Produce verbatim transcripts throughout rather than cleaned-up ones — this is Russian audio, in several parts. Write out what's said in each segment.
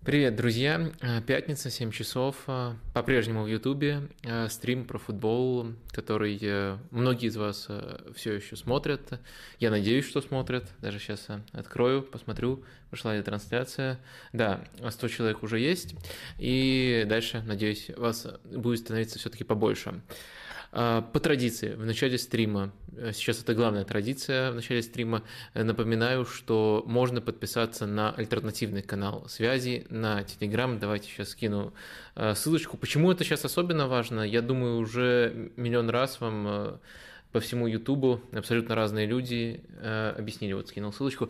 Привет, друзья! Э, Пятница, семь часов, э, по-прежнему в Ютубе, э, стрим про футбол, который э, многие из вас все еще смотрят. Я надеюсь, что смотрят. Даже сейчас э, открою, посмотрю, пошла ли трансляция. Да, сто человек уже есть, и дальше, надеюсь, вас будет становиться все-таки побольше. По традиции, в начале стрима, сейчас это главная традиция в начале стрима, напоминаю, что можно подписаться на альтернативный канал связи, на Telegram. Давайте сейчас скину ссылочку. Почему это сейчас особенно важно? Я думаю, уже миллион раз вам по всему Ютубу абсолютно разные люди объяснили, вот скинул ссылочку,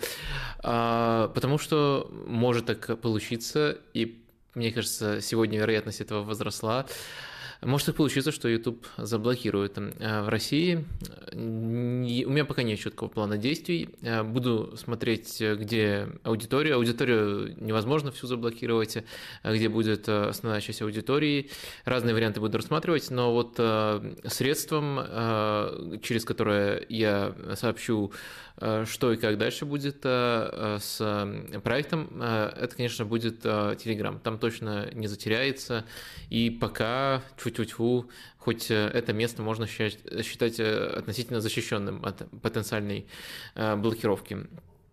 потому что может так получиться, и мне кажется, сегодня вероятность этого возросла. Может так получиться, что YouTube заблокирует в России. У меня пока нет четкого плана действий. Буду смотреть, где аудитория. Аудиторию невозможно всю заблокировать, где будет основная часть аудитории. Разные варианты буду рассматривать, но вот средством, через которое я сообщу, что и как дальше будет с проектом, это, конечно, будет Telegram. Там точно не затеряется, и пока, тьфу-тьфу-тьфу, хоть это место можно считать, считать относительно защищенным от потенциальной блокировки.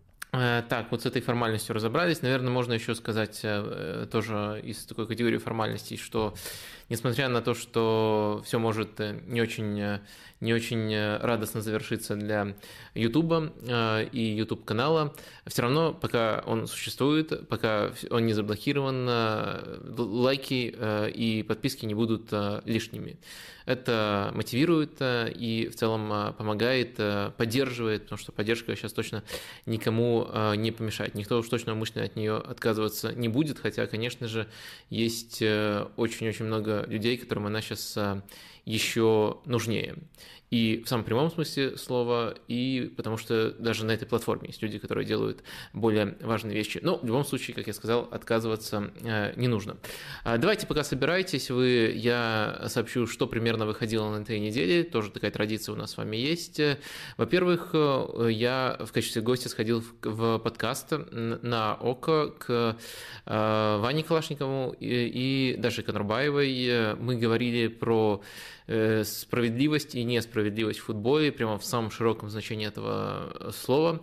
Так, вот с этой формальностью разобрались. Наверное, можно еще сказать тоже из такой категории формальностей, что несмотря на то, что все может не очень, не очень радостно завершиться для YouTube и YouTube-канала, все равно, пока он существует, пока он не заблокирован, лайки и подписки не будут лишними. Это мотивирует и в целом помогает, поддерживает, потому что поддержка сейчас точно никому не помешает. Никто уж точно умышленно от нее отказываться не будет, хотя, конечно же, есть очень-очень много людей, которым она сейчас еще нужнее. И в самом прямом смысле слова, и потому что даже на этой платформе есть люди, которые делают более важные вещи. Но в любом случае, как я сказал, отказываться не нужно. Давайте пока собирайтесь, вы, я сообщу, что примерно выходило на этой неделе. Тоже такая традиция у нас с вами есть. Во-первых, я в качестве гостя сходил в подкаст на ОКО к Ване Калашникову и Даше Конурбаевой. Мы говорили про справедливость и несправедливость в футболе, прямо в самом широком значении этого слова.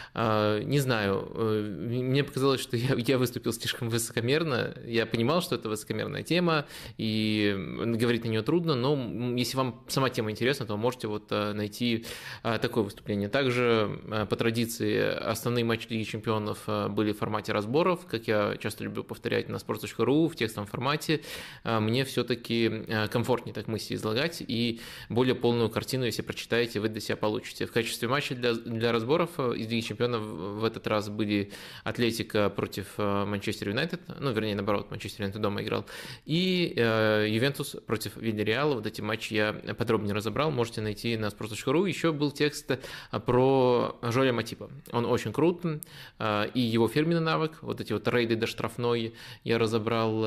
Не знаю, мне показалось, что я, я выступил слишком высокомерно. Я понимал, что это высокомерная тема, и говорить на нее трудно, но если вам сама тема интересна, то можете вот найти такое выступление. Также, по традиции, основные матчи Лиги Чемпионов были в формате разборов, как я часто люблю повторять на sports точка ru в текстовом формате. Мне все-таки комфортнее так мысли излагать, и более полную картину, если прочитаете, вы для себя получите. В качестве матча для, для разборов из Лиги Чемпионов в этот раз были Атлетико против Манчестер Юнайтед, ну, вернее, наоборот, Манчестер Юнайтед дома играл, и э, Ювентус против Вильяреала. Вот эти матчи я подробнее разобрал, можете найти на sports точка ru. Еще был текст про Жоэля Матипа. Он очень крут, э, и его фирменный навык, вот эти вот рейды до штрафной я разобрал,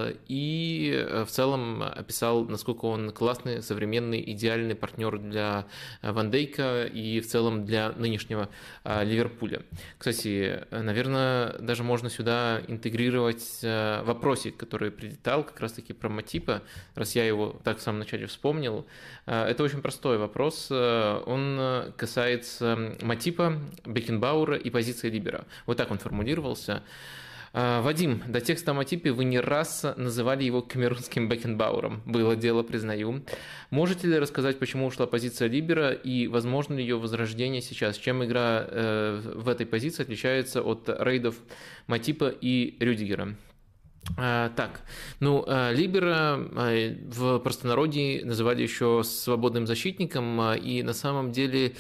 и в целом описал, насколько он классный, современный, идеальный партнер для Ван Дейка и в целом для нынешнего э, Ливерпуля. Кстати, наверное, даже можно сюда интегрировать вопросик, который прилетал как раз-таки про Матипа, раз я его так в самом начале вспомнил. Это очень простой вопрос. Он касается Матипа, Бекенбауэра и позиции либера. Вот так он формулировался. Вадим, до текста о Матипе вы не раз называли его камерунским Бекенбауэром. Было дело, признаю. Можете ли рассказать, почему ушла позиция либера и возможно ли ее возрождение сейчас? Чем игра э, в этой позиции отличается от рейдов Матипа и Рюдигера? А, так, ну, либера в простонародье называли еще свободным защитником, и на самом деле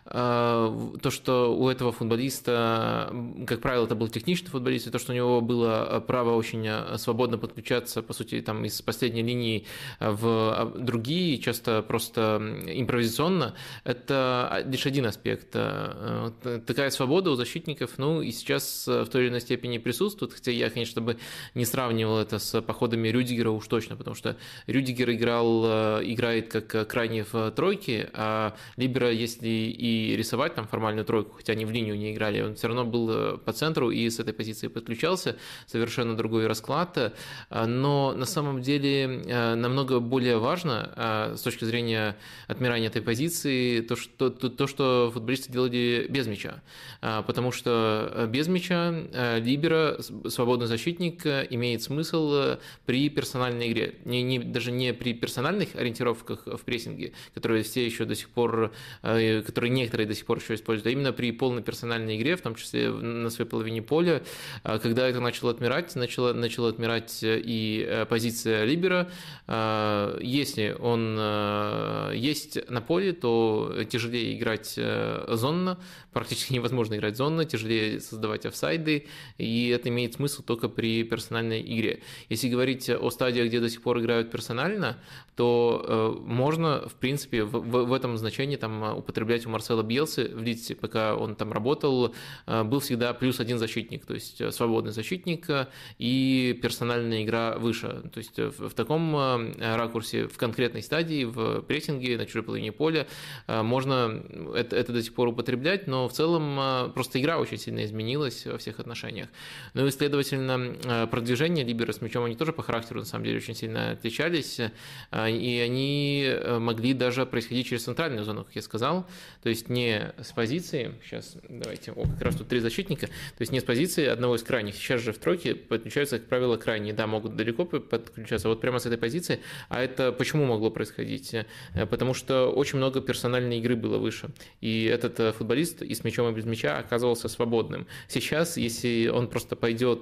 то, что у этого футболиста, как правило, это был техничный футболист, и то, что у него было право очень свободно подключаться, по сути, там из последней линии в другие, часто просто импровизационно, это лишь один аспект. Такая свобода у защитников, ну, и сейчас в той или иной степени присутствует, хотя я, конечно, бы не сравнивал это с походами Рюдигера уж точно, потому что Рюдигер играл, играет как крайний в тройке, а либера, если и и рисовать там формальную тройку, хотя они в линию не играли, он все равно был по центру и с этой позиции подключался, совершенно другой расклад, но на самом деле намного более важно с точки зрения отмирания этой позиции то, что, то, то, что футболисты делали без мяча, потому что без мяча либеро, свободный защитник, имеет смысл при персональной игре, не, не, даже не при персональных ориентировках в прессинге, которые все еще до сих пор, которые некоторые до сих пор еще используют, а именно при полной персональной игре, в том числе на своей половине поля, когда это начало отмирать, начало, начало отмирать и позиция либера. Если он есть на поле, то тяжелее играть зонно, практически невозможно играть зонно, тяжелее создавать офсайды, и это имеет смысл только при персональной игре. Если говорить о стадиях, где до сих пор играют персонально, то можно, в принципе, в, в этом значении там, употреблять у Марсела Бьелсы в Лидсе, пока он там работал, был всегда плюс один защитник, то есть свободный защитник и персональная игра выше. То есть в, в таком ракурсе, в конкретной стадии, в прессинге, на чужой половине поля можно это, это до сих пор употреблять, но в целом просто игра очень сильно изменилась во всех отношениях. Ну и, следовательно, продвижение либера с мячом, они тоже по характеру, на самом деле, очень сильно отличались, и они могли даже происходить через центральную зону, как я сказал, то есть не с позиции, сейчас, давайте, о, как раз тут три защитника, то есть не с позиции одного из крайних, сейчас же в тройке подключаются, как правило, крайние, да, могут далеко подключаться, вот прямо с этой позиции, а это почему могло происходить? Потому что очень много персональной игры было выше, и этот футболист и с мячом, и без мяча оказывался свободным. Сейчас, если он просто пойдет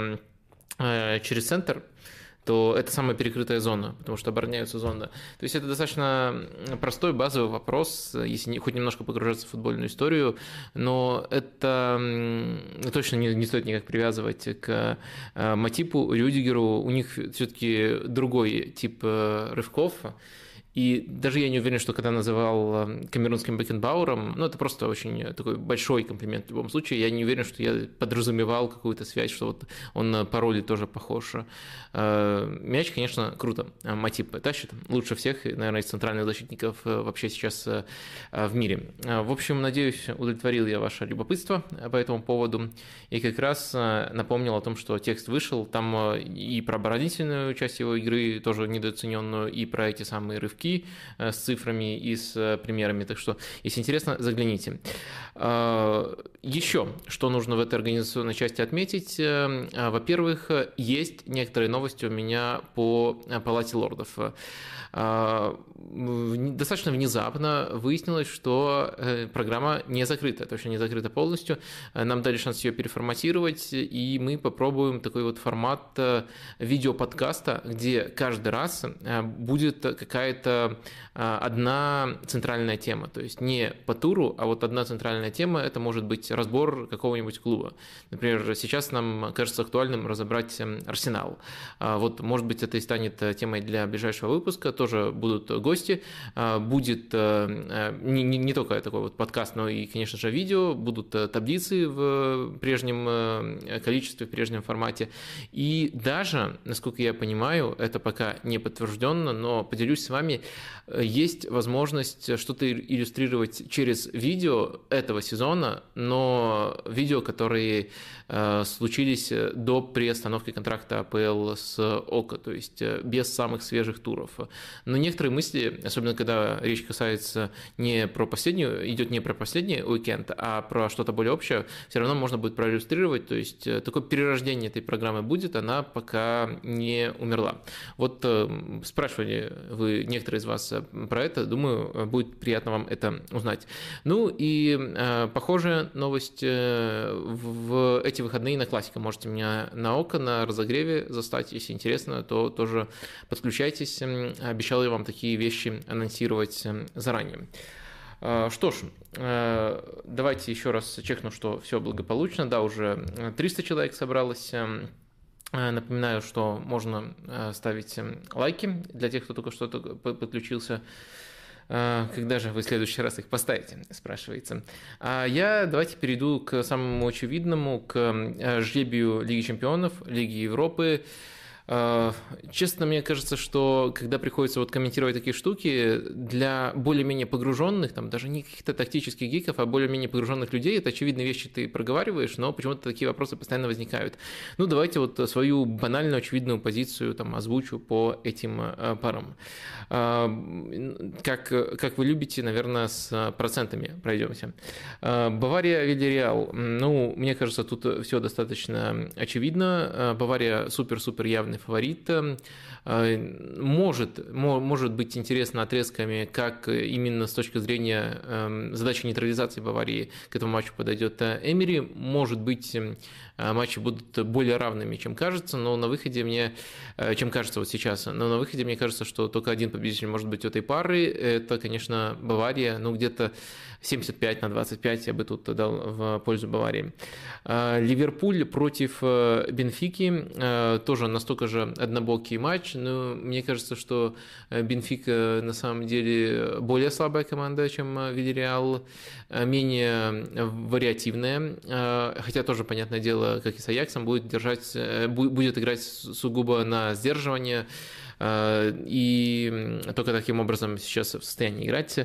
через центр, то это самая перекрытая зона, потому что обороняются зоны. То есть это достаточно простой базовый вопрос, если не, хоть немножко погружаться в футбольную историю, но это точно не, не стоит никак привязывать к Матипу, Рюдигеру. У них все-таки другой тип рывков. И даже я не уверен, что когда называл камерунским Бекенбауэром, ну, это просто очень такой большой комплимент в любом случае, я не уверен, что я подразумевал какую-то связь, что вот он по роли тоже похож. Мяч, конечно, круто. Матип тащит лучше всех, наверное, из центральных защитников вообще сейчас в мире. В общем, надеюсь, удовлетворил я ваше любопытство по этому поводу. И как раз напомнил о том, что текст вышел, там и про оборонительную часть его игры, тоже недооцененную, и про эти самые рывки с цифрами и с примерами. Так что, если интересно, загляните. Еще, что нужно в этой организационной части отметить. Во-первых, есть некоторые новости у меня по Палате лордов. Достаточно внезапно выяснилось, что программа не закрыта, точно не закрыта полностью. Нам дали шанс ее переформатировать, и мы попробуем такой вот формат видеоподкаста, где каждый раз будет какая-то одна центральная тема. То есть не по туру, а вот одна центральная тема – это может быть разбор какого-нибудь клуба. Например, сейчас нам кажется актуальным разобрать Арсенал. Вот, может быть, это и станет темой для ближайшего выпуска. Тоже будут гости, будет не, не, не только такой вот подкаст, но и, конечно же, видео, будут таблицы в прежнем количестве, в прежнем формате. И даже, насколько я понимаю, это пока не подтвержденно, но поделюсь с вами, есть возможность что-то иллюстрировать через видео этого сезона, но видео, которые случились до приостановки контракта АПЛ с ОКА, то есть без самых свежих туров. Но некоторые мысли, особенно когда речь касается не про последнюю, идет не про последний уикенд, а про что-то более общее, все равно можно будет проиллюстрировать, то есть такое перерождение этой программы будет, она пока не умерла. Вот спрашивали вы, некоторые из вас, про это, думаю, будет приятно вам это узнать. Ну и похожая новость в эти выходные на классика. Можете меня на ОКО, на разогреве застать, если интересно, то тоже подключайтесь. Обещал я вам такие вещи анонсировать заранее. Что ж, давайте еще раз чекну, что все благополучно. Да, уже триста человек собралось. Напоминаю, что можно ставить лайки для тех, кто только что подключился. Когда же вы в следующий раз их поставите, спрашивается. А я давайте перейду к самому очевидному, к жребию Лиги Чемпионов, Лиги Европы. Честно, мне кажется, что когда приходится вот комментировать такие штуки, для более-менее погруженных, там даже не каких-то тактических гиков, а более-менее погруженных людей, это очевидные вещи ты проговариваешь, но почему-то такие вопросы постоянно возникают. Ну, давайте вот свою банальную, очевидную позицию там озвучу по этим парам. Как, как вы любите, наверное, с процентами пройдемся. Бавария, Вильяреал. Ну, мне кажется, тут все достаточно очевидно. Бавария супер-супер явный фаворит. Может, может быть интересно отрезками, как именно с точки зрения задачи нейтрализации Баварии к этому матчу подойдет Эмери. Может быть, матчи будут более равными, чем кажется, но на выходе мне, чем кажется вот сейчас, но на выходе мне кажется, что только один победитель может быть у этой пары. Это, конечно, Бавария, ну где-то семьдесят пять на двадцать пять я бы тут дал в пользу Баварии. Ливерпуль против Бенфики, тоже настолько же однобокий матч, но мне кажется, что Бенфика на самом деле более слабая команда, чем Вильяреал, менее вариативная, хотя тоже, понятное дело, как и с Аяксом, будет, держать, будет играть сугубо на сдерживание, и только таким образом сейчас в состоянии играть.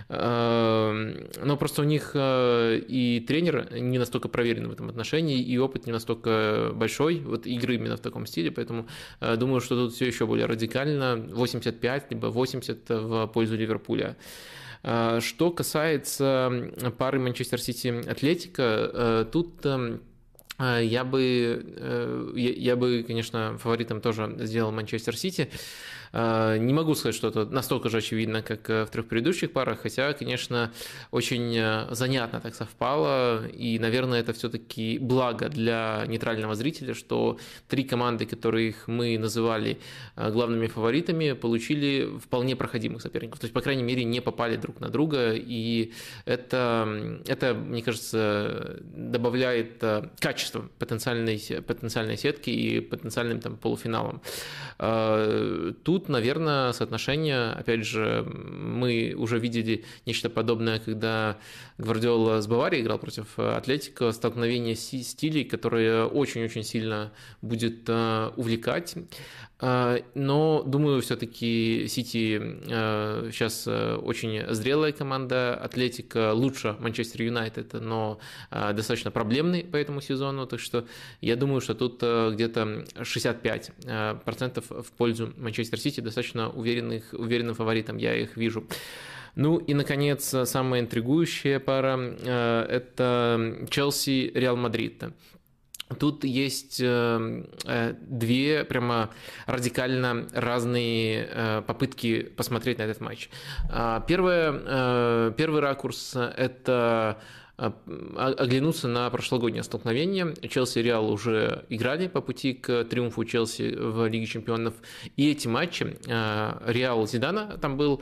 Но просто у них и тренер не настолько проверен в этом отношении, и опыт не настолько большой, вот игры именно в таком стиле, поэтому думаю, что тут все еще более радикально, восемьдесят пять либо восемьдесят в пользу Ливерпуля. Что касается пары Манчестер Сити-Атлетико, тут я бы, я бы, конечно, фаворитом тоже сделал Манчестер Сити. Не могу сказать, что это настолько же очевидно, как в трех предыдущих парах, хотя, конечно, очень занятно так совпало, и, наверное, это все-таки благо для нейтрального зрителя, что три команды, которых мы называли главными фаворитами, получили вполне проходимых соперников, то есть, по крайней мере, не попали друг на друга, и это, это мне кажется, добавляет качество потенциальной, потенциальной сетки и потенциальным там, полуфиналам. Тут, наверное, соотношение, опять же, мы уже видели нечто подобное, когда Гвардиола с Баварией играл против Атлетико, столкновение стилей, которое очень-очень сильно будет увлекать. Но, думаю, все-таки Сити сейчас очень зрелая команда, Атлетико лучше Манчестер Юнайтед, но достаточно проблемный по этому сезону, так что я думаю, что тут где-то шестьдесят пять процентов в пользу Манчестер Сити, достаточно уверенных, уверенным фаворитом я их вижу. Ну и, наконец, самая интригующая пара – это Челси-Реал Мадрид. Тут есть две прямо радикально разные попытки посмотреть на этот матч. Первое, первый ракурс – это оглянуться на прошлогоднее столкновение. Челси и Реал уже играли по пути к триумфу Челси в Лиге Чемпионов. И эти матчи, Реал Зидана там был,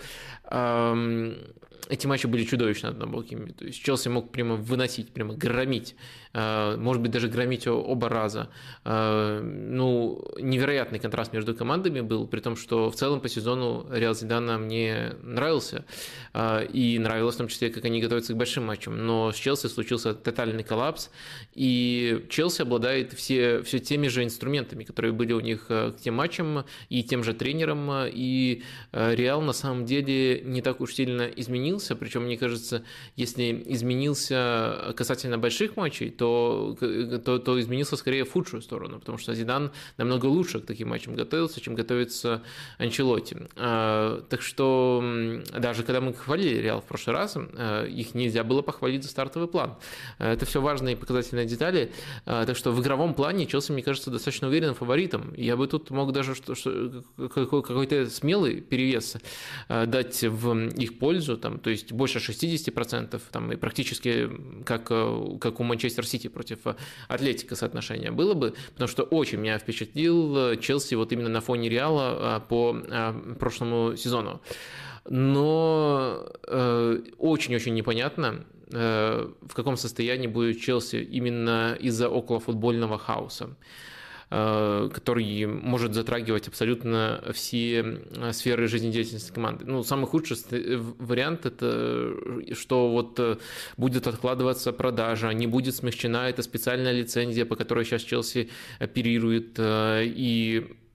эти матчи были чудовищно однобокими. То есть Челси мог прямо выносить, прямо громить, может быть, даже громить оба раза. Ну, невероятный контраст между командами был, при том, что в целом по сезону Реал Зидана мне нравился. И нравилось в том числе, как они готовятся к большим матчам. Но с Челси случился тотальный коллапс, и Челси обладает все, все теми же инструментами, которые были у них к тем матчам, и тем же тренером, и Реал на самом деле не так уж сильно изменился, причем, мне кажется, если изменился касательно больших матчей, то, то, то изменился скорее в худшую сторону, потому что Зидан намного лучше к таким матчам готовился, чем готовится Анчелотти. Так что даже когда мы хвалили Реал в прошлый раз, их нельзя было похвалить за стартовый план. Это все важные и показательные детали. Так что в игровом плане Челси, мне кажется, достаточно уверенным фаворитом. Я бы тут мог даже что, что, какой-то смелый перевес дать в их пользу, там, то есть больше шестьдесят процентов, там, и практически как, как у Манчестер Сити против Атлетико соотношение было бы, потому что очень меня впечатлил Челси вот именно на фоне Реала по прошлому сезону. Но очень-очень непонятно, в каком состоянии будет Челси именно из-за околофутбольного хаоса, который может затрагивать абсолютно все сферы жизнедеятельности команды. Ну, самый худший вариант – это что вот будет откладываться продажа, не будет смягчена эта специальная лицензия, по которой сейчас Челси оперирует, и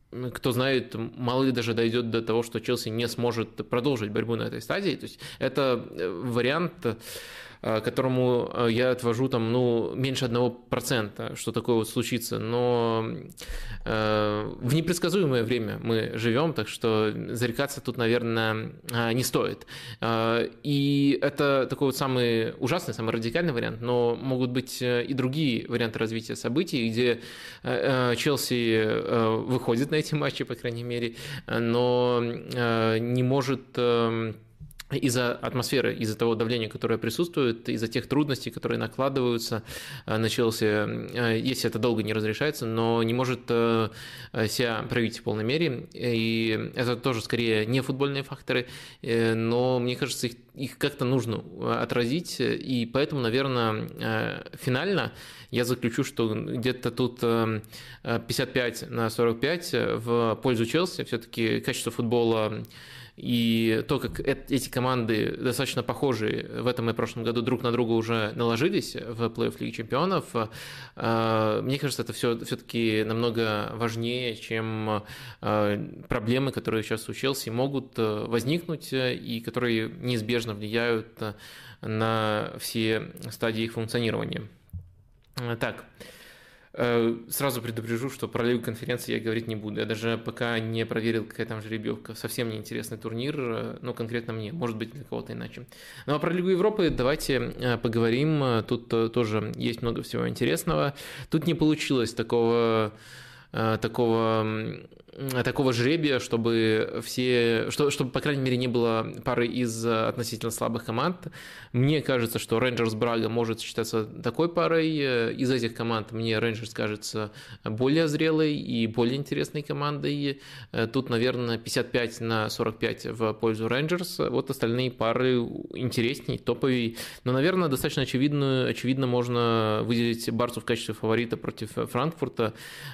кто знает, мало ли даже дойдет до того, что Челси не сможет продолжить борьбу на этой стадии. То есть это вариант, которому я отвожу там, ну, меньше одного процента, что такое вот случится. Но э, в непредсказуемое время мы живем, так что зарекаться тут, наверное, не стоит. И это такой вот самый ужасный, самый радикальный вариант, но могут быть и другие варианты развития событий, где Челси выходит на эти матчи, по крайней мере, но не может... из-за атмосферы, из-за того давления, которое присутствует, из-за тех трудностей, которые накладываются на Челси, если это долго не разрешается, но не может себя проявить в полной мере. И это тоже скорее не футбольные факторы, но мне кажется, их, их как-то нужно отразить. И поэтому, наверное, финально я заключу, что где-то тут пятьдесят пять на сорок пять в пользу Челси. Все-таки качество футбола и то, как эти команды достаточно похожи в этом и прошлом году друг на друга уже наложились в плей-офф Лиги Чемпионов, мне кажется, это все, все-таки намного важнее, чем проблемы, которые сейчас у Челси могут возникнуть и которые неизбежно влияют на все стадии их функционирования. Так. Сразу предупрежу, что про Лигу конференции я говорить не буду. Я даже пока не проверил, какая там жеребьевка. Совсем неинтересный турнир, ну, конкретно мне, может быть, для кого-то иначе. Ну, а про Лигу Европы давайте поговорим. Тут тоже есть много всего интересного. Тут не получилось такого... такого такого жребия, чтобы все, что, чтобы, по крайней мере, не было пары из относительно слабых команд. Мне кажется, что Рейнджерс Брага может считаться такой парой. Из этих команд мне Рейнджерс кажется более зрелой и более интересной командой. Тут, наверное, пятьдесят пять на сорок пять в пользу Рейнджерс. Вот остальные пары интересней, топовей. Но, наверное, достаточно очевидно, очевидно можно выделить Барсу в качестве фаворита против Франкфурта.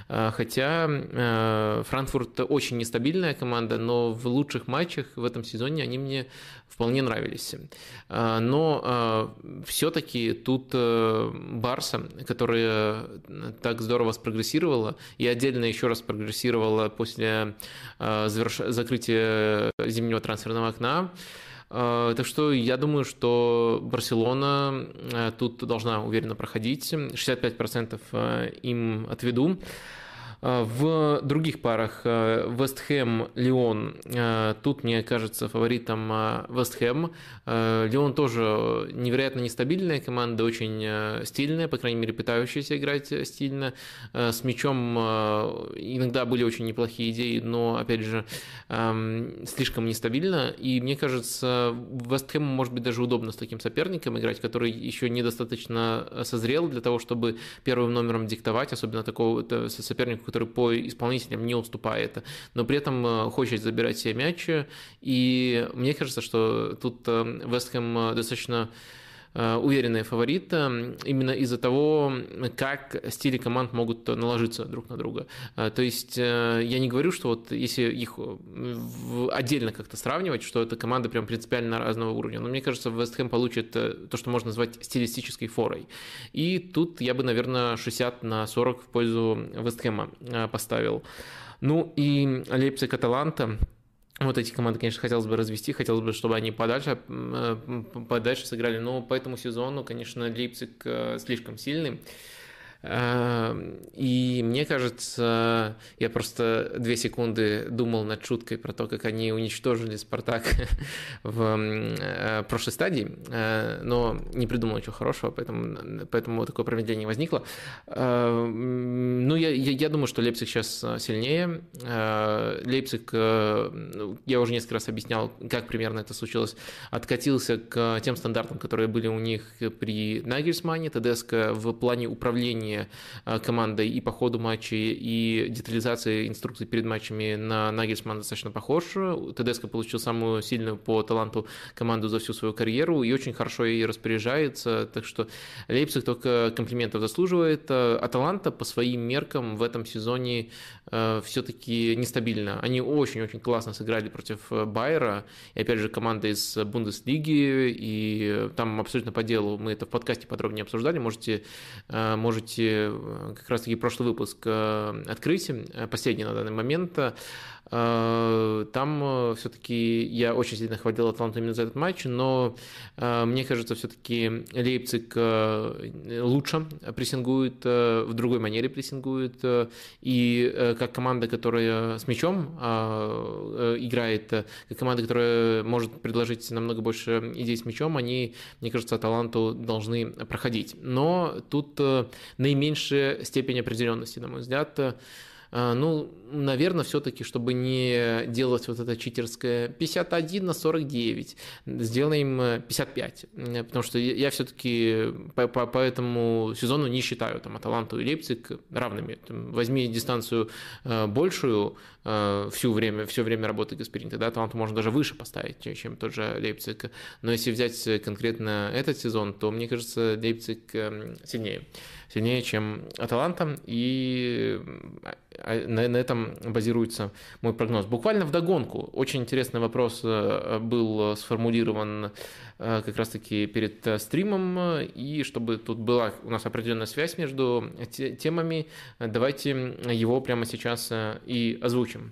Хотя Франкфурт очень нестабильная команда, но в лучших матчах в этом сезоне они мне вполне нравились. Но все-таки тут Барса, которая так здорово спрогрессировала и отдельно еще раз прогрессировала после закрытия зимнего трансферного окна. Так что я думаю, что Барселона тут должна уверенно проходить. шестьдесят пять процентов им отведу. В других парах Вест Хэм, Лион, тут, мне кажется, фаворитом Вест Хэм. Лион тоже невероятно нестабильная команда, очень стильная, по крайней мере, пытающаяся играть стильно. С мячом иногда были очень неплохие идеи, но, опять же, слишком нестабильно. И мне кажется, Вест Хэму может быть даже удобно с таким соперником играть, который еще недостаточно созрел для того, чтобы первым номером диктовать, особенно такого соперника, который по исполнителям не уступает, но при этом хочет забирать себе мяч. И мне кажется, что тут Вест Хэм достаточно уверенный фаворит именно из-за того, как стили команд могут наложиться друг на друга. То есть я не говорю, что вот если их отдельно как-то сравнивать, что это команда прям принципиально разного уровня, но мне кажется, Вест Хэм получит то, что можно назвать стилистической форой. И тут я бы, наверное, шестьдесят на сорок в пользу Вест Хэма поставил. Ну и Лейпциг-Аталанта. Вот эти команды, конечно, хотелось бы развести, хотелось бы, чтобы они подальше, подальше сыграли, но по этому сезону, конечно, Лейпциг слишком сильный. И мне кажется, я просто две секунды думал над шуткой про то, как они уничтожили «Спартак» в прошлой стадии, но не придумал ничего хорошего, поэтому, поэтому такое промедление возникло. Ну, я, я, я думаю, что Лейпциг сейчас сильнее. Лейпциг, я уже несколько раз объяснял, как примерно это случилось, откатился к тем стандартам, которые были у них при Нагельсмане. Тедеско в плане управления командой и по ходу матчей, и детализации инструкций перед матчами на Нагельсмана достаточно похож. Тедеско получил самую сильную по таланту команду за всю свою карьеру и очень хорошо ей распоряжается, так что Лейпциг только комплиментов заслуживает. Аталанта по своим меркам в этом сезоне все-таки нестабильно. Они очень-очень классно сыграли против Байера, и опять же команда из Бундеслиги, и там абсолютно по делу, мы это в подкасте подробнее обсуждали, можете, можете как раз-таки прошлый выпуск открыть, последний на данный момент. Там все-таки я очень сильно хвалил Аталанту именно за этот матч, но мне кажется, все-таки Лейпциг лучше прессингует, в другой манере прессингует, и как команда, которая с мячом играет, как команда, которая может предложить намного больше идей с мячом, они, мне кажется, Аталанту должны проходить. Но тут наименьшая степень определенности, на мой взгляд. Ну, наверное, все-таки, чтобы не делать вот это читерское пятьдесят один на сорок девять, сделаем пятьдесят пять, потому что я все-таки по, по, по этому сезону не считаю там Аталанту и Лейпциг равными. Там, возьми дистанцию большую, всю время, все время работы Гасперини, тогда Аталанту можно даже выше поставить, чем тот же Лейпциг. Но если взять конкретно этот сезон, то, мне кажется, Лейпциг сильнее. Сильнее, чем Аталанта, и на, на этом базируется мой прогноз. Буквально вдогонку, очень интересный вопрос был сформулирован как раз-таки перед стримом, и чтобы тут была у нас определенная связь между темами, давайте его прямо сейчас и озвучим.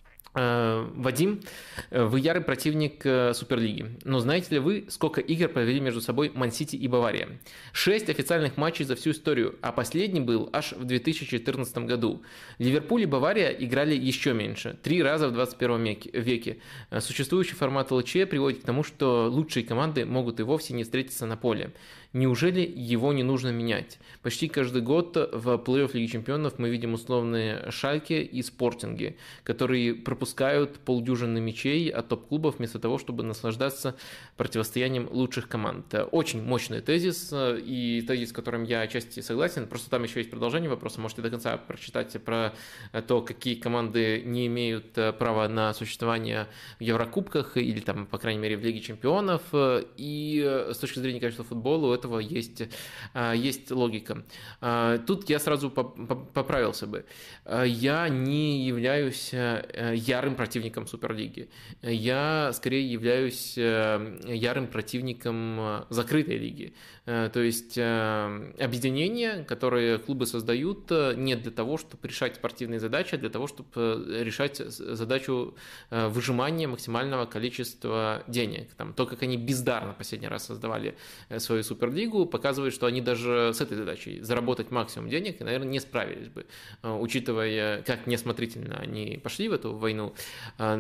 Вадим, вы ярый противник Суперлиги, но знаете ли вы, сколько игр провели между собой Ман-Сити и Бавария? Шесть официальных матчей за всю историю, а последний был аж в две тысячи четырнадцатом году. Ливерпуль и Бавария играли еще меньше, три раза в двадцать первом веке. Существующий формат ЛЧ приводит к тому, что лучшие команды могут и вовсе не встретиться на поле. Неужели его не нужно менять? Почти каждый год в плей-офф Лиги Чемпионов мы видим условные Шальки и Спортинги, которые пропускают полдюжины мячей от топ-клубов вместо того, чтобы наслаждаться противостоянием лучших команд. Очень мощный тезис, и тезис, с которым я отчасти согласен. Просто там еще есть продолжение вопроса, можете до конца прочитать про то, какие команды не имеют права на существование в Еврокубках или, там, по крайней мере, в Лиге Чемпионов. И с точки зрения качества футбола, этого есть, есть логика. Тут я сразу поправился бы. Я не являюсь ярым противником Суперлиги. Я скорее являюсь ярым противником закрытой лиги. То есть объединения, которые клубы создают, не для того, чтобы решать спортивные задачи, а для того, чтобы решать задачу выжимания максимального количества денег. Там, то, как они бездарно последний раз создавали свою Суперлигу, показывает, что они даже с этой задачей заработать максимум денег, наверное, не справились бы, учитывая, как неосмотрительно они пошли в эту войну. А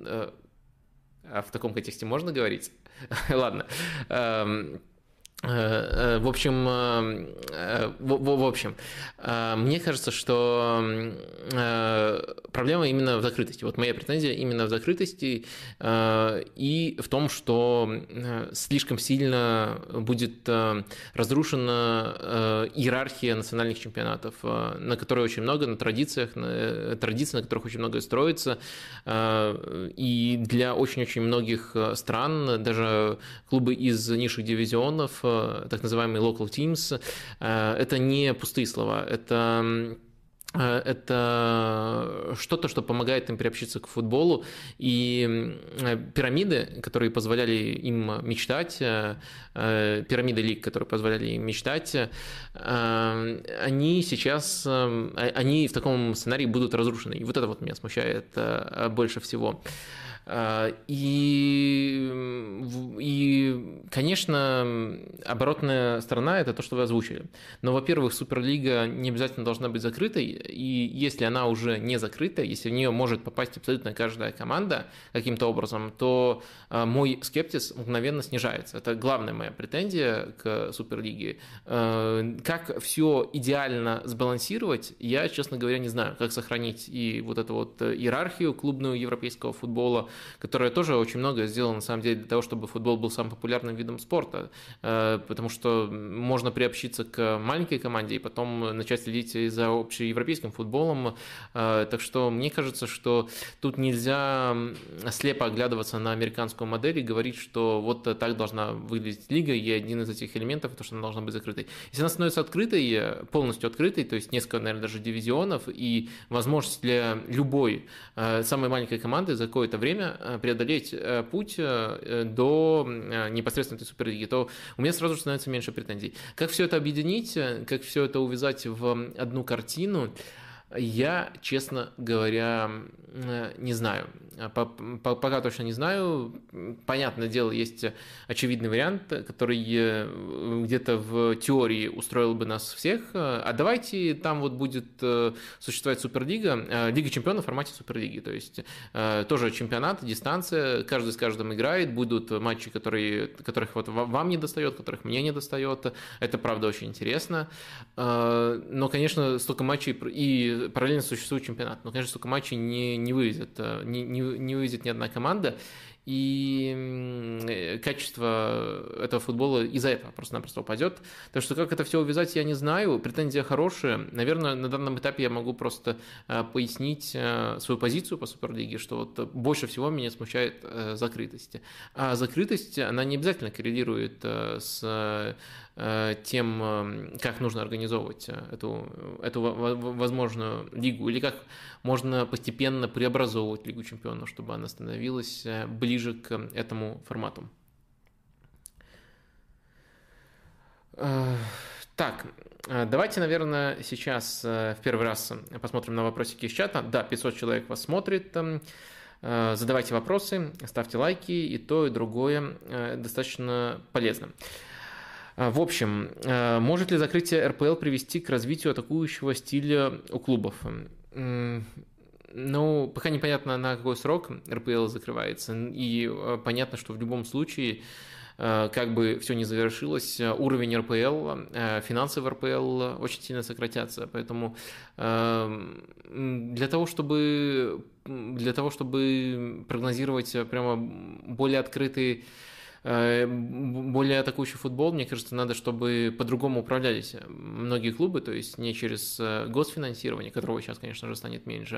в таком контексте можно говорить? Ладно. В общем, в, в общем, мне кажется, что проблема именно в закрытости. Вот моя претензия именно в закрытости и в том, что слишком сильно будет разрушена иерархия национальных чемпионатов, на которой очень много, на традициях, на традиции, на которых очень много строится. И для очень-очень многих стран, даже клубы из низших дивизионов, так называемые local teams, это не пустые слова, это это что-то, что помогает им приобщиться к футболу, и пирамиды, которые позволяли им мечтать, пирамиды лиг, которые позволяли им мечтать, они сейчас, они в таком сценарии будут разрушены, и вот это вот меня смущает больше всего. И, и, конечно, оборотная сторона – это то, что вы озвучили. Но, во-первых, Суперлига не обязательно должна быть закрытой, и если она уже не закрыта, если в нее может попасть абсолютно каждая команда каким-то образом, то мой скепсис мгновенно снижается. Это главная моя претензия к Суперлиге. Как все идеально сбалансировать, я, честно говоря, не знаю. Как сохранить и вот эту вот иерархию клубную европейского футбола, которая тоже очень много сделала, на самом деле, для того, чтобы футбол был самым популярным видом спорта, потому что можно приобщиться к маленькой команде и потом начать следить за общеевропейским футболом. Так что мне кажется, что тут нельзя слепо оглядываться на американскую модель и говорить, что вот так должна выглядеть лига, и один из этих элементов – то, что она должна быть закрытой. Если она становится открытой, полностью открытой, то есть несколько, наверное, даже дивизионов, и возможность для любой самой маленькой команды за какое-то время преодолеть путь до непосредственно этой суперлиги, то у меня сразу же становится меньше претензий. Как все это объединить, как все это увязать в одну картину, я, честно говоря, не знаю. Пока точно не знаю. Понятное дело, есть очевидный вариант, который где-то в теории устроил бы нас всех. А давайте там вот будет существовать Суперлига, Лига чемпионов в формате Суперлиги. То есть тоже чемпионат, дистанция, каждый с каждым играет, будут матчи, которые, которых вот вам не достает, которых мне не достает. Это, правда, очень интересно. Но, конечно, столько матчей и параллельно существует чемпионат. Но, конечно, столько матчей не, не вывезет, не, не, не вывезет ни одна команда. И качество этого футбола из-за этого просто-напросто упадет. Так что как это все увязать, я не знаю. Претензия хорошая. Наверное, на данном этапе я могу просто пояснить свою позицию по Суперлиге, что вот больше всего меня смущает закрытость. А закрытость, она не обязательно коррелирует с тем, как нужно организовывать эту, эту возможную лигу, или как можно постепенно преобразовывать Лигу чемпионов, чтобы она становилась ближе к этому формату. Так, давайте, наверное, сейчас в первый раз посмотрим на вопросики из чата. Да, пятьсот человек вас смотрит. Задавайте вопросы, ставьте лайки, и то, и другое достаточно полезно. В общем, может ли закрытие эр пэ эл привести к развитию атакующего стиля у клубов? Ну, пока непонятно, на какой срок эр пэ эл закрывается, и понятно, что в любом случае, как бы все ни завершилось, уровень эр пэ эл, финансы в эр пэ эл очень сильно сократятся, поэтому для того, чтобы, для того, чтобы прогнозировать прямо более открытые более атакующий футбол, мне кажется, надо, чтобы по-другому управлялись многие клубы, то есть не через госфинансирование, которого сейчас, конечно же, станет меньше,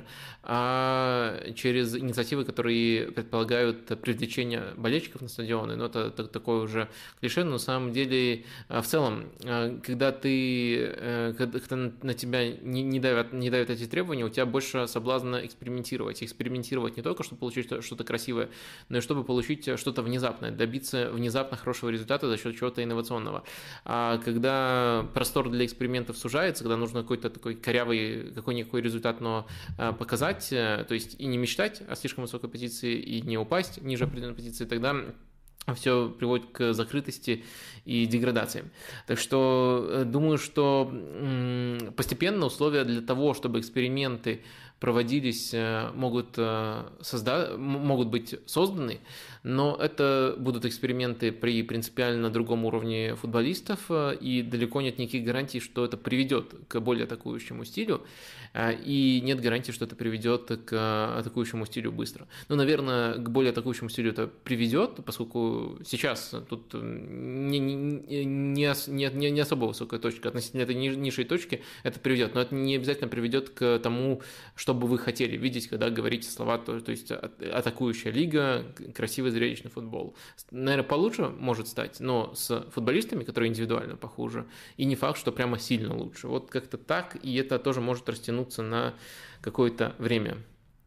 а через инициативы, которые предполагают привлечение болельщиков на стадионы. Но это такое уже клише, но на самом деле в целом, когда ты, когда на тебя не давят, не давят эти требования, у тебя больше соблазна экспериментировать. Экспериментировать не только, чтобы получить что-то красивое, но и чтобы получить что-то внезапное, добиться внезапно хорошего результата за счет чего-то инновационного. А когда простор для экспериментов сужается, когда нужно какой-то такой корявый, какой-никакой результат, но показать, то есть и не мечтать о слишком высокой позиции, и не упасть ниже определенной позиции, тогда все приводит к закрытости и деградации. Так что думаю, что постепенно условия для того, чтобы эксперименты проводились, могут, созда... могут быть созданы, но это будут эксперименты при принципиально другом уровне футболистов, и далеко нет никаких гарантий, что это приведет к более атакующему стилю, и нет гарантии, что это приведет к атакующему стилю быстро. Ну, наверное, к более атакующему стилю это приведет, поскольку сейчас тут не, не, не, не, не особо высокая точка, относительно этой низшей точки это приведет, но это не обязательно приведет к тому, что бы вы хотели видеть, когда говорите слова, то, то есть атакующая лига, красивый зрелищный футбол. Наверное, получше может стать, но с футболистами, которые индивидуально похуже, и не факт, что прямо сильно лучше. Вот как-то так, и это тоже может растянуться на какое-то время.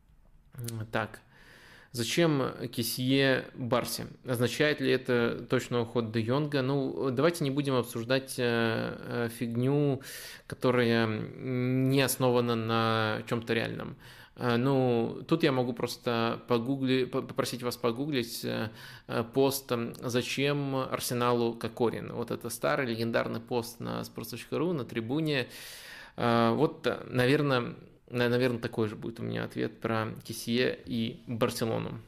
Так. Зачем Кесье Барси? Означает ли это точно уход Де Йонга? Ну, давайте не будем обсуждать фигню, которая не основана на чем-то реальном. Ну, тут я могу просто погугли, попросить вас погуглить пост «Зачем Арсеналу Кокорин?». Вот это старый легендарный пост на sports точка ру, на трибуне. Вот, наверное... Наверное, такой же будет у меня ответ про Кесье и Барселону.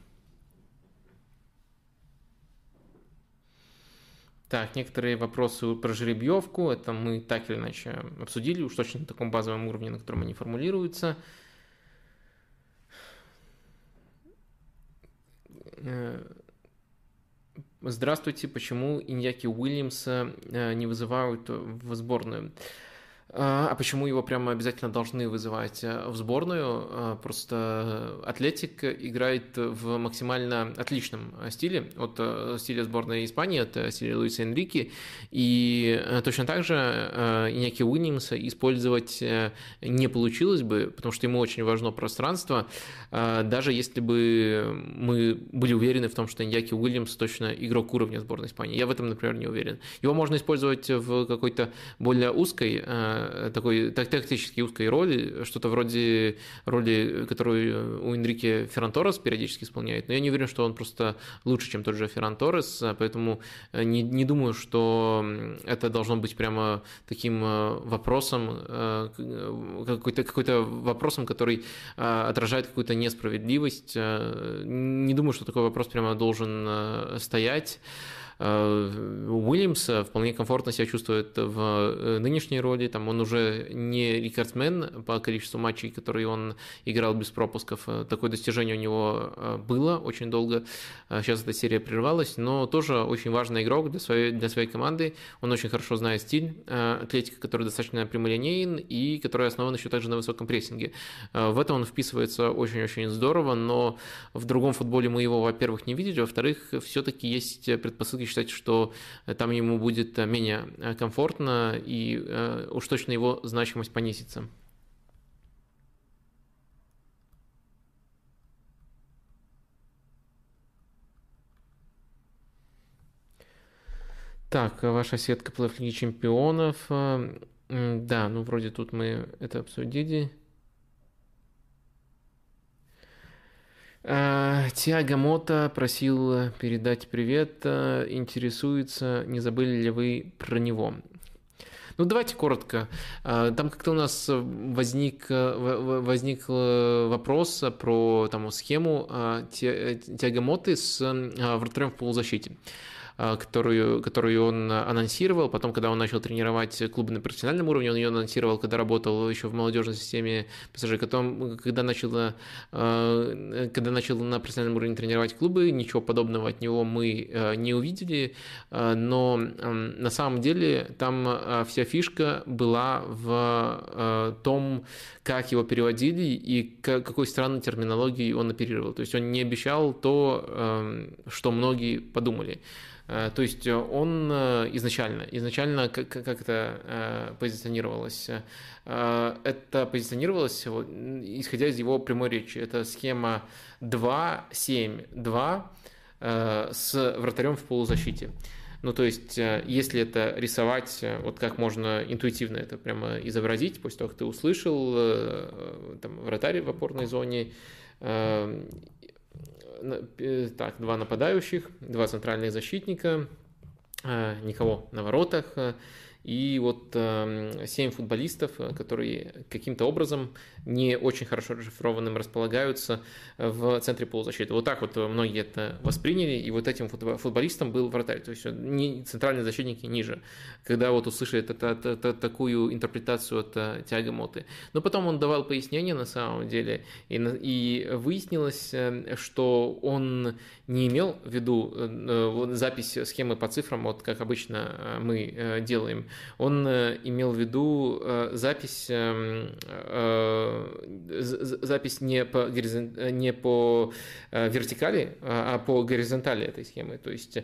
Так, некоторые вопросы про жеребьевку. Это мы так или иначе обсудили, уж точно на таком базовом уровне, на котором они формулируются. Здравствуйте, почему Иньяки Уильямса не вызывают в сборную? А почему его прямо обязательно должны вызывать в сборную? Просто Атлетик играет в максимально отличном стиле от стиля сборной Испании, от стиля Луиса Энрике, и точно так же Иньяки Уильямса использовать не получилось бы, потому что ему очень важно пространство, даже если бы мы были уверены в том, что Иньяки Уильямс точно игрок уровня сборной Испании. Я в этом, например, не уверен. Его можно использовать в какой-то более узкой такой тактически узкой роли, что-то вроде роли, которую у Энрике Ферран Торрес периодически исполняет, но я не уверен, что он просто лучше, чем тот же Ферран Торрес, поэтому не, не думаю, что это должно быть прямо таким вопросом, какой-то, какой-то вопросом, который отражает какую-то несправедливость. Не думаю, что такой вопрос прямо должен стоять. Уильямс вполне комфортно себя чувствует в нынешней роли, там он уже не рекордсмен по количеству матчей, которые он играл без пропусков, такое достижение у него было очень долго, сейчас эта серия прервалась, но тоже очень важный игрок для своей, для своей команды, он очень хорошо знает стиль Атлетика, который достаточно прямолинеен и который основан еще также на высоком прессинге. В это он вписывается очень-очень здорово, но в другом футболе мы его, во-первых, не видели, во-вторых, все-таки есть предпосылки считать, что там ему будет менее комфортно и уж точно его значимость понизится. Так, ваша сетка плей-офф Лиги Чемпионов. Да, ну вроде тут мы это обсудили. Тиаго Мота просил передать привет, интересуется, не забыли ли вы про него. Ну, давайте коротко. Там как-то у нас возник, возник вопрос про там, схему Тиаго Моты с вратарем в полузащите, которую, которую он анонсировал. Потом, когда он начал тренировать клубы на профессиональном уровне, он ее анонсировал, когда работал еще в молодежной системе ПСЖ. Потом, когда начал, когда начал на профессиональном уровне тренировать клубы, ничего подобного от него мы не увидели. Но на самом деле там вся фишка была в том, как его переводили и какой странной терминологией он оперировал. То есть он не обещал то, что многие подумали. То есть он изначально, изначально как, как это позиционировалось? Это позиционировалось исходя из его прямой речи. Это схема два семь два с вратарем в полузащите. Ну, то есть, если это рисовать, вот как можно интуитивно это прямо изобразить, после того, как ты услышал там, вратарь в опорной зоне, так, два нападающих, два центральных защитника, никого на воротах, и вот семь футболистов, которые каким-то образом не очень хорошо расшифрованным располагаются в центре полузащиты. Вот так вот многие это восприняли, и вот этим футболистом был вратарь, то есть не центральные защитники ниже, когда вот услышали это, это, это, такую интерпретацию от Тиаго Моты. Но потом он давал пояснения на самом деле, и, и выяснилось, что он не имел в виду вот, запись схемы по цифрам, вот как обычно мы делаем. Он имел в виду запись, запись не по, не по вертикали, а по горизонтали этой схемы. То есть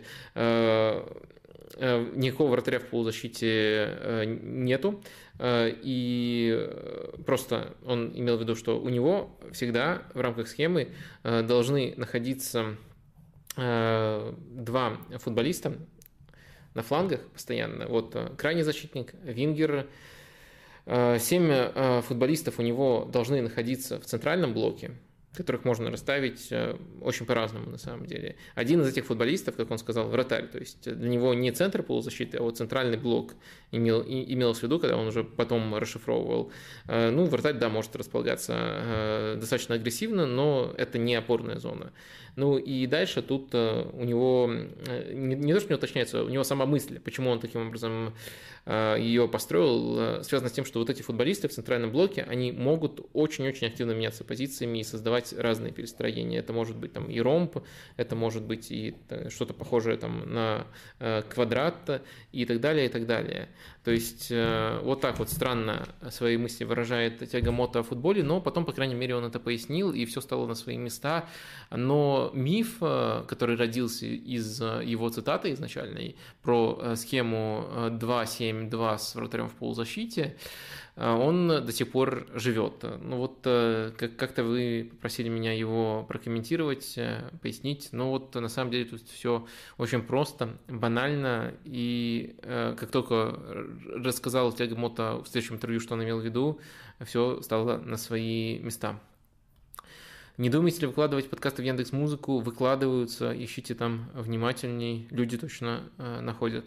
никакого вратаря в полузащите нету, и просто он имел в виду, что у него всегда в рамках схемы должны находиться два футболиста на флангах постоянно. Вот крайний защитник, вингер. Семь футболистов у него должны находиться в центральном блоке, которых можно расставить очень по-разному на самом деле. Один из этих футболистов, как он сказал, вратарь, то есть для него не центр полузащиты, а вот центральный блок имел, имелось в виду, когда он уже потом расшифровывал. Ну, вратарь, да, может располагаться достаточно агрессивно, но это не опорная зона. Ну и дальше тут у него, не, не то, что не уточняется, у него сама мысль, почему он таким образом ее построил, связано с тем, что вот эти футболисты в центральном блоке, они могут очень-очень активно меняться позициями и создавать рисовать разные перестроения. Это может быть там и ромб, это может быть и что-то похожее там на квадрат и так далее, и так далее. То есть вот так вот странно свои мысли выражает Тиаго Мота о футболе, но потом, по крайней мере, он это пояснил, и все стало на свои места. Но миф, который родился из его цитаты изначальной про схему два семь два с вратарем в полузащите, он до сих пор живет. Ну вот как-то вы попросили меня его прокомментировать, пояснить. Но вот на самом деле тут все очень просто, банально. И как только рассказал Тиаго Мота в следующем интервью, что он имел в виду, все стало на свои места. Не думаете ли выкладывать подкасты в Яндекс.Музыку? Выкладываются, ищите там внимательней, люди точно находят.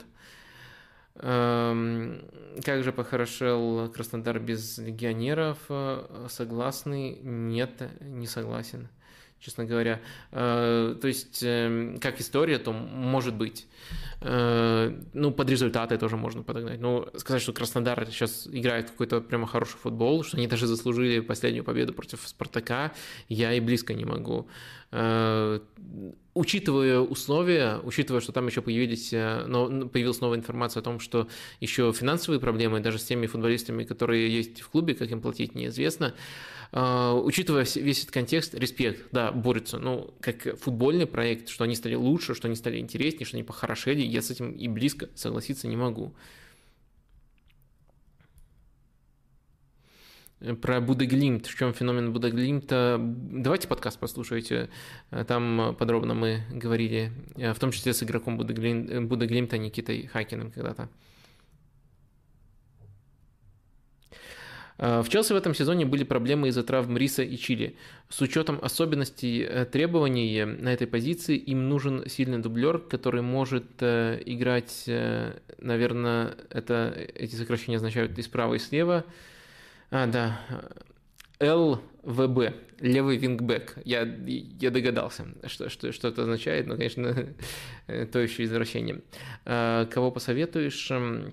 Как же похорошел Краснодар без легионеров? Согласны? Нет, не согласен, честно говоря. То есть, как история, то может быть. Ну, под результаты тоже можно подогнать. Но сказать, что Краснодар сейчас играет какой-то прямо хороший футбол, что они даже заслужили последнюю победу против Спартака, я и близко не могу. Учитывая условия, учитывая, что там еще появились, но появилась новая информация о том, что еще финансовые проблемы, даже с теми футболистами, которые есть в клубе, как им платить, неизвестно. Учитывая весь этот контекст, респект, да, борются. Ну, как футбольный проект, что они стали лучше, что они стали интереснее, что они похорошели, я с этим и близко согласиться не могу. Про Будеглимт, в чем феномен Будеглимта. Давайте подкаст послушайте, там подробно мы говорили, в том числе с игроком Будеглимта Никитой Хакиным когда-то. В Челси в этом сезоне были проблемы из-за травм Риса и Чили. С учетом особенностей требований на этой позиции им нужен сильный дублер, который может играть, наверное, это, эти сокращения означают и справа, и слева. А, да, эл вэ бэ, левый вингбэк. Я, я догадался, что, что, что это означает, но, конечно, то еще извращение. Кого посоветуешь?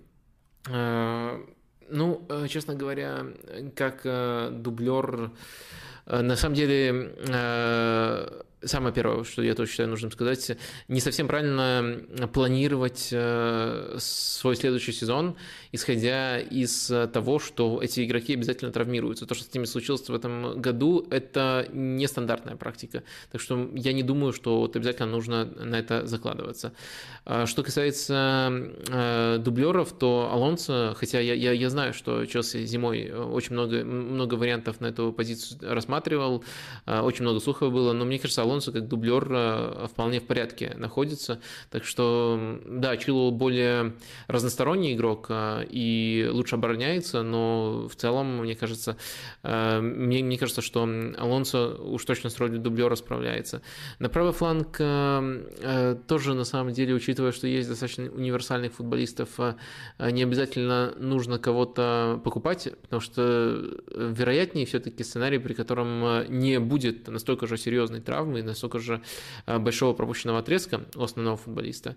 Ну, честно говоря, как дублер, на самом деле, самое первое, что я тоже считаю нужным сказать, не совсем правильно планировать свой следующий сезон, исходя из того, что эти игроки обязательно травмируются. То, что с ними случилось в этом году, это нестандартная практика. Так что я не думаю, что вот обязательно нужно на это закладываться. Что касается дублеров, то Алонсо, хотя я, я, я знаю, что Челси зимой очень много, много вариантов на эту позицию рассматривал, очень много слухов было, но мне кажется, Алонсо как дублер вполне в порядке находится. Так что, да, Чилуэлл более разносторонний игрок и лучше обороняется, но в целом, мне кажется, мне, мне кажется, что Алонсо уж точно с ролью дублера справляется. На правый фланг тоже, на самом деле, учитывая, что есть достаточно универсальных футболистов, не обязательно нужно кого-то покупать, потому что вероятнее все-таки сценарий, при котором не будет настолько же серьезной травмы, настолько же большого пропущенного отрезка у основного футболиста.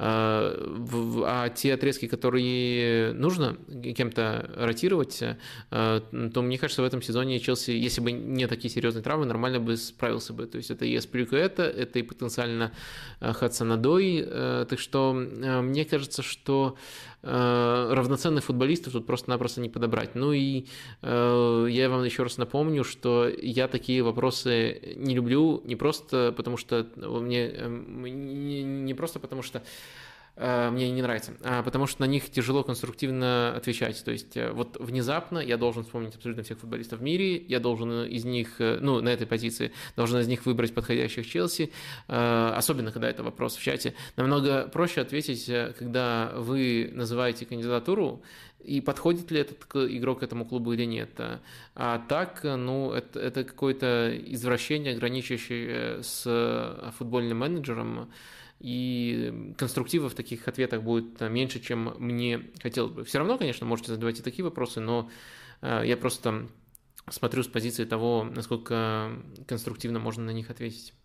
А те отрезки, которые нужно кем-то ротировать, то мне кажется, в этом сезоне Челси, если бы не такие серьезные травмы, нормально бы справился бы. То есть это и Аспиликуэта, это и потенциально Хадсон-Одой. Так что мне кажется, что равноценных футболистов тут просто-напросто не подобрать. Ну и я вам еще раз напомню, что я такие вопросы не люблю, не просто потому что мне не просто потому что мне не нравится, а потому что на них тяжело конструктивно отвечать. То есть вот внезапно я должен вспомнить абсолютно всех футболистов в мире, я должен из них, ну, на этой позиции, должен из них выбрать подходящих Челси, особенно когда это вопрос в чате. Намного проще ответить, когда вы называете кандидатуру, и подходит ли этот игрок к этому клубу или нет. А так, ну, это, это какое-то извращение, граничащее с футбольным менеджером, и конструктива в таких ответах будет меньше, чем мне хотелось бы. Все равно, конечно, можете задавать и такие вопросы, но я просто смотрю с позиции того, насколько конструктивно можно на них ответить.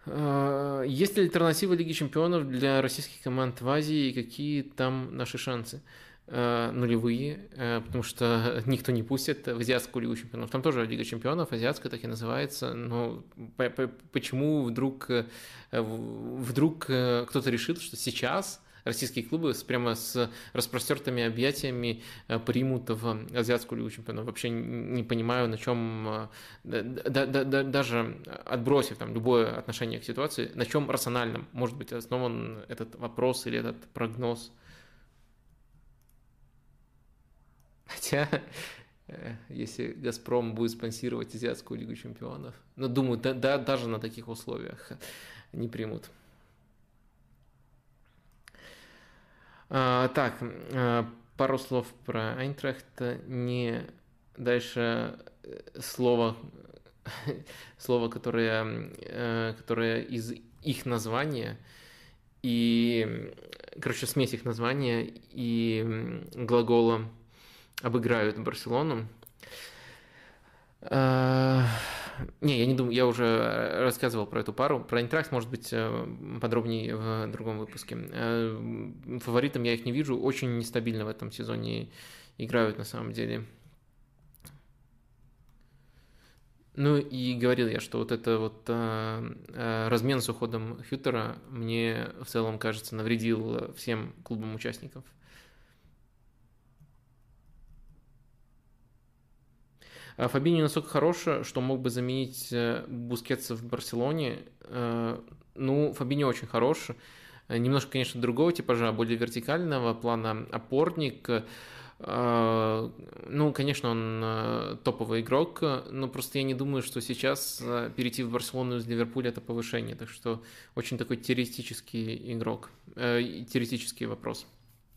Есть ли альтернатива Лиги Чемпионов для российских команд в Азии и какие там наши шансы? Нулевые, потому что никто не пустит в азиатскую Лигу Чемпионов. Там тоже Лига Чемпионов, азиатская так и называется. Но почему вдруг, вдруг кто-то решил, что сейчас российские клубы прямо с распростертыми объятиями примут в азиатскую Лигу Чемпионов? Вообще не понимаю, на чем, да, да, да, даже отбросив там любое отношение к ситуации, на чем рациональном может быть основан этот вопрос или этот прогноз. Хотя, если «Газпром» будет спонсировать азиатскую Лигу Чемпионов, ну, думаю, да, да, даже на таких условиях не примут. А, так, пару слов про Айнтрахт. Не дальше слово, слово, которое, которое из их названия и, короче, смесь их названия и глагола обыграют Барселону. Не, я не думаю, я уже рассказывал про эту пару. Про Айнтрахт, может быть, подробнее в другом выпуске. Фаворитом я их не вижу. Очень нестабильно в этом сезоне играют на самом деле. Ну и говорил я, что вот это вот размен с уходом Хютера мне в целом, кажется, навредил всем клубам-участникам. Фабиньо настолько хорош, что мог бы заменить Бускетса в Барселоне. Ну, Фабиньо очень хорош. Немножко, конечно, другого типажа, более вертикального плана опорник. Ну, конечно, он топовый игрок, но просто я не думаю, что сейчас перейти в Барселону из Ливерпуля – это повышение. Так что очень такой теоретический игрок, теоретический вопрос.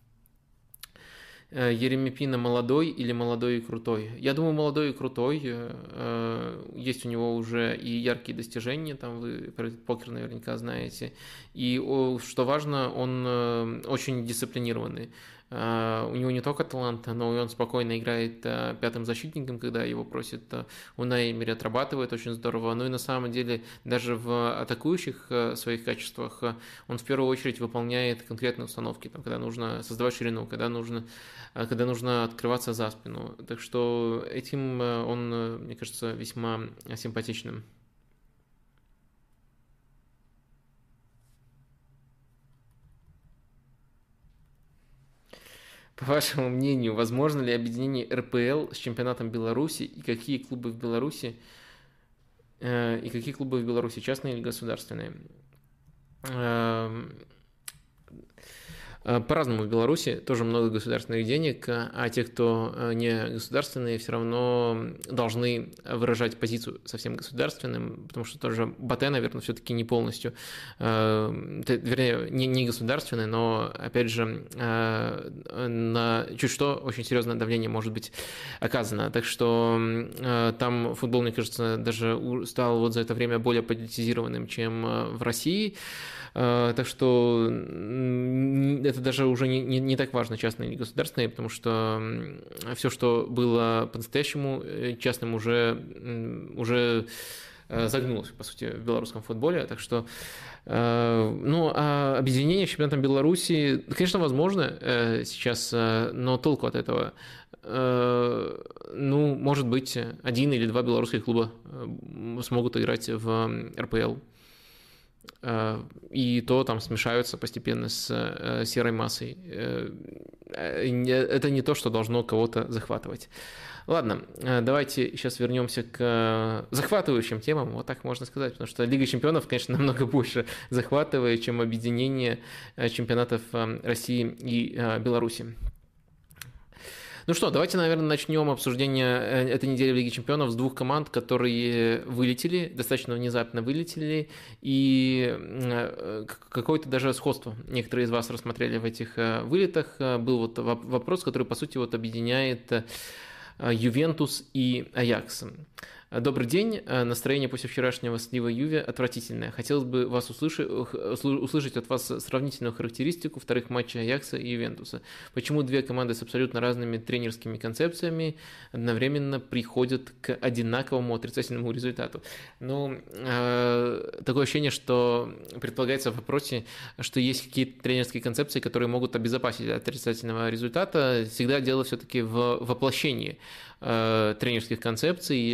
Ереми Пина молодой или молодой и крутой? Я думаю, молодой и крутой. Есть у него уже и яркие достижения, там вы про покер наверняка знаете. И, что важно, он очень дисциплинированный. У него не только талант, но и он спокойно играет пятым защитником, когда его просит Унай Эмери, отрабатывает очень здорово. Ну и на самом деле даже в атакующих своих качествах он в первую очередь выполняет конкретные установки, там, когда нужно создавать ширину, когда нужно, когда нужно открываться за спину. Так что этим он, мне кажется, весьма симпатичным. По вашему мнению, возможно ли объединение эр пэ эл с чемпионатом Беларуси и какие клубы в Беларуси э, и какие клубы в Беларуси, частные или государственные? Э, По-разному в Беларуси тоже много государственных денег, а те, кто не государственные, все равно должны выражать позицию совсем государственным, потому что тоже Батэ, наверное, все-таки не полностью, вернее, не, не государственный, но, опять же, на чуть что очень серьезное давление может быть оказано. Так что там футбол, мне кажется, даже стал вот за это время более политизированным, чем в России. Так что это даже уже не, не, не так важно, частные или государственные, потому что все, что было по-настоящему частным, уже, уже загнулось, по сути, в белорусском футболе. Так что, ну, а объединение с чемпионатом Беларуси, конечно, возможно сейчас, но толку от этого. Ну, может быть, один или два белорусских клуба смогут играть в эр пэ эл. И то там смешаются постепенно с серой массой. Это не то, что должно кого-то захватывать. Ладно, давайте сейчас вернемся к захватывающим темам, вот так можно сказать, потому что Лига Чемпионов, конечно, намного больше захватывает, чем объединение чемпионатов России и Беларуси. Ну что, давайте, наверное, начнем обсуждение этой недели в Лиге Чемпионов с двух команд, которые вылетели, достаточно внезапно вылетели, и какое-то даже сходство некоторые из вас рассмотрели в этих вылетах. Был вот вопрос, который, по сути, вот объединяет Ювентус и Аякс. Добрый день. Настроение после вчерашнего слива Юве отвратительное. Хотелось бы вас услышать, услышать от вас сравнительную характеристику вторых матчей Аякса и Ювентуса. Почему две команды с абсолютно разными тренерскими концепциями одновременно приходят к одинаковому отрицательному результату? Ну, такое ощущение, что предполагается в вопросе, что есть какие-то тренерские концепции, которые могут обезопасить от отрицательного результата. Всегда дело все-таки в воплощении тренерских концепций,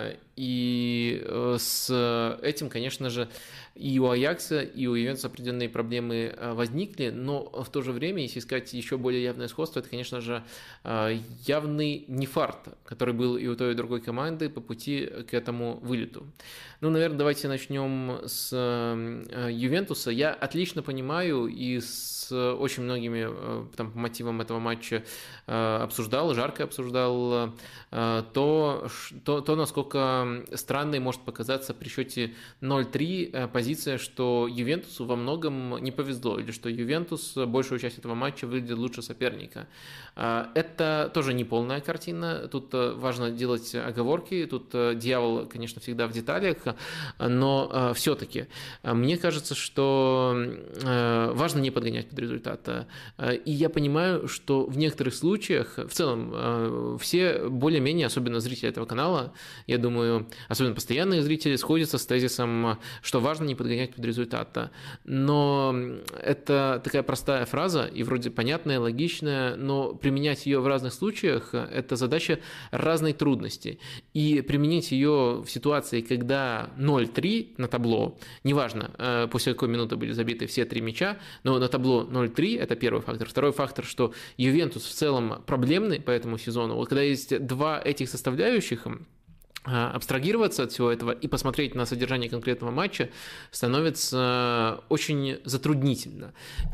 и с этим, конечно же, и у Аякса, и у Ювентуса определенные проблемы возникли, но в то же время, если искать еще более явное сходство, это, конечно же, явный нефарт, который был и у той, и у другой команды по пути к этому вылету. Ну, наверное, давайте начнем с Ювентуса. Я отлично понимаю и с очень многими там, по мотивам этого матча обсуждал, жарко обсуждал то, то, то, насколько странной может показаться при счете ноль три позиция, что Ювентусу во многом не повезло, или что Ювентус большую часть этого матча выглядел лучше соперника. Это тоже не полная картина, тут важно делать оговорки, тут дьявол, конечно, всегда в деталях, но все-таки мне кажется, что важно не подгонять под результат. И я понимаю, что в некоторых случаях, в целом, все более-менее, особенно зрители этого канала, я думаю, особенно постоянные зрители, сходятся с тезисом, что важно не подгонять под результат. Но это такая простая фраза, и вроде понятная, логичная, но применять ее в разных случаях – это задача разной трудности. И применить ее в ситуации, когда ноль три на табло, неважно, после какой минуты были забиты все три мяча, но на табло ноль три – это первый фактор. Второй фактор, что Ювентус в целом проблемный по этому сезону. Вот когда есть два этих составляющих, абстрагироваться от всего этого и посмотреть на содержание конкретного матча становится очень затруднительно.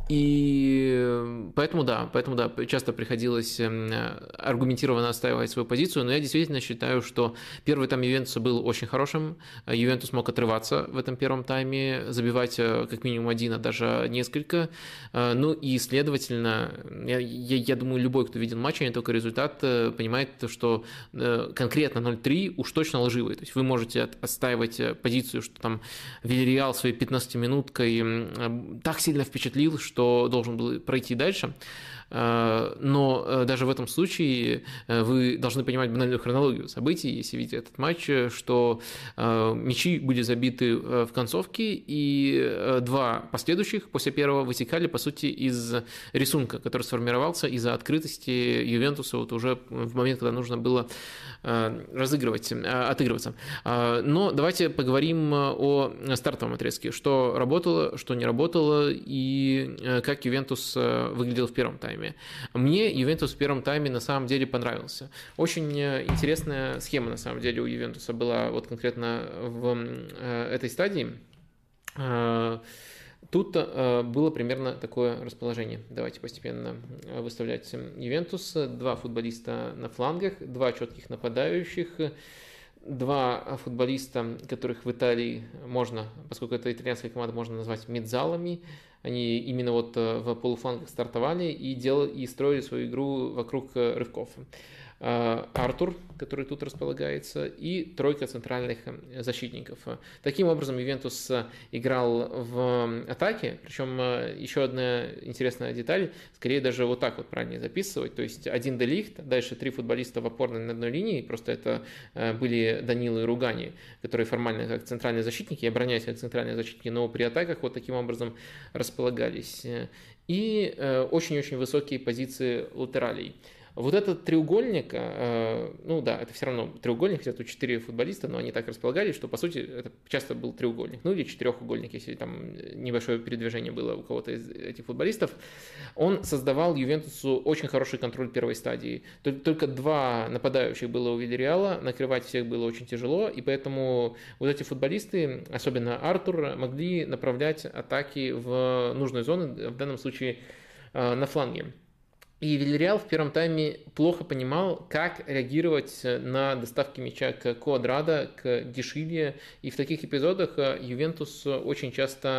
И поэтому да, поэтому да, часто приходилось аргументированно отстаивать свою позицию, но я действительно считаю, что первый тайм Ювентуса был очень хорошим. Ювентус мог отрываться в этом первом тайме, забивать как минимум один, а даже несколько. Ну и, следовательно, я, я, я думаю, любой, кто видел матч, а не только результат, понимает, что конкретно ноль три уж точно лживый. То есть вы можете отстаивать позицию, что там Вильярреал своей пятнадцатиминуткой так сильно впечатлил, что должен был пройти дальше. Но даже в этом случае вы должны понимать банальную хронологию событий, если видите этот матч, что мячи были забиты в концовке, и два последующих после первого вытекали, по сути, из рисунка, который сформировался из-за открытости Ювентуса вот уже в момент, когда нужно было разыгрывать, отыгрываться. Но давайте поговорим о стартовом отрезке, что работало, что не работало, и как Ювентус выглядел в первом тайме. Мне Ювентус в первом тайме на самом деле понравился. Очень интересная схема на самом деле у Ювентуса была вот конкретно в этой стадии. Тут было примерно такое расположение. Давайте постепенно выставлять Ювентус. Два футболиста на флангах, два четких нападающих, два футболиста, которых в Италии можно, поскольку это итальянская команда, можно назвать мидзалами. Они именно вот в полуфлангах стартовали и, делали, и строили свою игру вокруг рывков. Артур, который тут располагается, и тройка центральных защитников. Таким образом, Ювентус играл в атаке, причем еще одна интересная деталь, скорее даже вот так вот правильнее записывать, то есть один де Лихт, дальше три футболиста в опорной на одной линии, просто это были Данило и Ругани, которые формально как центральные защитники, обороняются как центральные защитники, но при атаках вот таким образом располагались. И очень-очень высокие позиции латералей. Вот этот треугольник, ну да, это все равно треугольник, хотя тут четыре футболиста, но они так располагались, что по сути это часто был треугольник, ну или четырехугольник, если там небольшое передвижение было у кого-то из этих футболистов. Он создавал Ювентусу очень хороший контроль первой стадии. Только два нападающих было у Вильярреала, накрывать всех было очень тяжело, и поэтому вот эти футболисты, особенно Артур, могли направлять атаки в нужную зону, в данном случае на фланге. И Вильярреал в первом тайме плохо понимал, как реагировать на доставки мяча к Квадрадо, к Ди Шилья. И в таких эпизодах Ювентус очень часто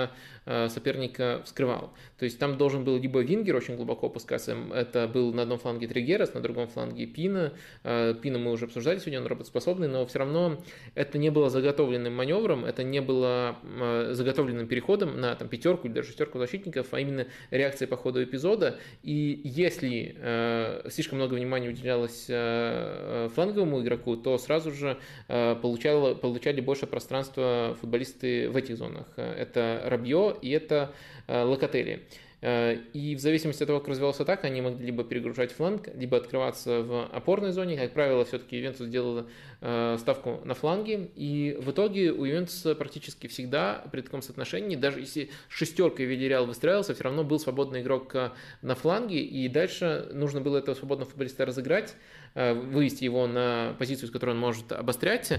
соперника вскрывал. То есть там должен был либо вингер очень глубоко опускаться, это был на одном фланге Тригерас, на другом фланге Пина. Пина мы уже обсуждали сегодня, он работоспособный, но все равно это не было заготовленным маневром, это не было заготовленным переходом на там, пятерку или даже шестерку защитников, а именно реакцией по ходу эпизода. И если э, слишком много внимания уделялось э, фланговому игроку, то сразу же э, получало, получали больше пространства футболисты в этих зонах. Это Рабье и это э, Локотели. И в зависимости от того, как развивалась атака, они могли либо перегружать фланг, либо открываться в опорной зоне. Как правило, все-таки Ювентус делала ставку на фланге. И в итоге у Ювентуса практически всегда при таком соотношении, даже если шестеркой Вильяреал выстраивался, все равно был свободный игрок на фланге. И дальше нужно было этого свободного футболиста разыграть, вывести его на позицию, с которой он может обострять,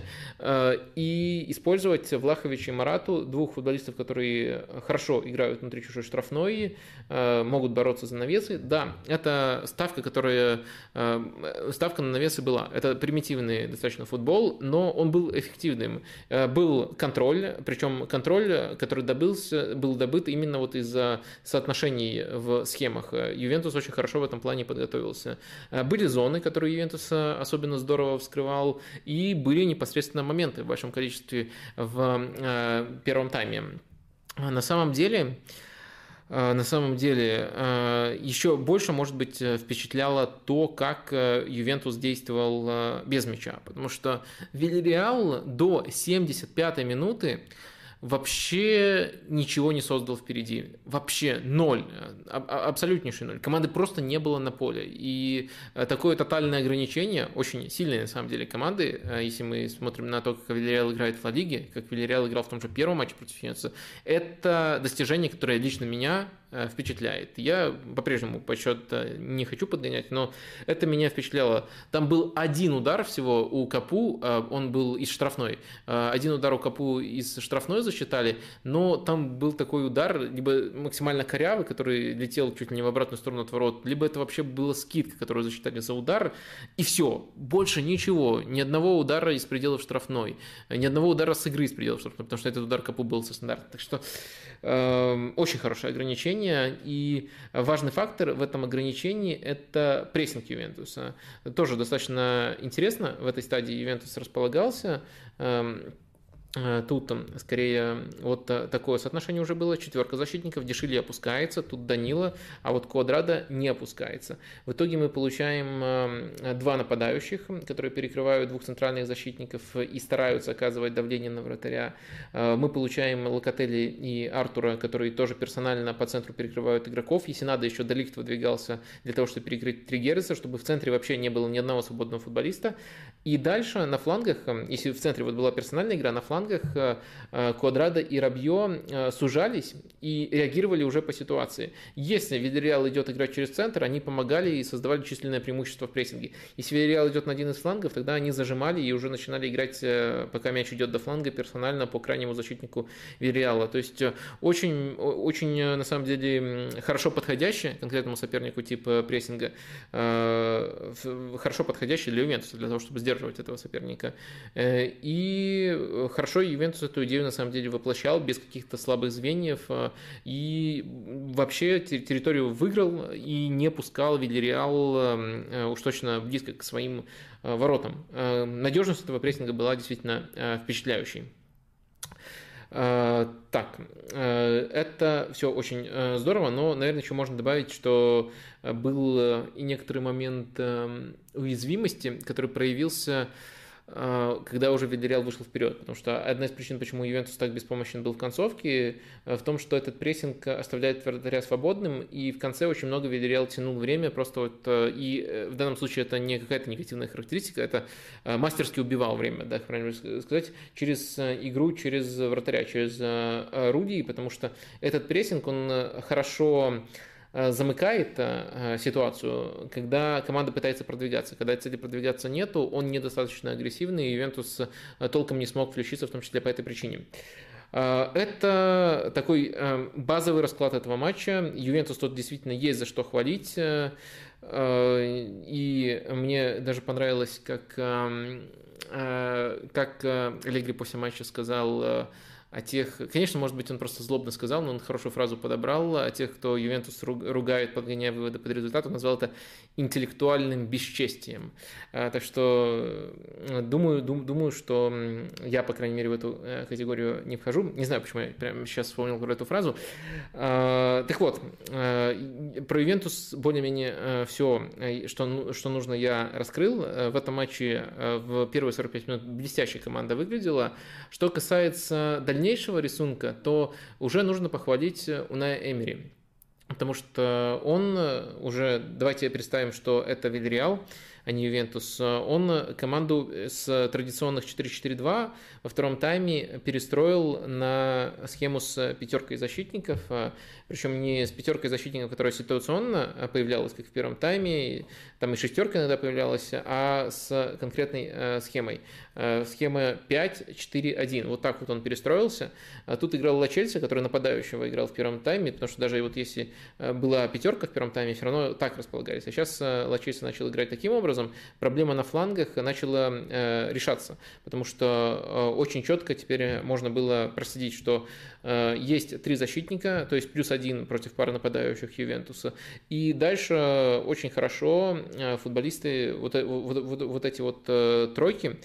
и использовать Влаховича и Марату, двух футболистов, которые хорошо играют внутри чужой штрафной, могут бороться за навесы. Да, это ставка, которая... Ставка на навесы была. Это примитивный достаточно футбол, но он был эффективным. Был контроль, причем контроль, который добылся, был добыт именно вот из-за соотношений в схемах. Ювентус очень хорошо в этом плане подготовился. Были зоны, которые Ювентус особенно здорово вскрывал, и были непосредственно моменты в большом количестве в первом тайме. На самом деле... На самом деле, еще больше, может быть, впечатляло то, как Ювентус действовал без мяча. Потому что Вильяреал до семьдесят пятой минуты вообще ничего не создал впереди. Вообще ноль. Абсолютнейший ноль. Команды просто не было на поле. И такое тотальное ограничение, очень сильные на самом деле команды, если мы смотрим на то, как Вильяреал играет в Ла Лиге, как Вильяреал играл в том же первом матче против Ювентуса, это достижение, которое лично меня впечатляет. Я по-прежнему подсчет не хочу подгонять, но это меня впечатляло. Там был один удар всего у Капу, он был из штрафной. Один удар у Капу из штрафной засчитали, но там был такой удар, либо максимально корявый, который летел чуть ли не в обратную сторону от ворот, либо это вообще была скидка, которую засчитали за удар, и все. Больше ничего. Ни одного удара из пределов штрафной. Ни одного удара с игры из пределов штрафной, потому что этот удар Капу был со стандарта. Так что э, очень хорошее ограничение. И важный фактор в этом ограничении – это прессинг Ювентуса. Тоже достаточно интересно в этой стадии Ювентус располагался. Тут скорее вот такое соотношение уже было. Четверка защитников, Дешили опускается, тут Данила, а вот Квадрадо не опускается. В итоге мы получаем два нападающих, которые перекрывают двух центральных защитников и стараются оказывать давление на вратаря. Мы получаем Локотели и Артура, которые тоже персонально по центру перекрывают игроков. Если надо, еще Деликт выдвигался для того, чтобы перекрыть Тригереса, чтобы в центре вообще не было ни одного свободного футболиста. И дальше на флангах, если в центре вот была персональная игра, на флангах Квадрадо и Рабье сужались и реагировали уже по ситуации. Если Вильяреал идет играть через центр, они помогали и создавали численное преимущество в прессинге. Если Вильяреал идет на один из флангов, тогда они зажимали и уже начинали играть, пока мяч идет до фланга, персонально по крайнему защитнику Вильяреала. То есть очень, очень на самом деле хорошо подходящий конкретному сопернику тип прессинга, хорошо подходящий для Ювентуса, для того, чтобы сдерживать этого соперника. И хорошо Ювентус эту идею на самом деле воплощал без каких-то слабых звеньев и вообще территорию выиграл и не пускал Вильяреал уж точно близко к своим воротам. Надежность этого прессинга была действительно впечатляющей. Так, это все очень здорово, но, наверное, еще можно добавить, что был и некоторый момент уязвимости, который проявился, когда уже Вильяреал вышел вперед, потому что одна из причин, почему Ювентус так беспомощен был в концовке, в том, что этот прессинг оставляет вратаря свободным, и в конце очень много Вильяреал тянул время, просто вот, и в данном случае это не какая-то негативная характеристика, это мастерски убивал время, да, правильно сказать, через игру, через вратаря, через Руди, потому что этот прессинг, он хорошо замыкает ситуацию, когда команда пытается продвигаться. Когда цели продвигаться нету, он недостаточно агрессивный, и Ювентус толком не смог включиться, в том числе по этой причине. Это такой базовый расклад этого матча. Ювентус тут действительно есть за что хвалить. И мне даже понравилось, как, как Аллегри после матча сказал о тех, конечно, может быть, он просто злобно сказал, но он хорошую фразу подобрал, о тех, кто Ювентус ругает, подгоняя выводы под результат, он назвал это интеллектуальным бесчестием. Так что думаю, думаю, что я, по крайней мере, в эту категорию не вхожу. Не знаю, почему я прямо сейчас вспомнил про эту фразу. Так вот, про Ювентус более-менее все, что, что нужно, я раскрыл. В этом матче в первые сорок пять минут блестящая команда выглядела. Что касается дальнейшего рисунка, то уже нужно похвалить Уная Эмери. Потому что он уже, давайте представим, что это Вильярреал, а не Ювентус. Он команду с традиционных четыре четыре два во втором тайме перестроил на схему с пятеркой защитников, причем не с пятеркой защитников, которая ситуационно появлялась, как в первом тайме, там и шестерка иногда появлялась, а с конкретной схемой. Схема пять четыре один. Вот так вот он перестроился. Тут играл Ло Чельси, который нападающего играл в первом тайме, потому что даже вот если была пятерка в первом тайме, все равно так располагались. А сейчас Ло Чельси начал играть таким образом, проблема на флангах начала решаться, потому что очень четко теперь можно было проследить, что есть три защитника, то есть плюс один против пары нападающих Ювентуса. И дальше очень хорошо футболисты, вот, вот, вот, вот эти вот тройки,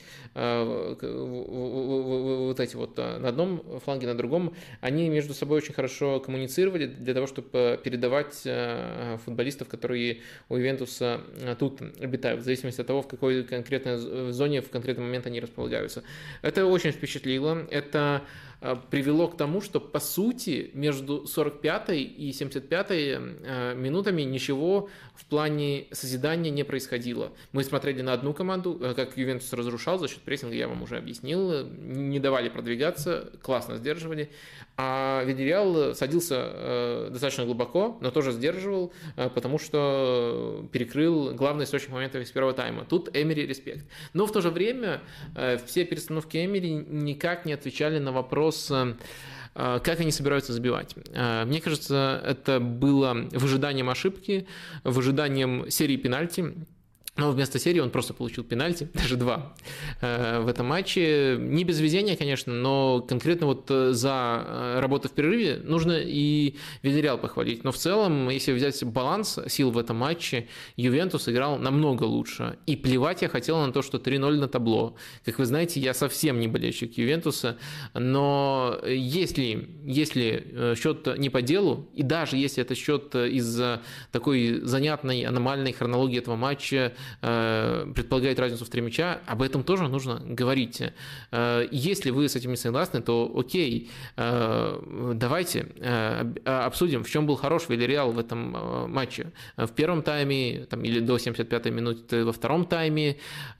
вот эти вот на одном фланге, на другом, они между собой очень хорошо коммуницировали для того, чтобы передавать футболистов, которые у Ювентуса тут обитают, в зависимости от того, в какой конкретной зоне в конкретный момент они располагаются. Это очень впечатлило. Это привело к тому, что по сути между сорок пятой и семьдесят пятой минутами ничего в плане созидания не происходило. Мы смотрели на одну команду, как Ювентус разрушал за счет прессинга, я вам уже объяснил, не давали продвигаться, классно сдерживали, а Вильярреал садился достаточно глубоко, но тоже сдерживал, потому что перекрыл главный источник моментов из первого тайма. Тут Эмери респект. Но в то же время все перестановки Эмери никак не отвечали на вопрос, как они собираются забивать. Мне кажется, это было выжиданием ошибки, выжиданием серии пенальти. Но вместо серии он просто получил пенальти, даже два в этом матче. Не без везения, конечно, но конкретно вот за работу в перерыве нужно и Вильярреал похвалить. Но в целом, если взять баланс сил в этом матче, Ювентус играл намного лучше. И плевать я хотел на то, что три ноль на табло. Как вы знаете, я совсем не болельщик Ювентуса, но если, если счет не по делу, и даже если это счет из-за такой занятной аномальной хронологии этого матча, предполагает разницу в три мяча, об этом тоже нужно говорить. Если вы с этим не согласны, то окей, давайте обсудим, в чем был хорош Вильярреал в этом матче. В первом тайме там, или до семьдесят пятой минуты во втором тайме.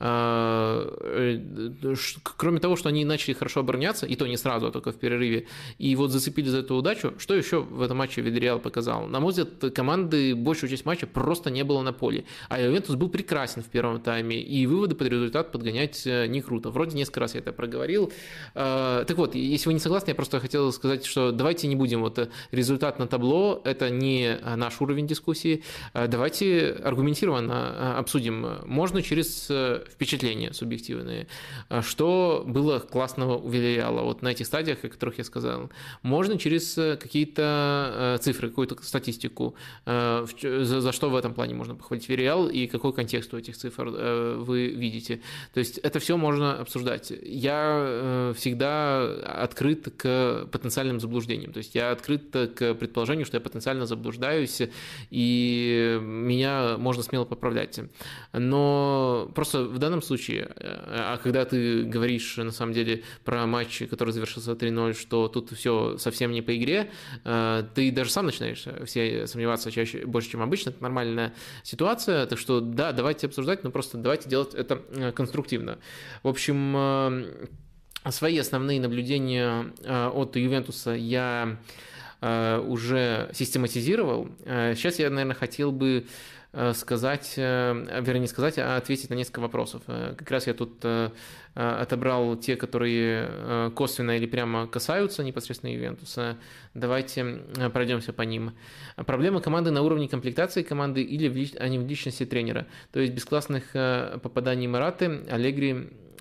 Кроме того, что они начали хорошо обороняться, и то не сразу, а только в перерыве, и вот зацепили за эту удачу, что еще в этом матче Вильярреал показал? На мой взгляд, команды большую часть матча просто не было на поле. А Ювентус был прекрасен в первом тайме, и выводы под результат подгонять не круто. Вроде несколько раз я это проговорил. Так вот, если вы не согласны, я просто хотел сказать, что давайте не будем, вот результат на табло, это не наш уровень дискуссии, давайте аргументированно обсудим. Можно через впечатления субъективные, что было классного у Вильярреала, вот на этих стадиях, о которых я сказал. Можно через какие-то цифры, какую-то статистику, за что в этом плане можно похвалить Вильярреал и какой контекст у этих цифр вы видите. То есть это все можно обсуждать. Я всегда открыт к потенциальным заблуждениям. То есть я открыт к предположению, что я потенциально заблуждаюсь, и меня можно смело поправлять. Но просто в данном случае, а когда ты говоришь на самом деле про матч, который завершился три ноль, что тут все совсем не по игре, ты даже сам начинаешь все сомневаться чаще, больше, чем обычно. Это нормальная ситуация. Так что да, давайте обсуждать, но просто давайте делать это конструктивно. В общем, свои основные наблюдения от Ювентуса я уже систематизировал. Сейчас я, наверное, хотел бы сказать, вернее, не сказать, а ответить на несколько вопросов. Как раз я тут отобрал те, которые косвенно или прямо касаются непосредственно Ювентуса. Давайте пройдемся по ним. Проблема команды на уровне комплектации команды или в лич... а не в личности тренера. То есть без классных попаданий Мараты, Аллегри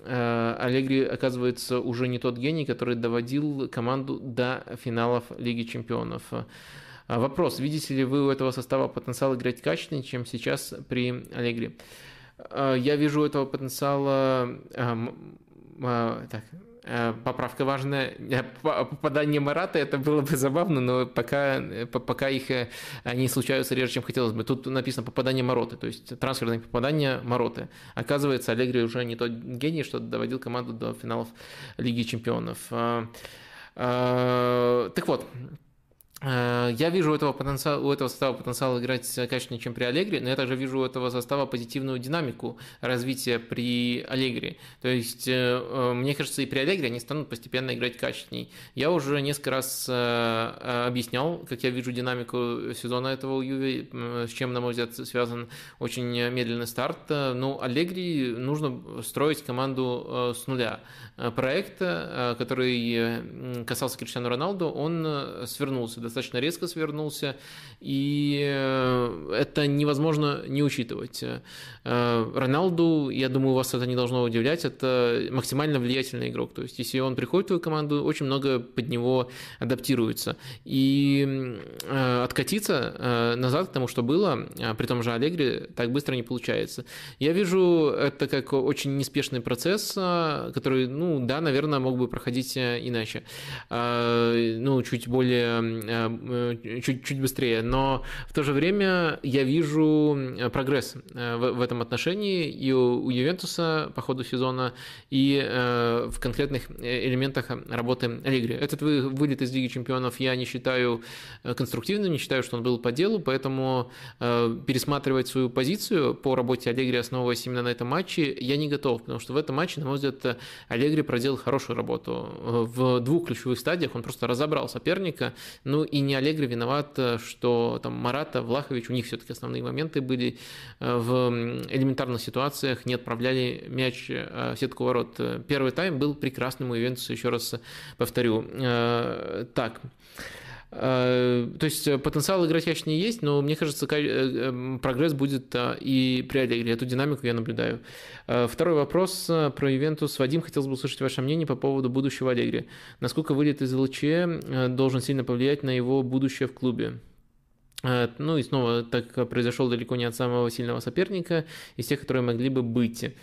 Аллегри, оказывается, уже не тот гений, который доводил команду до финалов Лиги Чемпионов. Вопрос, видите ли вы у этого состава потенциал играть качественнее, чем сейчас при Аллегри? Я вижу этого потенциала... Так, поправка важная. Попадание Марата, это было бы забавно, но пока, пока их не случаются реже, чем хотелось бы. Тут написано попадание Мароты, то есть трансферное попадание Мароты. Оказывается, Аллегри уже не тот гений, что доводил команду до финалов Лиги Чемпионов. Так вот, я вижу у этого, потенциала, у этого состава потенциал играть качественнее, чем при Аллегри, но я также вижу у этого состава позитивную динамику развития при Аллегри. То есть, мне кажется, и при Аллегри они станут постепенно играть качественнее. Я уже несколько раз объяснял, как я вижу динамику сезона этого у Юве, с чем, на мой взгляд, связан очень медленный старт. Но Аллегри нужно строить команду с нуля. Проект, который касался Криштиану Роналду, он свернулся, достаточно резко свернулся, и это невозможно не учитывать. Роналду, я думаю, вас это не должно удивлять, это максимально влиятельный игрок. То есть, если он приходит в твою команду, очень много под него адаптируется. И откатиться назад к тому, что было, при том же Аллегри, так быстро не получается. Я вижу это как очень неспешный процесс, который, ну да, наверное, мог бы проходить иначе. Ну, чуть более, чуть, чуть быстрее. Но в то же время я вижу прогресс в, в этом отношении и у, у Ювентуса по ходу сезона, и в конкретных элементах работы Аллегри. Этот вылет из Лиги Чемпионов я не считаю конструктивным, не считаю, что он был по делу, поэтому пересматривать свою позицию по работе Аллегри, основываясь именно на этом матче, я не готов, потому что в этом матче, на мой взгляд, Аллегри проделал хорошую работу. В двух ключевых стадиях он просто разобрал соперника, ну и не Аллегри виноват, что там Марата, Влахович, у них все-таки основные моменты были в элементарных ситуациях, не отправляли мяч в сетку ворот. Первый тайм был прекрасным у Ювентуса, еще раз повторю. Так. То есть потенциал играть качественнее есть, но мне кажется, прогресс будет и при Аллегри. Эту динамику я наблюдаю. Второй вопрос про Ювентус. Вадим, хотелось бы услышать ваше мнение по поводу будущего Аллегри. Насколько вылет из ЛЧ должен сильно повлиять на его будущее в клубе? Ну и снова, так произошел далеко не от самого сильного соперника, из тех, которые могли бы быть.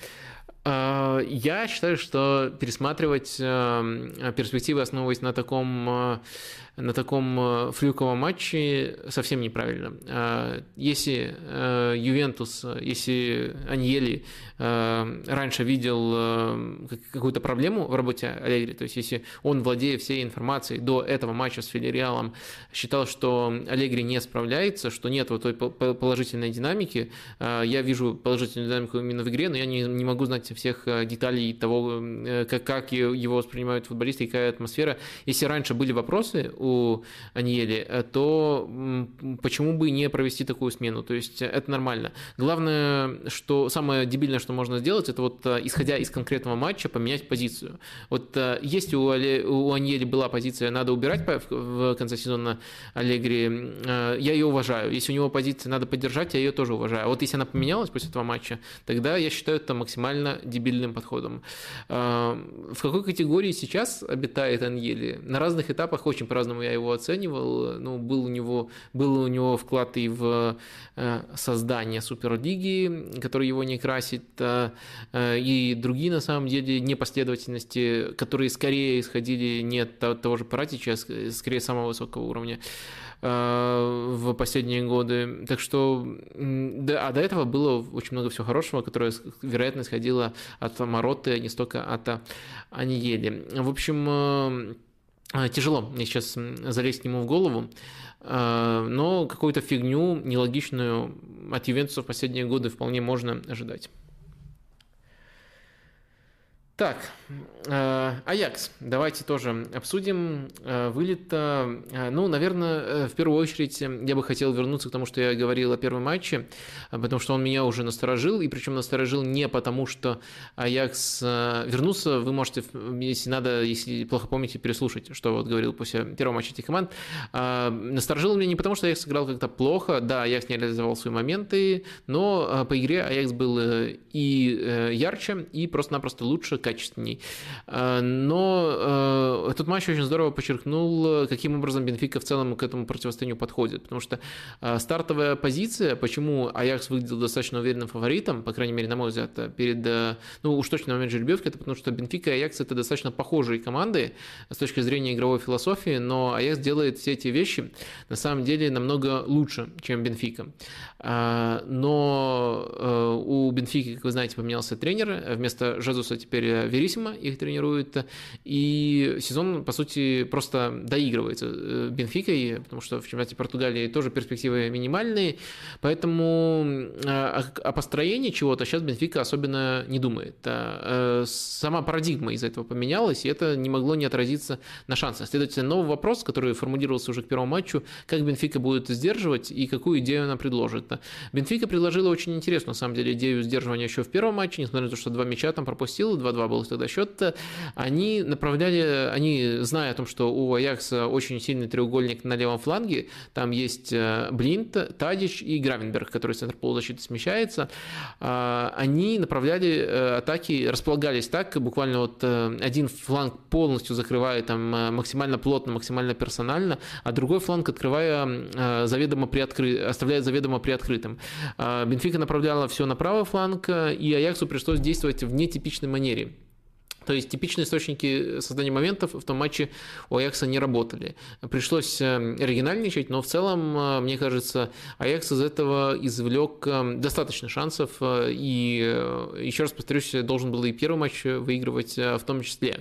Я считаю, что пересматривать перспективы, основываясь на таком, на таком флюковом матче, совсем неправильно. Если Ювентус, если Аньели раньше видел какую-то проблему в работе Аллегри, то есть если он, владея всей информацией до этого матча с Вильярреалом, считал, что Аллегри не справляется, что нет вот той положительной динамики, я вижу положительную динамику именно в игре, но я не, не могу знать всех деталей того, как, как его воспринимают футболисты, какая атмосфера. Если раньше были вопросы у Аньели, то почему бы не провести такую смену? То есть это нормально. Главное, что самое дебильное, что можно сделать, это вот исходя из конкретного матча поменять позицию. Вот если у, у Аньели была позиция «надо убирать в конце сезона Аллегри», я ее уважаю. Если у него позиция «надо поддержать», я ее тоже уважаю. А вот если она поменялась после этого матча, тогда я считаю это максимально дебильным подходом. В какой категории сейчас обитает Аньели? На разных этапах очень по-разному я его оценивал. Ну, был у него, был у него вклад и в создание Суперлиги, который его не красит, и другие, на самом деле, непоследовательности, которые скорее исходили не от того же Паратича, а скорее самого высокого уровня в последние годы. Так что, да, а до этого было очень много всего хорошего, которое, вероятно, исходило от Мароты, а не столько от Аньели. В общем, тяжело мне сейчас залезть к нему в голову, но какую-то фигню нелогичную от Ювентуса в последние годы вполне можно ожидать. Так, Аякс, давайте тоже обсудим вылет. Ну, наверное, в первую очередь я бы хотел вернуться к тому, что я говорил о первом матче, потому что он меня уже насторожил, и причем насторожил не потому, что Аякс вернулся. Вы можете, если надо, если плохо помните, переслушать, что вот говорил после первого матча этих команд. Насторожил меня не потому, что Аякс сыграл как-то плохо, да, Аякс не реализовал свои моменты, но по игре Аякс был и ярче, и просто-напросто лучше, качественней. Но этот матч очень здорово подчеркнул, каким образом Бенфика в целом к этому противостоянию подходит. Потому что стартовая позиция, почему Аякс выглядел достаточно уверенным фаворитом, по крайней мере, на мой взгляд, перед, ну уж точно на момент жеребьевки, это потому что Бенфика и Аякс это достаточно похожие команды с точки зрения игровой философии, но Аякс делает все эти вещи на самом деле намного лучше, чем Бенфика. Но у Бенфики, как вы знаете, поменялся тренер, вместо Жезуса теперь Верисима их тренирует, и сезон, по сути, просто доигрывается Бенфикой, потому что в чемпионате Португалии тоже перспективы минимальные, поэтому о построении чего-то сейчас Бенфика особенно не думает. Сама парадигма из-за этого поменялась, и это не могло не отразиться на шансах. Следовательно, новый вопрос, который формулировался уже к первому матчу, как Бенфика будет сдерживать и какую идею она предложит. Бенфика предложила очень интересную, на самом деле, идею сдерживания еще в первом матче, несмотря на то, что два мяча там пропустил, два-два был тогда счет. Они направляли, они, зная о том, что у Аякса очень сильный треугольник на левом фланге, там есть Блинт, Тадич и Гравенберг, который в центр полузащиты смещается, они направляли атаки, располагались так, буквально вот один фланг полностью закрывая там максимально плотно, максимально персонально, а другой фланг открывая заведомо приоткры... оставляя заведомо приоткрытым. Бенфика направляла все на правый фланг, и Аяксу пришлось действовать в нетипичной манере. То есть типичные источники создания моментов в том матче у Аякса не работали. Пришлось оригинальничать, но в целом, мне кажется, Аякс из этого извлек достаточно шансов, и, еще раз повторюсь, должен был и первый матч выигрывать в том числе.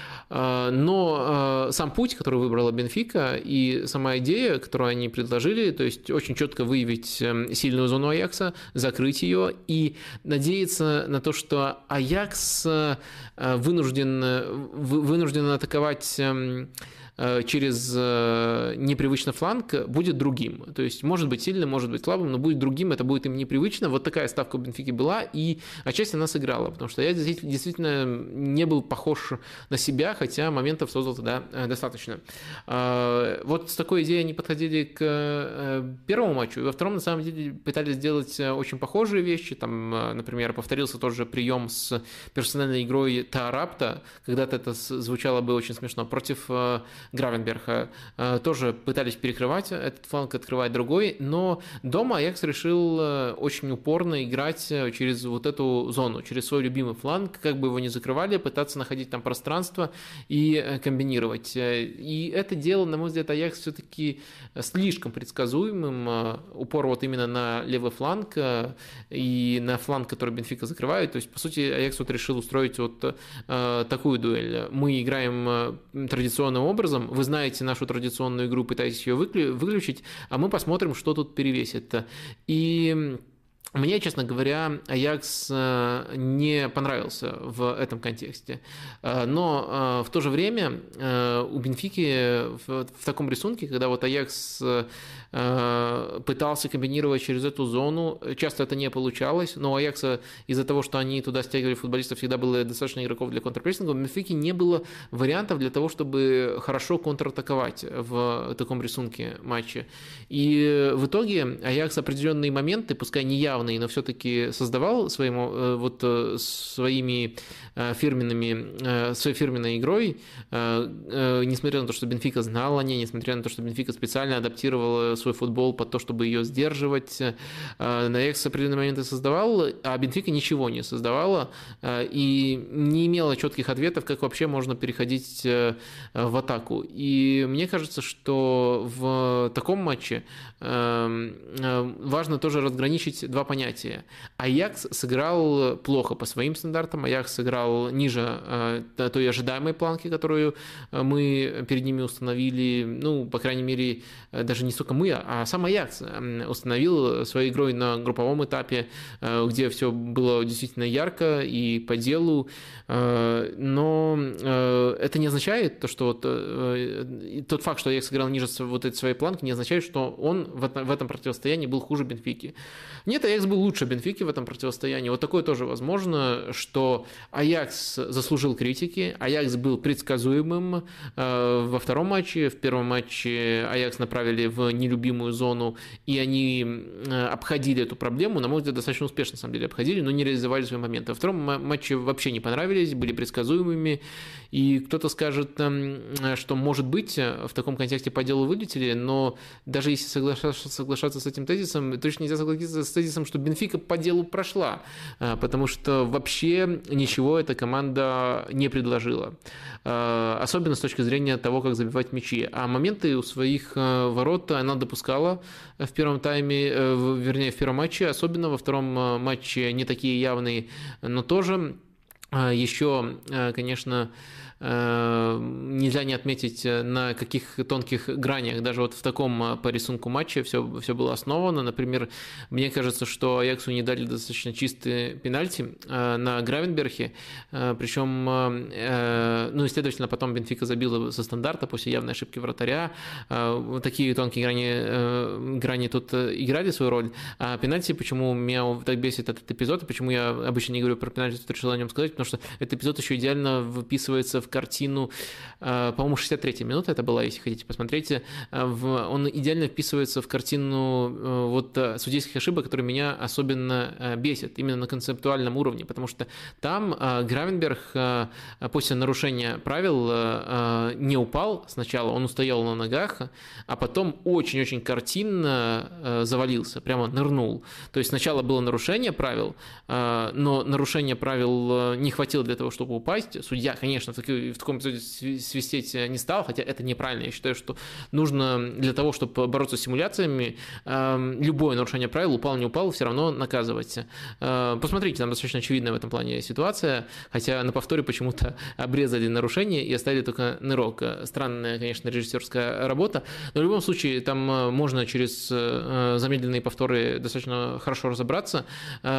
Но сам путь, который выбрала Бенфика, и сама идея, которую они предложили, то есть очень четко выявить сильную зону Аякса, закрыть ее и надеяться на то, что Аякс вынужден, вынужден атаковать через непривычный фланг, будет другим. То есть может быть сильным, может быть слабым, но будет другим, это будет им непривычно. Вот такая ставка у Бенфики была, и отчасти она сыграла, потому что я действительно не был похож на себя, хотя моментов создал тогда достаточно. Вот с такой идеей они подходили к первому матчу, и во втором, на самом деле, пытались сделать очень похожие вещи. Там, например, повторился тот же прием с персональной игрой Таарапта, когда-то это звучало бы очень смешно, против Гравенберга, тоже пытались перекрывать этот фланг, открывать другой, но дома Аякс решил очень упорно играть через вот эту зону, через свой любимый фланг, как бы его ни закрывали, пытаться находить там пространство и комбинировать. И это дело, на мой взгляд, Аякс все-таки слишком предсказуемым, упор вот именно на левый фланг и на фланг, который Бенфика закрывает. То есть, по сути, Аякс вот решил устроить вот такую дуэль. Мы играем традиционным образом, вы знаете нашу традиционную игру, пытаетесь ее выключить, а мы посмотрим, что тут перевесит. И мне, честно говоря, Аякс не понравился в этом контексте. Но в то же время у Бенфики в таком рисунке, когда вот Аякс пытался комбинировать через эту зону, часто это не получалось, но у Аякса из-за того, что они туда стягивали футболистов, всегда было достаточно игроков для контрпрессинга, у Бенфики не было вариантов для того, чтобы хорошо контратаковать в таком рисунке матча. И в итоге Аякс определенные моменты, пускай не явные, но все-таки создавал своему, вот, своими фирменными, своей фирменной игрой, несмотря на то, что Бенфика знала о ней, несмотря на то, что Бенфика специально адаптировала свой футбол под то, чтобы ее сдерживать. Аякс определенные моменты создавал, а Бенфика ничего не создавала и не имела четких ответов, как вообще можно переходить в атаку. И мне кажется, что в таком матче важно тоже разграничить два понятия. Аякс сыграл плохо по своим стандартам, Аякс сыграл ниже той ожидаемой планки, которую мы перед ними установили, ну, по крайней мере, даже не столько мы, а сам Аякс установил своей игрой на групповом этапе, где все было действительно ярко и по делу, но это не означает, то, что вот, тот факт, что Аякс сыграл ниже вот этой своей планки, не означает, что он в этом, в этом противостоянии был хуже Бенфики. Нет, Аякс был лучше Бенфики в этом противостоянии. Вот такое тоже возможно, что Аякс заслужил критики, Аякс был предсказуемым во втором матче, в первом матче Аякс направили в нелюбимую зону, и они обходили эту проблему, на мой взгляд, достаточно успешно, на самом деле, обходили, но не реализовали свои моменты. Во втором матче вообще не понравились, были предсказуемыми, и кто-то скажет, что, может быть, в таком контексте по делу вылетели, но даже если соглашаться, соглашаться с этим тезисом, точно нельзя согласиться с тезисом, что Бенфика по делу прошла, потому что вообще ничего эта команда не предложила. Особенно с точки зрения того, как забивать мячи. А моменты у своих ворот она допускала в первом тайме, вернее, в первом матче, особенно во втором матче не такие явные, но тоже еще, конечно, нельзя не отметить, на каких тонких гранях даже вот в таком по рисунку матча все, все было основано. Например, мне кажется, что Аяксу не дали достаточно чистые пенальти на Гравенберхе, причем, ну и, следовательно, потом Бенфика забила со стандарта после явной ошибки вратаря. Такие тонкие грани, грани тут играли свою роль. А пенальти, почему меня так бесит этот эпизод, и почему я обычно не говорю про пенальти, тут решил о нем сказать, потому что этот эпизод еще идеально выписывается в картину, по-моему, шестьдесят третья минута это была, если хотите, посмотрите. Он идеально вписывается в картину вот судейских ошибок, которые меня особенно бесят, именно на концептуальном уровне, потому что там Гравенберх после нарушения правил не упал сначала, он устоял на ногах, а потом очень-очень картинно завалился, прямо нырнул. То есть сначала было нарушение правил, но нарушение правил не хватило для того, чтобы упасть. Судья, конечно, в, таки, в таком эпизоде свистеть не стал, хотя это неправильно. Я считаю, что нужно для того, чтобы бороться с симуляциями, любое нарушение правил, упал, не упал, все равно наказывать. Посмотрите, там достаточно очевидная в этом плане ситуация, хотя на повторе почему-то обрезали нарушение и оставили только нырок. Странная, конечно, режиссерская работа, но в любом случае там можно через замедленные повторы достаточно хорошо разобраться,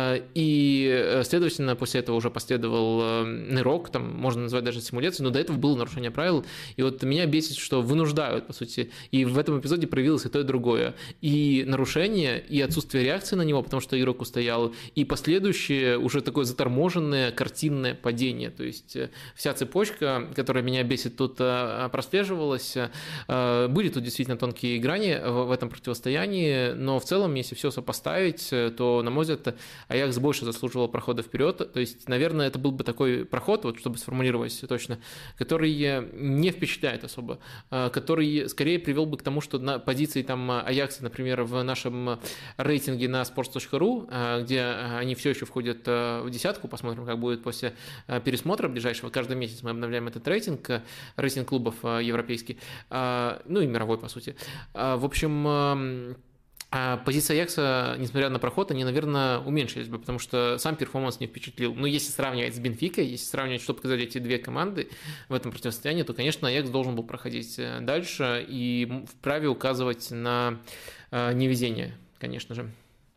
и, следовательно, после этого уже последовал нырок, там можно назвать даже симуляцией, но до этого было нарушение правил, и вот меня бесит, что вынуждают, по сути, и в этом эпизоде проявилось и то, и другое, и нарушение, и отсутствие реакции на него, потому что игрок устоял, и последующее уже такое заторможенное картинное падение, то есть вся цепочка, которая меня бесит, тут прослеживалась, были тут действительно тонкие грани в этом противостоянии, но в целом, если все сопоставить, то, на мой взгляд, Аякс больше заслуживал прохода вперед, то есть, наверное, это был бы такой проход, вот чтобы сформулировать точно, который не впечатляет особо, который скорее привел бы к тому, что на позиции там Аякса, например, в нашем рейтинге на sports точка ru, где они все еще входят в десятку, посмотрим, как будет после пересмотра ближайшего, каждый месяц мы обновляем этот рейтинг, рейтинг клубов европейский, ну и мировой, по сути. В общем, а позиция Аякса, несмотря на проход, они, наверное, уменьшились бы, потому что сам перформанс не впечатлил. Но если сравнивать с Бенфикой, если сравнивать, что показали эти две команды в этом противостоянии, то, конечно, Аякс должен был проходить дальше и вправе указывать на невезение, конечно же.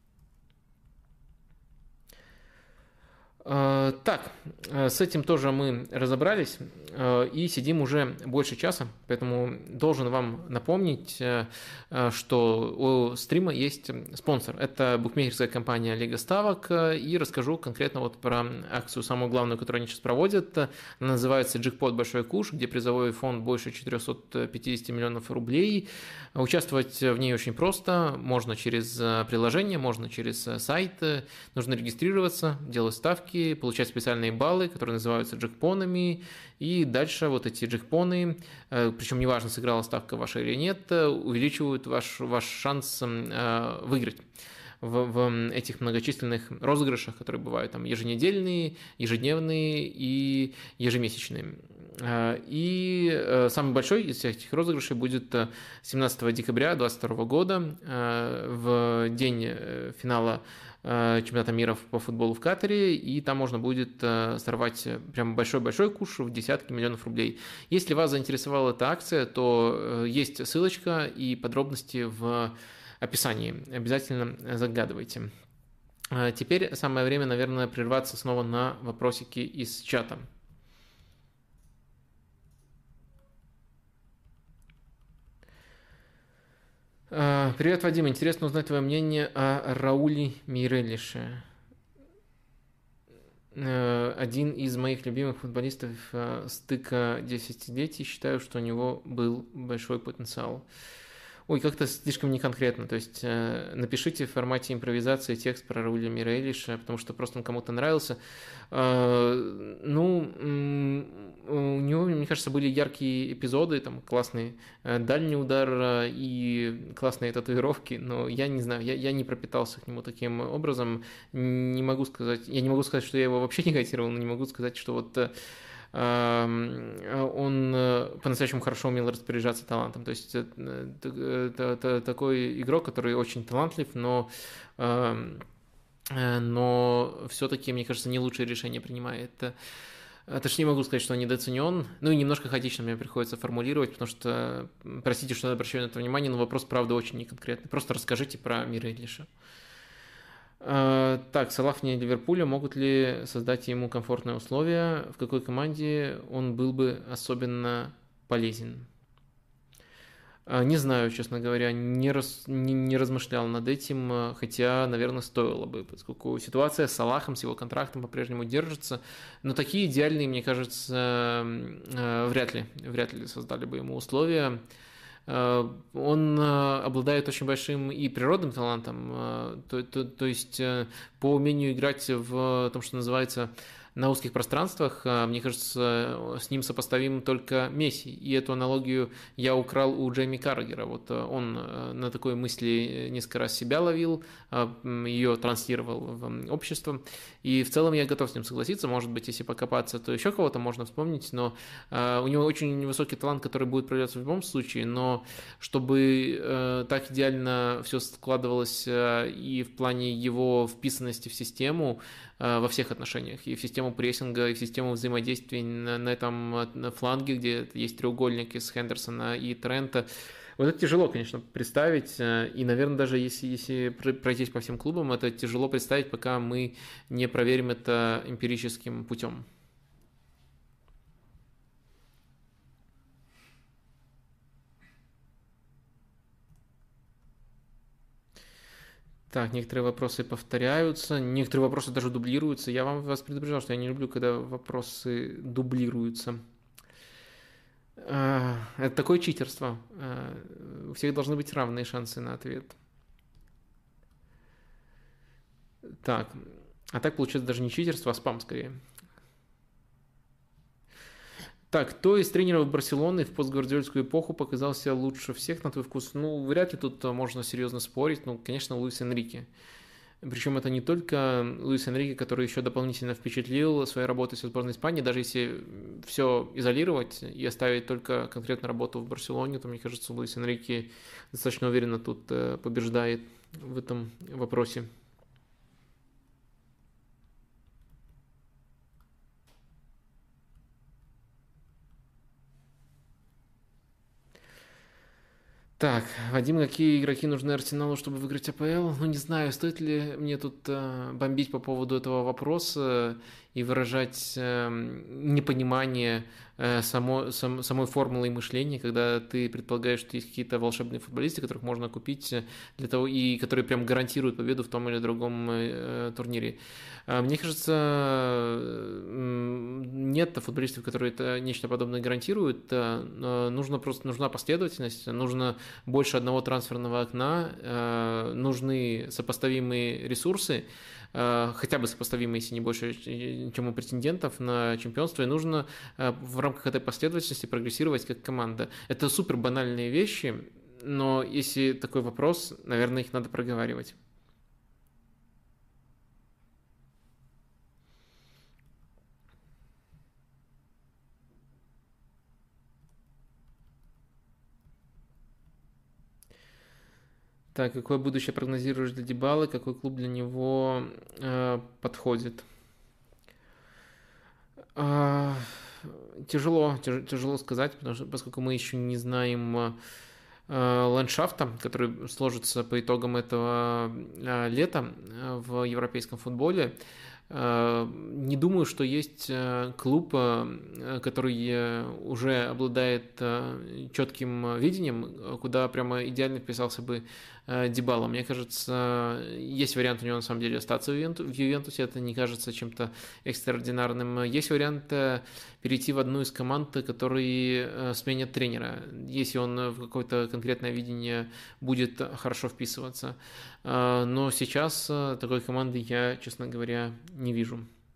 Так, с этим тоже мы разобрались и сидим уже больше часа, поэтому должен вам напомнить, что у стрима есть спонсор. Это букмекерская компания Лига Ставок, и расскажу конкретно вот про акцию, самую главную, которую они сейчас проводят. Она называется «Джекпот Большой Куш», где призовой фонд больше четыреста пятьдесят миллионов рублей. Участвовать в ней очень просто, можно через приложение, можно через сайт, нужно регистрироваться, делать ставки, получать специальные баллы, которые называются джекпонами, и дальше вот эти джекпоны, причем неважно, сыграла ставка ваша или нет, увеличивают ваш, ваш шанс выиграть в, в этих многочисленных розыгрышах, которые бывают там еженедельные, ежедневные и ежемесячные. И самый большой из всех этих розыгрышей будет семнадцатого декабря две тысячи двадцать второго года, в день финала чемпионата мира по футболу в Катаре, и там можно будет сорвать прям большой-большой куш в десятки миллионов рублей. Если вас заинтересовала эта акция, то есть ссылочка и подробности в описании. Обязательно заглядывайте. Теперь самое время, наверное, прерваться снова на вопросики из чата. Привет, Вадим. Интересно узнать твое мнение о Рауле Мейрелише. Один из моих любимых футболистов стыка десятилетий. Считаю, что у него был большой потенциал. Ой, как-то слишком неконкретно. То есть э, напишите в формате импровизации текст про Уильяма Рейлиша, потому что просто он кому-то нравился. Э, ну, у него, мне кажется, были яркие эпизоды, там классный э, дальний удар э, и классные татуировки, но я не знаю, я, я не пропитался к нему таким образом. Не могу сказать, я не могу сказать, что я его вообще не котировал, но не могу сказать, что вот э, он по-настоящему хорошо умел распоряжаться талантом. То есть это такой игрок, который очень талантлив, но, но все-таки, мне кажется, не лучшее решение принимает. Точнее, могу сказать, что он недооценен. Ну и немножко хаотично мне приходится формулировать, потому что, простите, что я обращаю на это внимание, но вопрос, правда, очень неконкретный. Просто расскажите про Мира Эйлиша. Так, Салах вне Ливерпуля. Могут ли создать ему комфортные условия? В какой команде он был бы особенно полезен? Не знаю, честно говоря, не, раз, не, не размышлял над этим, хотя, наверное, стоило бы, поскольку ситуация с Салахом, с его контрактом по-прежнему держится. Но такие идеальные, мне кажется, вряд ли, вряд ли создали бы ему условия. Он обладает очень большим и природным талантом, то, то, то есть по умению играть в том, что называется на узких пространствах, мне кажется, с ним сопоставим только Месси. И эту аналогию я украл у Джейми Каррагера. Вот он на такой мысли несколько раз себя ловил, ее транслировал в общество. И в целом я готов с ним согласиться. Может быть, если покопаться, то еще кого-то можно вспомнить. Но у него очень высокий талант, который будет проявляться в любом случае. Но чтобы так идеально все складывалось и в плане его вписанности в систему, во всех отношениях, и в систему прессинга, и в систему взаимодействия на, на этом фланге, где есть треугольник из Хендерсона и Трента. Вот это тяжело, конечно, представить, и, наверное, даже если, если пройтись по всем клубам, это тяжело представить, пока мы не проверим это эмпирическим путем. Так, некоторые вопросы повторяются, некоторые вопросы даже дублируются. Я вам вас предупреждал, что я не люблю, когда вопросы дублируются. Это такое читерство. У всех должны быть равные шансы на ответ. Так, а так получается даже не читерство, а спам скорее. Так, кто из тренеров Барселоны в постгвардиольскую эпоху показался лучше всех, на твой вкус? Ну, вряд ли тут можно серьезно спорить. Ну, конечно, Луис Энрике. Причем это не только Луис Энрике, который еще дополнительно впечатлил своей работой со сборной Испании. Даже если все изолировать и оставить только конкретно работу в Барселоне, то, мне кажется, Луис Энрике достаточно уверенно тут побеждает в этом вопросе. Так, Вадим, какие игроки нужны Арсеналу, чтобы выиграть АПЛ? Ну, не знаю, стоит ли мне тут э, бомбить по поводу этого вопроса и выражать э, непонимание э, само, сам, самой формулы и мышления, когда ты предполагаешь, что есть какие-то волшебные футболисты, которых можно купить для того, и которые прям гарантируют победу в том или другом э, турнире. Мне кажется, нет футболистов, которые это нечто подобное гарантируют. Нужно просто, нужна последовательность, нужно больше одного трансферного окна, нужны сопоставимые ресурсы, хотя бы сопоставимые, если не больше, чем у претендентов на чемпионство, и нужно в рамках этой последовательности прогрессировать как команда. Это супер банальные вещи, но если такой вопрос, наверное, их надо проговаривать. Так, какое будущее прогнозируешь для Дибалы, какой клуб для него э, подходит? Э, тяжело, тяж, тяжело сказать, потому что, поскольку мы еще не знаем э, ландшафта, который сложится по итогам этого э, лета в европейском футболе. Не думаю, что есть клуб, который уже обладает четким видением, куда прямо идеально вписался бы Дибала. Мне кажется, есть вариант у него на самом деле остаться в Ювентусе, это не кажется чем-то экстраординарным. Есть вариант перейти в одну из команд, которые сменят тренера, если он в какое-то конкретное видение будет хорошо вписываться. Но сейчас такой команды я, честно говоря, не вижу.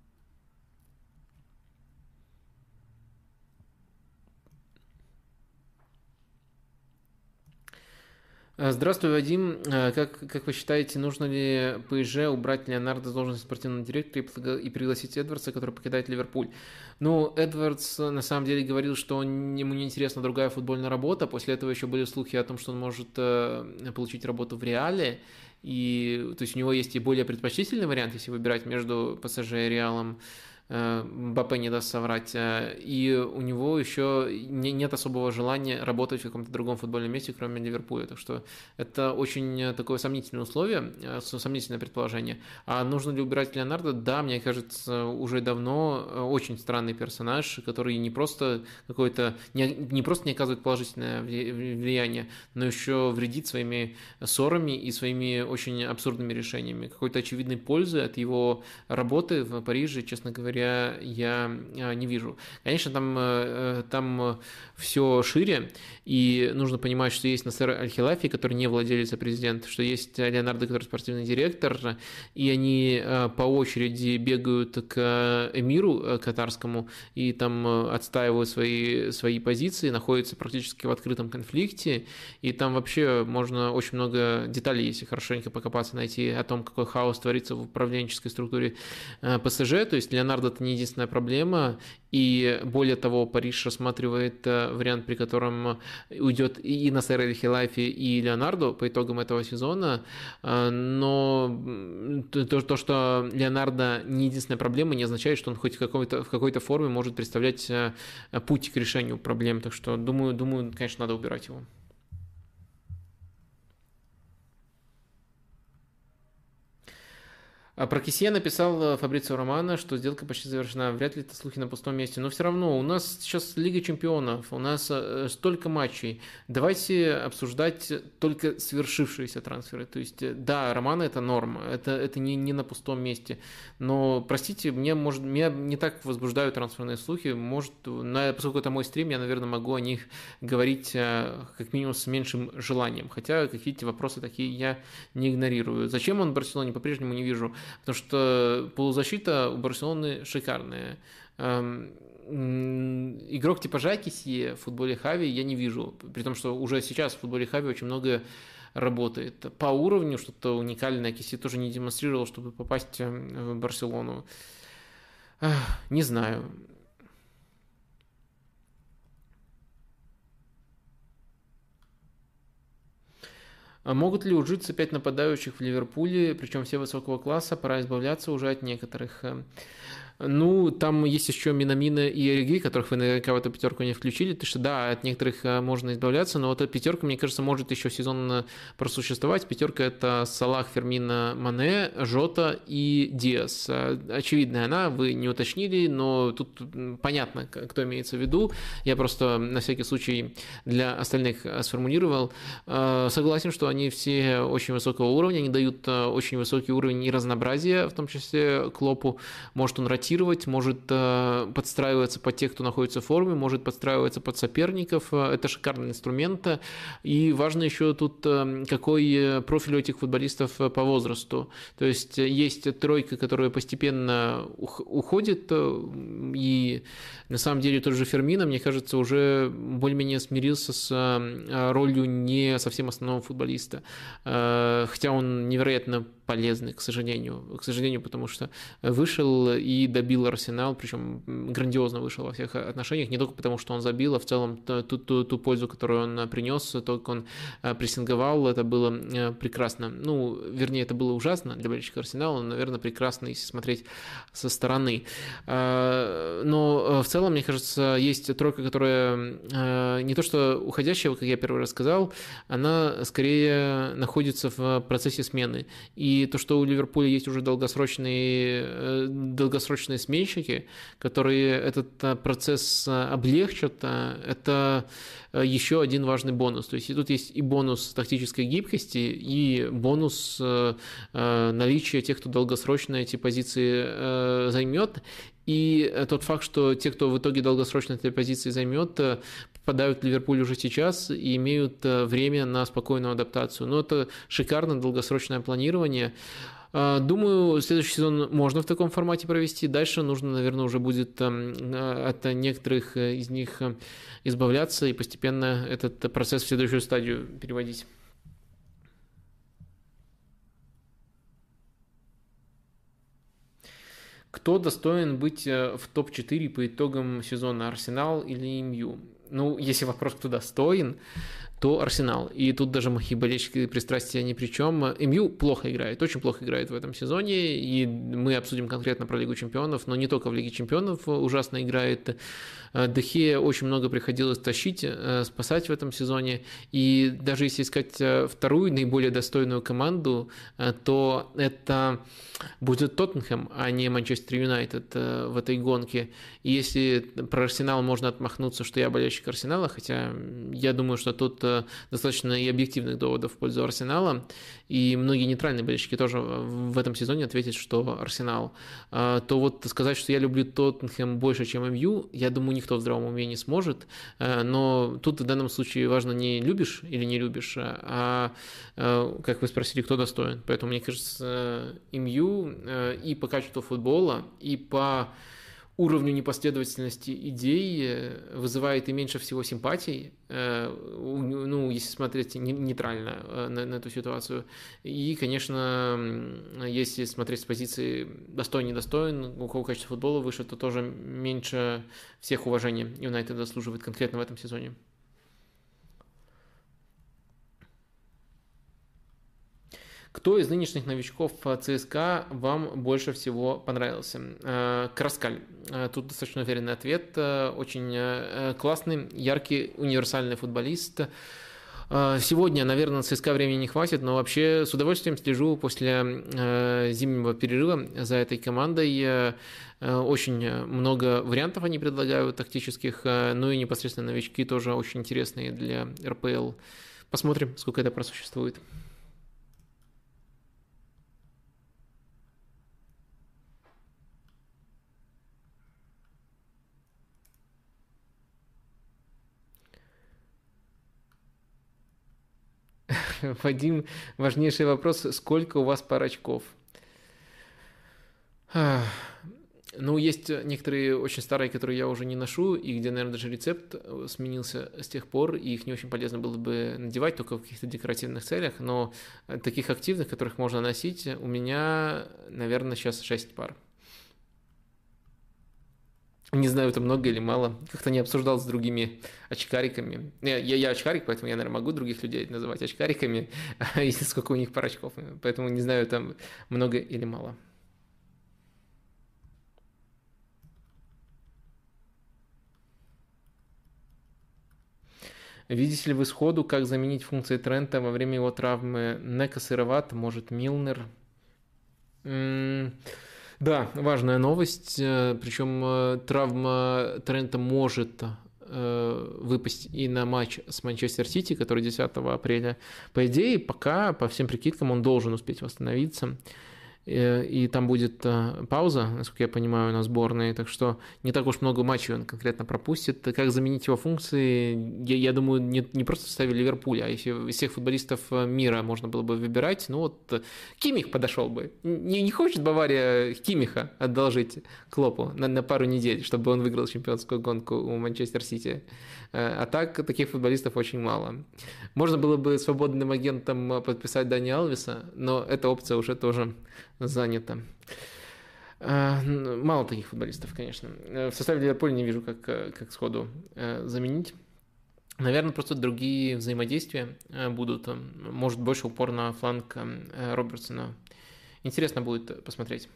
Здравствуй, Вадим. Как, как вы считаете, нужно ли ПСЖ убрать Леонардо с должности спортивного директора и пригласить Эдвардса, который покидает Ливерпуль? Ну, Эдвардс на самом деле говорил, что он, ему не интересна другая футбольная работа. После этого еще были слухи о том, что он может получить работу в Реале. И, то есть у него есть и более предпочтительный вариант, если выбирать между ПСЖ и Реалом. Мбаппе не даст соврать, и у него еще нет особого желания работать в каком-то другом футбольном месте, кроме Ливерпуля, так что это очень такое сомнительное условие, сомнительное предположение. А нужно ли убирать Леонардо? Да, мне кажется, уже давно очень странный персонаж, который не просто какой-то, не, не просто не оказывает положительное влияние, но еще вредит своими ссорами и своими очень абсурдными решениями. Какой-то очевидной пользы от его работы в Париже, честно говоря, я не вижу. Конечно, там, там все шире, и нужно понимать, что есть Насер Аль-Хилафи, который не владелец, а президент, что есть Леонардо, который спортивный директор, и они по очереди бегают к эмиру катарскому и там отстаивают свои, свои позиции, находятся практически в открытом конфликте, и там вообще можно очень много деталей, если хорошенько покопаться, найти о том, какой хаос творится в управленческой структуре ПСЖ, то есть Леонардо это не единственная проблема, и более того, Париж рассматривает вариант, при котором уйдет и Насер Аль-Хилафи, и Леонардо по итогам этого сезона, но то, что Леонардо не единственная проблема, не означает, что он хоть в какой-то, в какой-то форме может представлять путь к решению проблем, так что думаю, думаю, конечно, надо убирать его. А про Кесье написал Фабрицио Романо, что сделка почти завершена. Вряд ли это слухи на пустом месте. Но все равно у нас сейчас Лига Чемпионов, у нас столько матчей. Давайте обсуждать только свершившиеся трансферы. То есть, да, Романо это норма, это, это не, не на пустом месте. Но, простите, мне, может, меня не так возбуждают трансферные слухи. Может, на, поскольку это мой стрим, я, наверное, могу о них говорить как минимум с меньшим желанием. Хотя, как видите, вопросы такие я не игнорирую. Зачем он в Барселоне, по-прежнему не вижу. Потому что полузащита у Барселоны шикарная. Игрок типа Кесье в футболе Хави я не вижу. При том, что уже сейчас в футболе Хави очень много работает. По уровню что-то уникальное Кесье тоже не демонстрировал, чтобы попасть в Барселону. Не знаю. А могут ли ужиться пять нападающих в Ливерпуле, причем все высокого класса, пора избавляться уже от некоторых? Ну, там есть еще Минамина и Ориги, которых вы наверняка в эту пятерку не включили, потому что да, от некоторых можно избавляться, но вот эта пятерка, мне кажется, может еще сезон просуществовать. Пятерка — это Салах, Фермино, Мане, Жота и Диас. Очевидная она, вы не уточнили, но тут понятно, кто имеется в виду. Я просто на всякий случай для остальных сформулировал. Согласен, что они все очень высокого уровня, они дают очень высокий уровень и разнообразия, в том числе Клопу. Может он ротировать, может подстраиваться под тех, кто находится в форме, может подстраиваться под соперников. Это шикарный инструмент. И важно еще тут, какой профиль у этих футболистов по возрасту. То есть есть тройка, которая постепенно уходит, и на самом деле тот же Фермино, мне кажется, уже более-менее смирился с ролью не совсем основного футболиста. Хотя он невероятно полезный, к сожалению. К сожалению, потому что вышел и добил Арсенал, причем грандиозно вышел во всех отношениях, не только потому, что он забил, а в целом ту, ту, ту пользу, которую он принес, то, как он прессинговал, это было прекрасно. Ну, вернее, это было ужасно для болельщика Арсенала, но, наверное, прекрасно, если смотреть со стороны. Но в целом, мне кажется, есть тройка, которая не то что уходящая, как я первый раз сказал, она скорее находится в процессе смены. И И то, что у Ливерпуля есть уже долгосрочные, долгосрочные сменщики, которые этот процесс облегчат, это еще один важный бонус. То есть и тут есть и бонус тактической гибкости, и бонус наличия тех, кто долгосрочно эти позиции займет. И тот факт, что те, кто в итоге долгосрочно этой позиции займет, попадают в Ливерпуль уже сейчас и имеют время на спокойную адаптацию. Но это шикарное долгосрочное планирование. Думаю, следующий сезон можно в таком формате провести. Дальше нужно, наверное, уже будет от некоторых из них избавляться и постепенно этот процесс в следующую стадию переводить. Кто достоин быть в топ четыре по итогам сезона, Арсенал или МЮ? Ну, если вопрос, кто достоин, то Арсенал. И тут даже мои болельщики пристрастия ни при чем. МЮ плохо играет, очень плохо играет в этом сезоне, и мы обсудим конкретно про Лигу Чемпионов, но не только в Лиге Чемпионов ужасно играет. Де Геа очень много приходилось тащить, спасать в этом сезоне, и даже если искать вторую наиболее достойную команду, то это будет Тоттенхэм, а не Манчестер Юнайтед в этой гонке. И если про Арсенал можно отмахнуться, что я болельщик Арсенала, хотя я думаю, что тут достаточно и объективных доводов в пользу Арсенала, и многие нейтральные болельщики тоже в этом сезоне ответят, что Арсенал, то вот сказать, что я люблю Тоттенхэм больше, чем МЮ, я думаю, никто в здравом уме не сможет, но тут в данном случае важно не любишь или не любишь, а, как вы спросили, кто достоин. Поэтому, мне кажется, МЮ и по качеству футбола, и по уровню непоследовательности идей вызывает и меньше всего симпатий, ну, если смотреть нейтрально на, на эту ситуацию. И, конечно, если смотреть с позиции достоин-недостоин, у кого качество футбола выше, то тоже меньше всех уважения Юнайтед заслуживает конкретно в этом сезоне. Кто из нынешних новичков ЦСКА вам больше всего понравился? Караскаль. Тут достаточно уверенный ответ. Очень классный, яркий, универсальный футболист. Сегодня, наверное, на ЦСКА времени не хватит, но вообще с удовольствием слежу после зимнего перерыва за этой командой. Очень много вариантов они предлагают тактических, ну и непосредственно новички тоже очень интересные для РПЛ. Посмотрим, сколько это просуществует. Вадим, важнейший вопрос, сколько у вас пар очков? Ну, есть некоторые очень старые, которые я уже не ношу, и где, наверное, даже рецепт сменился с тех пор, и их не очень полезно было бы надевать только в каких-то декоративных целях, но таких активных, которых можно носить, у меня, наверное, сейчас шесть пар. Не знаю, это много или мало. Как-то не обсуждал с другими очкариками. Я, я, я очкарик, поэтому я, наверное, могу других людей называть очкариками, и сколько у них пар очков. Поэтому не знаю, там много или мало. Видите ли вы сходу, как заменить функции Трента во время его травмы? Неко сыроват, может Милнер? М-м- Да, важная новость, причем травма Трента может выпасть и на матч с Манчестер Сити, который десятого апреля. По идее, пока, по всем прикидкам, он должен успеть восстановиться. И там будет пауза, насколько я понимаю, на сборной, так что не так уж много матчей он конкретно пропустит. Как заменить его функции, я, я думаю, не, не просто в составе Ливерпуля, а если из всех футболистов мира можно было бы выбирать, ну вот Киммих подошел бы. Не, не хочет Бавария Киммиха одолжить Клопу на, на пару недель, чтобы он выиграл чемпионскую гонку у Манчестер Сити. А так, таких футболистов очень мало. Можно было бы свободным агентом подписать Дани Алвеса, но эта опция уже тоже занята. Мало таких футболистов, конечно. В составе Ливерпуля не вижу, как, как сходу заменить. Наверное, просто другие взаимодействия будут. Может, больше упор на фланг Робертсона. Интересно будет посмотреть.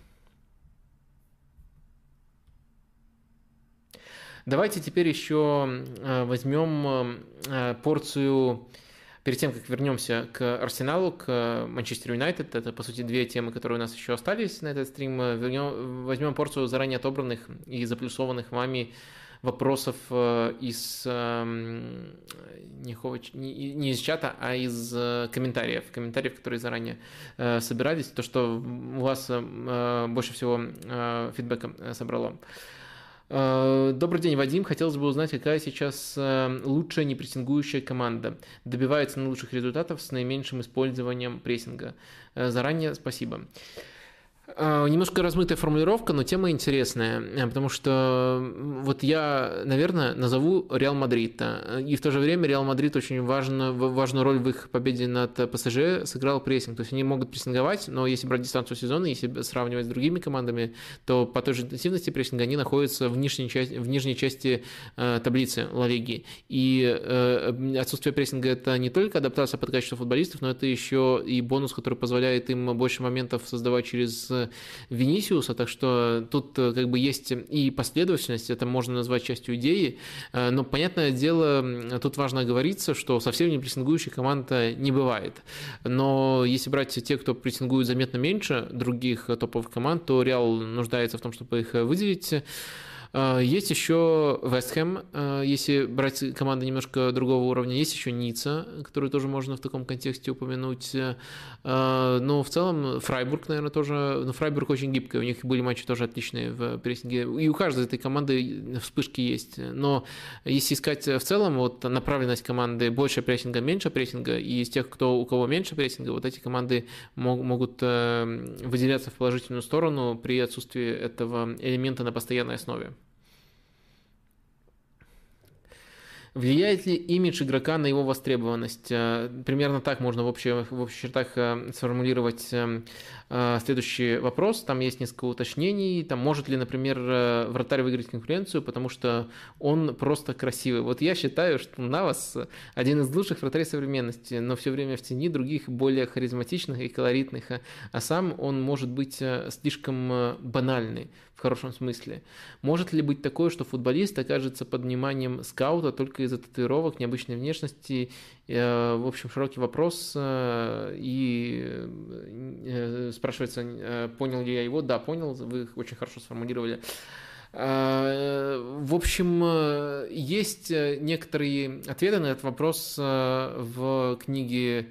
Давайте теперь еще возьмем порцию перед тем, как вернемся к Арсеналу, к Манчестер Юнайтед, это, по сути, две темы, которые у нас еще остались на этот стрим, вернем, возьмем порцию заранее отобранных и заплюсованных вами вопросов из не, не из чата, а из комментариев, комментариев, которые заранее собирались, то, что у вас больше всего фидбэка собрало. Добрый день, Вадим. Хотелось бы узнать, какая сейчас лучшая непрессингующая команда добивается наилучших результатов с наименьшим использованием прессинга. Заранее спасибо. Немножко размытая формулировка, но тема интересная, потому что вот я, наверное, назову Реал Мадрид, и в то же время Реал Мадрид очень важно, важную роль в их победе над ПСЖ сыграл прессинг, то есть они могут прессинговать, но если брать дистанцию сезона, если сравнивать с другими командами, то по той же интенсивности прессинга они находятся в нижней части, в нижней части таблицы Ла Лиги, и отсутствие прессинга – это не только адаптация под качество футболистов, но это еще и бонус, который позволяет им больше моментов создавать через Винисиуса, так что тут как бы есть и последовательность, это можно назвать частью идеи, но, понятное дело, тут важно оговориться, что совсем не прессингующей команда не бывает, но если брать те, кто прессингует заметно меньше других топовых команд, то Реал нуждается в том, чтобы их выделить. Есть еще Вест Хэм, если брать команды немножко другого уровня. Есть еще Ницца, которую тоже можно в таком контексте упомянуть. Но в целом Фрайбург, наверное, тоже. Но Фрайбург очень гибкая, у них были матчи тоже отличные в прессинге. И у каждой этой команды вспышки есть. Но если искать в целом вот направленность команды больше прессинга, меньше прессинга, и из тех, кто, у кого меньше прессинга, вот эти команды могут выделяться в положительную сторону при отсутствии этого элемента на постоянной основе. Влияет ли имидж игрока на его востребованность? Примерно так можно в общих, в общих чертах сформулировать следующий вопрос. Там есть несколько уточнений. Там может ли, например, вратарь выиграть конкуренцию, потому что он просто красивый. Вот я считаю, что Навас один из лучших вратарей современности, но все время в тени других более харизматичных и колоритных. А сам он может быть слишком банальный. В хорошем смысле. Может ли быть такое, что футболист окажется под вниманием скаута только из-за татуировок, необычной внешности? В общем, широкий вопрос. И спрашивается, понял ли я его? Да, понял, вы их очень хорошо сформулировали. В общем, есть некоторые ответы на этот вопрос в книге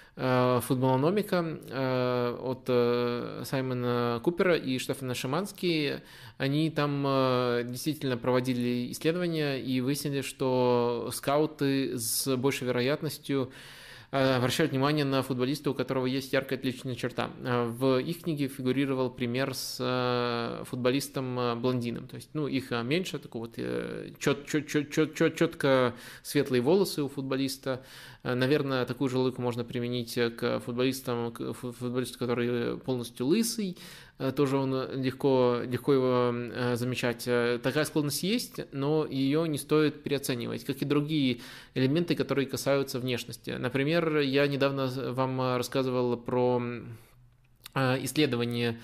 «Футболономика» от Саймона Купера и Штефана Шимански. Они там действительно проводили исследования и выяснили, что скауты с большей вероятностью обращают внимание на футболиста, у которого есть яркая отличительная черта. В их книге фигурировал пример с футболистом-блондином. То есть, ну, их меньше, такой вот чет, чет, чет, чет, чет, четко светлые волосы у футболиста. Наверное, такую же логику можно применить к футболистам, к футболисту, который полностью лысый. Тоже он легко, легко его замечать. Такая склонность есть, но ее не стоит переоценивать, как и другие элементы, которые касаются внешности. Например, я недавно вам рассказывал про исследование,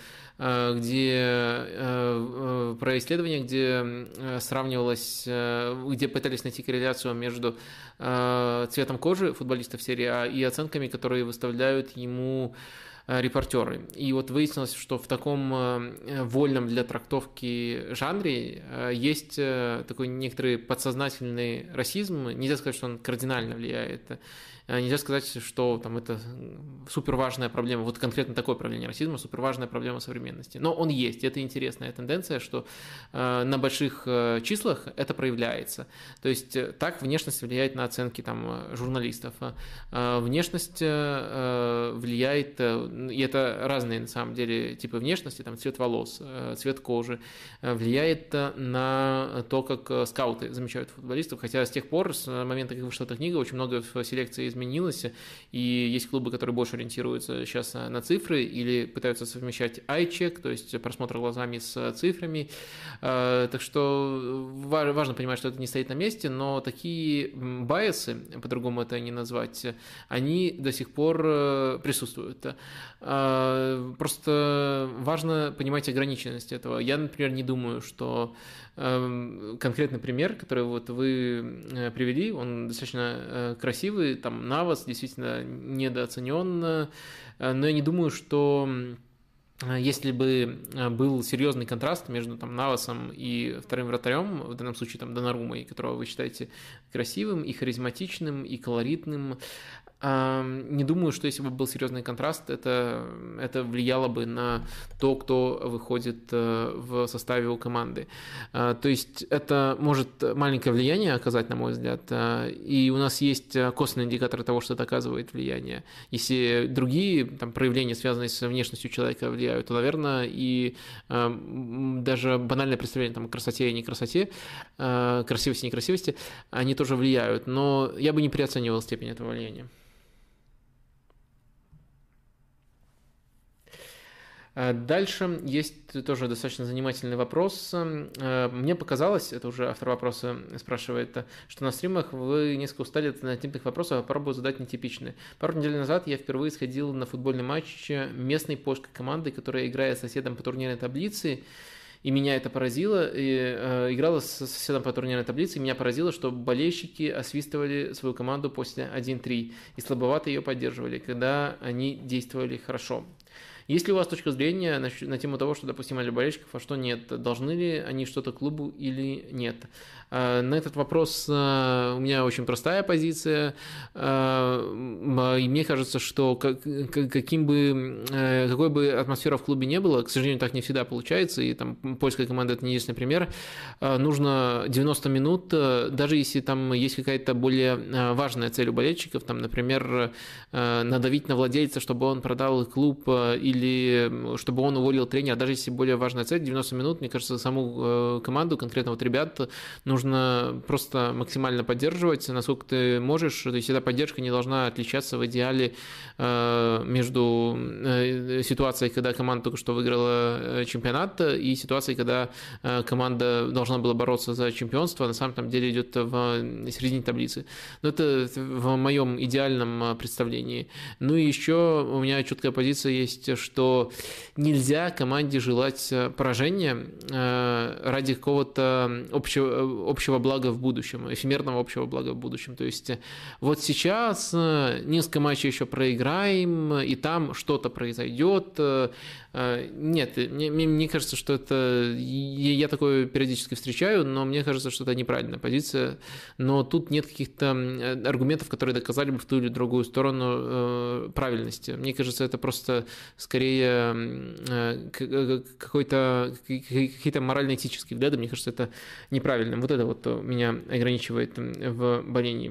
где про исследование, где сравнивалось, где пытались найти корреляцию между цветом кожи футболиста в серии А и оценками, которые выставляют ему репортеры. И вот выяснилось, что в таком вольном для трактовки жанре есть такой некоторый подсознательный расизм. Нельзя сказать, что он кардинально влияет. Нельзя сказать, что там это супер важная проблема, вот конкретно такое проявление расизма, супер важная проблема современности. Но он есть, это интересная тенденция, что на больших числах это проявляется. То есть так внешность влияет на оценки там журналистов. Внешность влияет, и это разные на самом деле типы внешности, там цвет волос, цвет кожи, влияет на то, как скауты замечают футболистов, хотя с тех пор, с момента, как вышла эта книга, очень много в селекции изменилось, и есть клубы, которые больше ориентируются сейчас на цифры или пытаются совмещать eye-check, то есть просмотр глазами с цифрами. Так что важно понимать, что это не стоит на месте, но такие байесы, по-другому это не назвать, они до сих пор присутствуют. Просто важно понимать ограниченность этого. Я, например, не думаю, что конкретный пример, который вот вы привели, он достаточно красивый, там Навас действительно недооценен, но я не думаю, что если бы был серьезный контраст между там Навасом и вторым вратарем, в данном случае там Доннарумой, которого вы считаете красивым и харизматичным, и колоритным, не думаю, что если бы был серьезный контраст, это, это влияло бы на то, кто выходит в составе у команды. То есть это может маленькое влияние оказать, на мой взгляд, и у нас есть косвенные индикаторы того, что это оказывает влияние. Если другие там, проявления, связанные с внешностью человека, влияют, то, наверное, и даже банальное представление там, о красоте и некрасоте, красивости и некрасивости, они тоже влияют. Но я бы не переоценивал степень этого влияния. Дальше есть тоже достаточно занимательный вопрос. Мне показалось, это уже автор вопроса спрашивает, что на стримах вы несколько устали от однотипных вопросов, а попробую задать нетипичные. Пару недель назад я впервые сходил на футбольный матч местной польской команды, которая играет с соседом по турнирной таблице, и меня это поразило. И, э, играла с соседом по турнирной таблице, и меня поразило, что болельщики освистывали свою команду после один-три и слабовато ее поддерживали, когда они действовали хорошо. Есть ли у вас точка зрения на, на тему того, что допустимо для болельщиков, а что нет? Должны ли они что-то клубу или нет? На этот вопрос у меня очень простая позиция. И мне кажется, что каким бы, какой бы атмосфера в клубе не было, к сожалению, так не всегда получается, и там польская команда это не единственный пример, нужно девяносто минут, даже если там есть какая-то более важная цель у болельщиков, там, например, надавить на владельца, чтобы он продал клуб, или чтобы он уволил тренера, даже если более важная цель, девяносто минут, мне кажется, саму команду, конкретно вот ребят, нужно просто максимально поддерживать, насколько ты можешь, то есть эта поддержка не должна отличаться в идеале между ситуацией, когда команда только что выиграла чемпионат, и ситуацией, когда команда должна была бороться за чемпионство, а на самом деле идет в середине таблицы. Но это в моем идеальном представлении. Ну и еще у меня четкая позиция есть, что нельзя команде желать поражения ради какого-то общего, общего блага в будущем, эфемерного общего блага в будущем. То есть вот сейчас несколько матчей еще проиграем, и там что-то произойдет. Нет, мне, мне кажется, что это... Я такое периодически встречаю, но мне кажется, что это неправильная позиция. Но тут нет каких-то аргументов, которые доказали бы в ту или другую сторону правильности. Мне кажется, это просто скорее какой-то, какие-то морально-этические взгляды. Мне кажется, это неправильно. Вот это вот меня ограничивает в болении.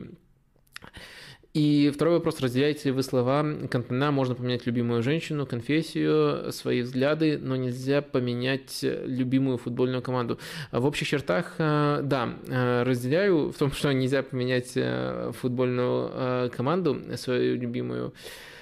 И второй вопрос, разделяете ли вы слова Кантона: можно поменять любимую женщину, конфессию, свои взгляды, но нельзя поменять любимую футбольную команду? В общих чертах, да, разделяю в том, что нельзя поменять футбольную команду, свою любимую.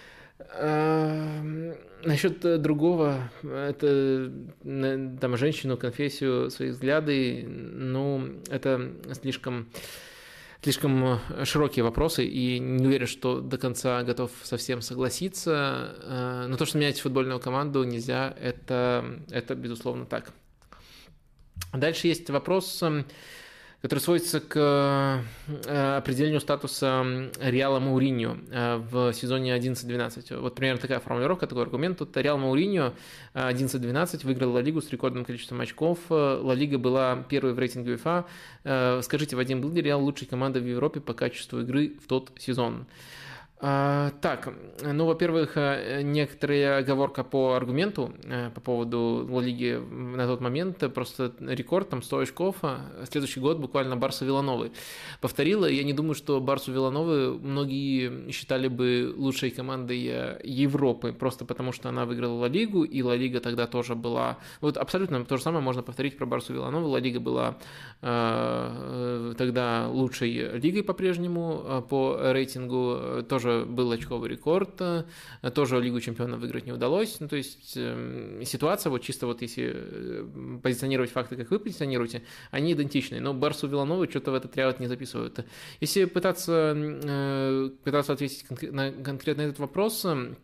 Насчет другого, это там женщину, конфессию, свои взгляды, ну, это слишком... Слишком широкие вопросы, и не уверен, что до конца готов совсем согласиться. Но то, что менять футбольную команду нельзя, это, это безусловно так. Дальше есть вопрос, который сводится к определению статуса Реала Мауриньо в сезоне одиннадцать-двенадцать. Вот примерно такая формулировка, такой аргумент. Тут Реал Мауриньо одиннадцать-двенадцать выиграл Ла Лигу с рекордным количеством очков. Ла Лига была первой в рейтинге УЕФА. Скажите, Вадим, был ли Реал лучшей командой в Европе по качеству игры в тот сезон? Так, ну, во-первых, некоторая оговорка по аргументу по поводу Ла Лиги на тот момент, просто рекорд, там сто очков, следующий год буквально Барса Виллановы повторила. Я не думаю, что Барсу Виллановы многие считали бы лучшей командой Европы, просто потому что она выиграла Ла Лигу, и Ла Лига тогда тоже была... Вот абсолютно то же самое можно повторить про Барсу Вилланову. Ла Лига была э, тогда лучшей лигой по-прежнему по рейтингу, тоже был очковый рекорд, тоже Лигу чемпионов выиграть не удалось. Ну, то есть э, ситуация, вот чисто вот если позиционировать факты, как вы позиционируете, они идентичны, но Барсу Вилланову что-то в этот ряд не записывают. Если пытаться, э, пытаться ответить конкретно, конкретно на этот вопрос,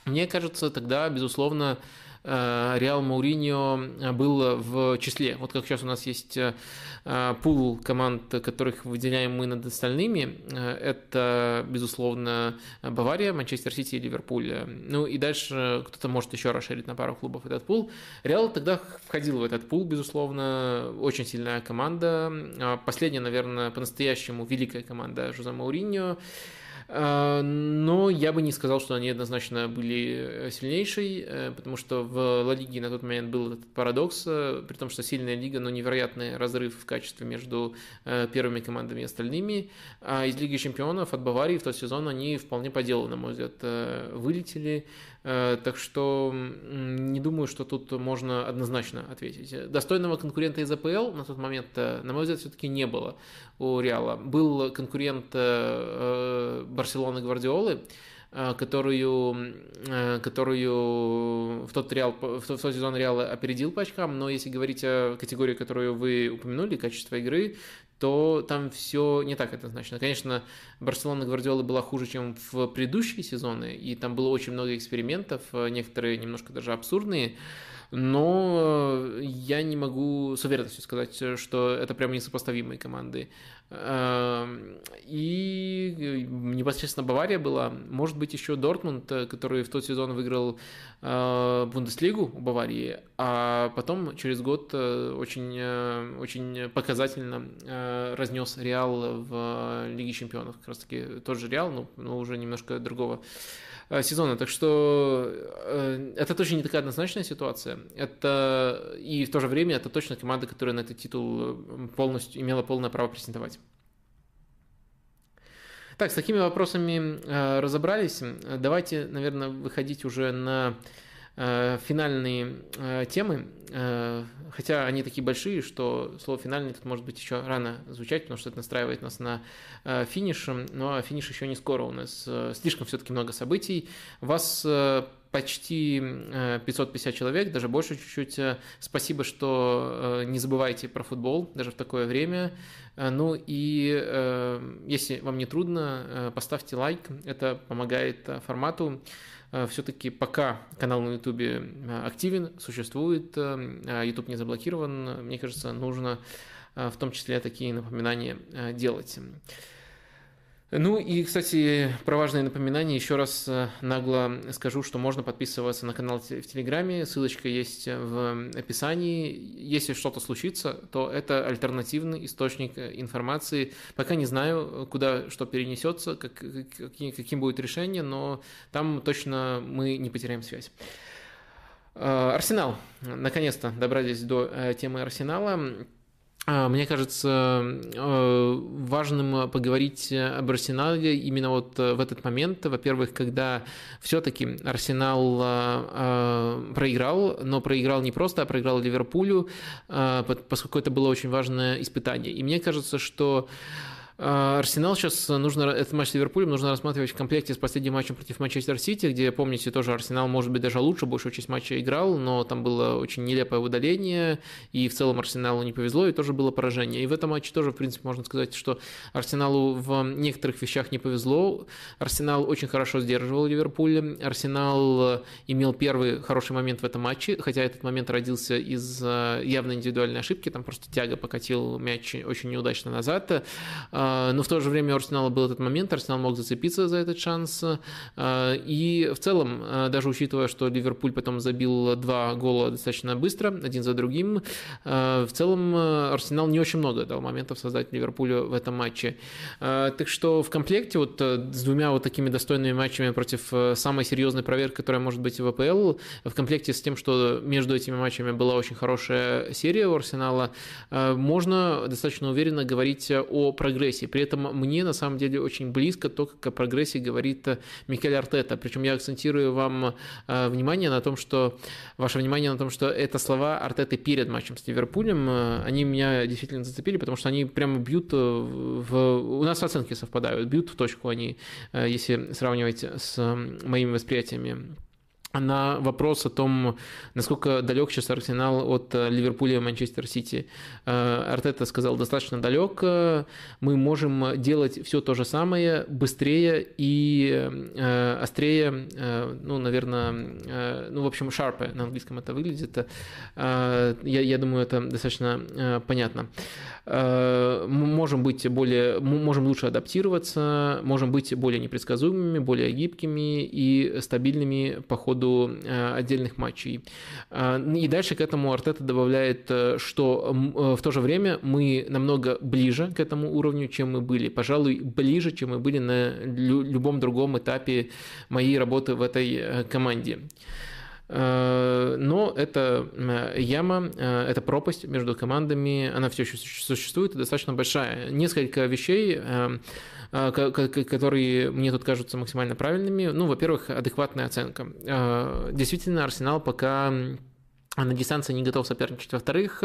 Мне кажется, тогда, безусловно, Реал Мауриньо был в числе. Вот как сейчас у нас есть пул команд, которых выделяем мы над остальными. Это, безусловно, Бавария, Манчестер Сити и Ливерпуль. Ну и дальше кто-то может еще расширить на пару клубов этот пул. Реал тогда входил в этот пул, безусловно. Очень сильная команда. Последняя, наверное, по-настоящему великая команда Жозе Мауриньо. Но я бы не сказал, что они однозначно были сильнейшей, потому что в Ла Лиге на тот момент был этот парадокс, при том, что сильная лига, но невероятный разрыв в качестве между первыми командами и остальными. А из Лиги Чемпионов от Баварии в тот сезон они вполне по делу, на мой взгляд, вылетели. Так что не думаю, что тут можно однозначно ответить. Достойного конкурента из АПЛ на тот момент, на мой взгляд, все-таки не было у Реала. Был конкурент Барселоны Гвардиолы, которую, которую в тот, Реал, в тот сезон Реала опередил по очкам, но если говорить о категории, которую вы упомянули, качество игры, то там все не так однозначно. Конечно, Барселона Гвардиолы была хуже, чем в предыдущие сезоны, и там было очень много экспериментов, некоторые немножко даже абсурдные, но я не могу с уверенностью сказать, что это прям несопоставимые команды. И непосредственно Бавария была, может быть, еще Дортмунд, который в тот сезон выиграл Бундеслигу у Баварии, а потом через год очень, очень показательно разнес Реал в Лиге Чемпионов. Как раз таки тот же Реал, но, но уже немножко другого сезона. Так что это точно не такая однозначная ситуация. Это и в то же время это точно команда, которая на этот титул полностью имела полное право претендовать. Так, с такими вопросами разобрались. Давайте, наверное, выходить уже на финальные темы, хотя они такие большие, что слово «финальный» тут может быть еще рано звучать, потому что это настраивает нас на финиш, но финиш еще не скоро, у нас слишком все-таки много событий. Вас почти пятьсот пятьдесят человек, даже больше чуть-чуть. Спасибо, что не забывайте про футбол, даже в такое время. Ну и если вам не трудно, поставьте лайк, это помогает формату. Все-таки пока канал на YouTube активен, существует, YouTube не заблокирован, мне кажется, нужно в том числе такие напоминания делать. Ну и, кстати, про важные напоминания еще раз нагло скажу, что можно подписываться на канал в Телеграме, ссылочка есть в описании. Если что-то случится, то это альтернативный источник информации. Пока не знаю, куда что перенесется, как, каким будет решение, но там точно мы не потеряем связь. Арсенал. Наконец-то добрались до темы Арсенала. Мне кажется важным поговорить об Арсенале именно вот в этот момент. Во-первых, когда все-таки Арсенал проиграл, но проиграл не просто, а проиграл Ливерпулю, поскольку это было очень важное испытание. И мне кажется, что Арсенал сейчас нужно, этот матч с Ливерпулем нужно рассматривать в комплекте с последним матчем против Манчестер Сити, где, помните, тоже Арсенал, может быть, даже лучше, большую часть матча играл, но там было очень нелепое удаление, и в целом Арсеналу не повезло, и тоже было поражение. И в этом матче тоже, в принципе, можно сказать, что Арсеналу в некоторых вещах не повезло. Арсенал очень хорошо сдерживал Ливерпуль. Арсенал имел первый хороший момент в этом матче, хотя этот момент родился из явно индивидуальной ошибки, там просто Тиаго покатил мяч очень неудачно назад. Но в то же время у Арсенала был этот момент, Арсенал мог зацепиться за этот шанс. И в целом, даже учитывая, что Ливерпуль потом забил два гола достаточно быстро, один за другим, в целом Арсенал не очень много дал моментов создать Ливерпулю в этом матче. Так что в комплекте вот с двумя вот такими достойными матчами против самой серьезной проверки, которая может быть в АПЛ, в комплекте с тем, что между этими матчами была очень хорошая серия у Арсенала, можно достаточно уверенно говорить о прогрессе. При этом мне на самом деле очень близко то, как о прогрессе говорит Микель Артета. Причем я акцентирую вам внимание на том, что ваше внимание на том, что это слова Артеты перед матчем с Ливерпулем, они меня действительно зацепили, потому что они прямо бьют в... У нас оценки совпадают, бьют в точку они, если сравнивать с моими восприятиями на вопрос о том, насколько далек сейчас Арсенал от Ливерпуля и Манчестер Сити. Артета сказал, достаточно далек, мы можем делать все то же самое быстрее и острее, ну, наверное, ну, в общем, sharper, на английском это выглядит. Я, я думаю, это достаточно понятно. Мы можем быть более, можем лучше адаптироваться, можем быть более непредсказуемыми, более гибкими и стабильными по ходу отдельных матчей. И дальше к этому Артета добавляет, что в то же время мы намного ближе к этому уровню, чем мы были. Пожалуй, ближе, чем мы были на любом другом этапе моей работы в этой команде. Но эта яма, эта пропасть между командами, она все еще существует и достаточно большая. Несколько вещей, которые мне тут кажутся максимально правильными. Ну, во-первых, адекватная оценка. Действительно, Арсенал пока на дистанции не готов соперничать. Во-вторых,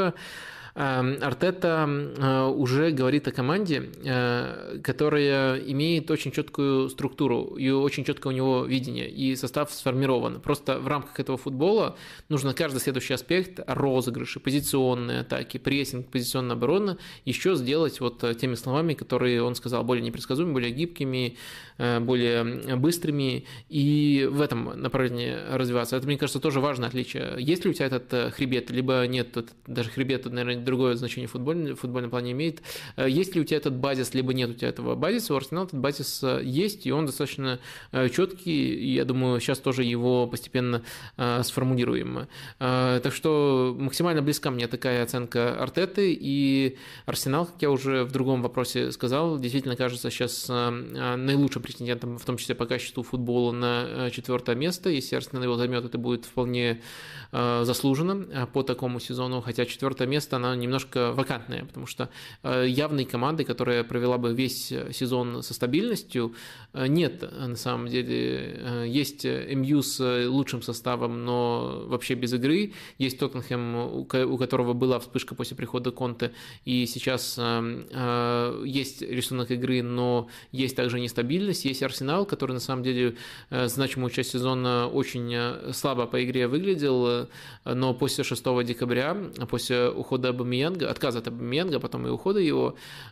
Артета уже говорит о команде, которая имеет очень четкую структуру и очень четкое у него видение, и состав сформирован. Просто в рамках этого футбола нужно каждый следующий аспект, розыгрыши, позиционные атаки, прессинг, позиционная оборона, еще сделать вот теми словами, которые он сказал, более непредсказуемыми, более гибкими, более быстрыми, и в этом направлении развиваться. Это, мне кажется, тоже важное отличие. Есть ли у тебя этот хребет, либо нет, даже хребет, наверное, другое значение в футбольном, в футбольном плане имеет. Есть ли у тебя этот базис, либо нет у тебя этого базиса? У Арсенала этот базис есть, и он достаточно четкий, и я думаю, сейчас тоже его постепенно сформулируем. Так что максимально близка мне такая оценка Артеты, и Арсенал, как я уже в другом вопросе сказал, действительно кажется сейчас наилучшим претендентом, в том числе по качеству футбола, на четвертое место. Если Арсенал его займет, это будет вполне заслуженно по такому сезону, хотя четвертое место, она немножко вакантная, потому что явной команды, которая провела бы весь сезон со стабильностью, нет на самом деле. Есть МЮ с лучшим составом, но вообще без игры. Есть Тоттенхэм, у которого была вспышка после прихода Конте, и сейчас есть рисунок игры, но есть также нестабильность. Есть Арсенал, который на самом деле значимую часть сезона очень слабо по игре выглядел, но после шестого декабря, после ухода Обамеянга, отказа от Обамеянга, потом и ухода его,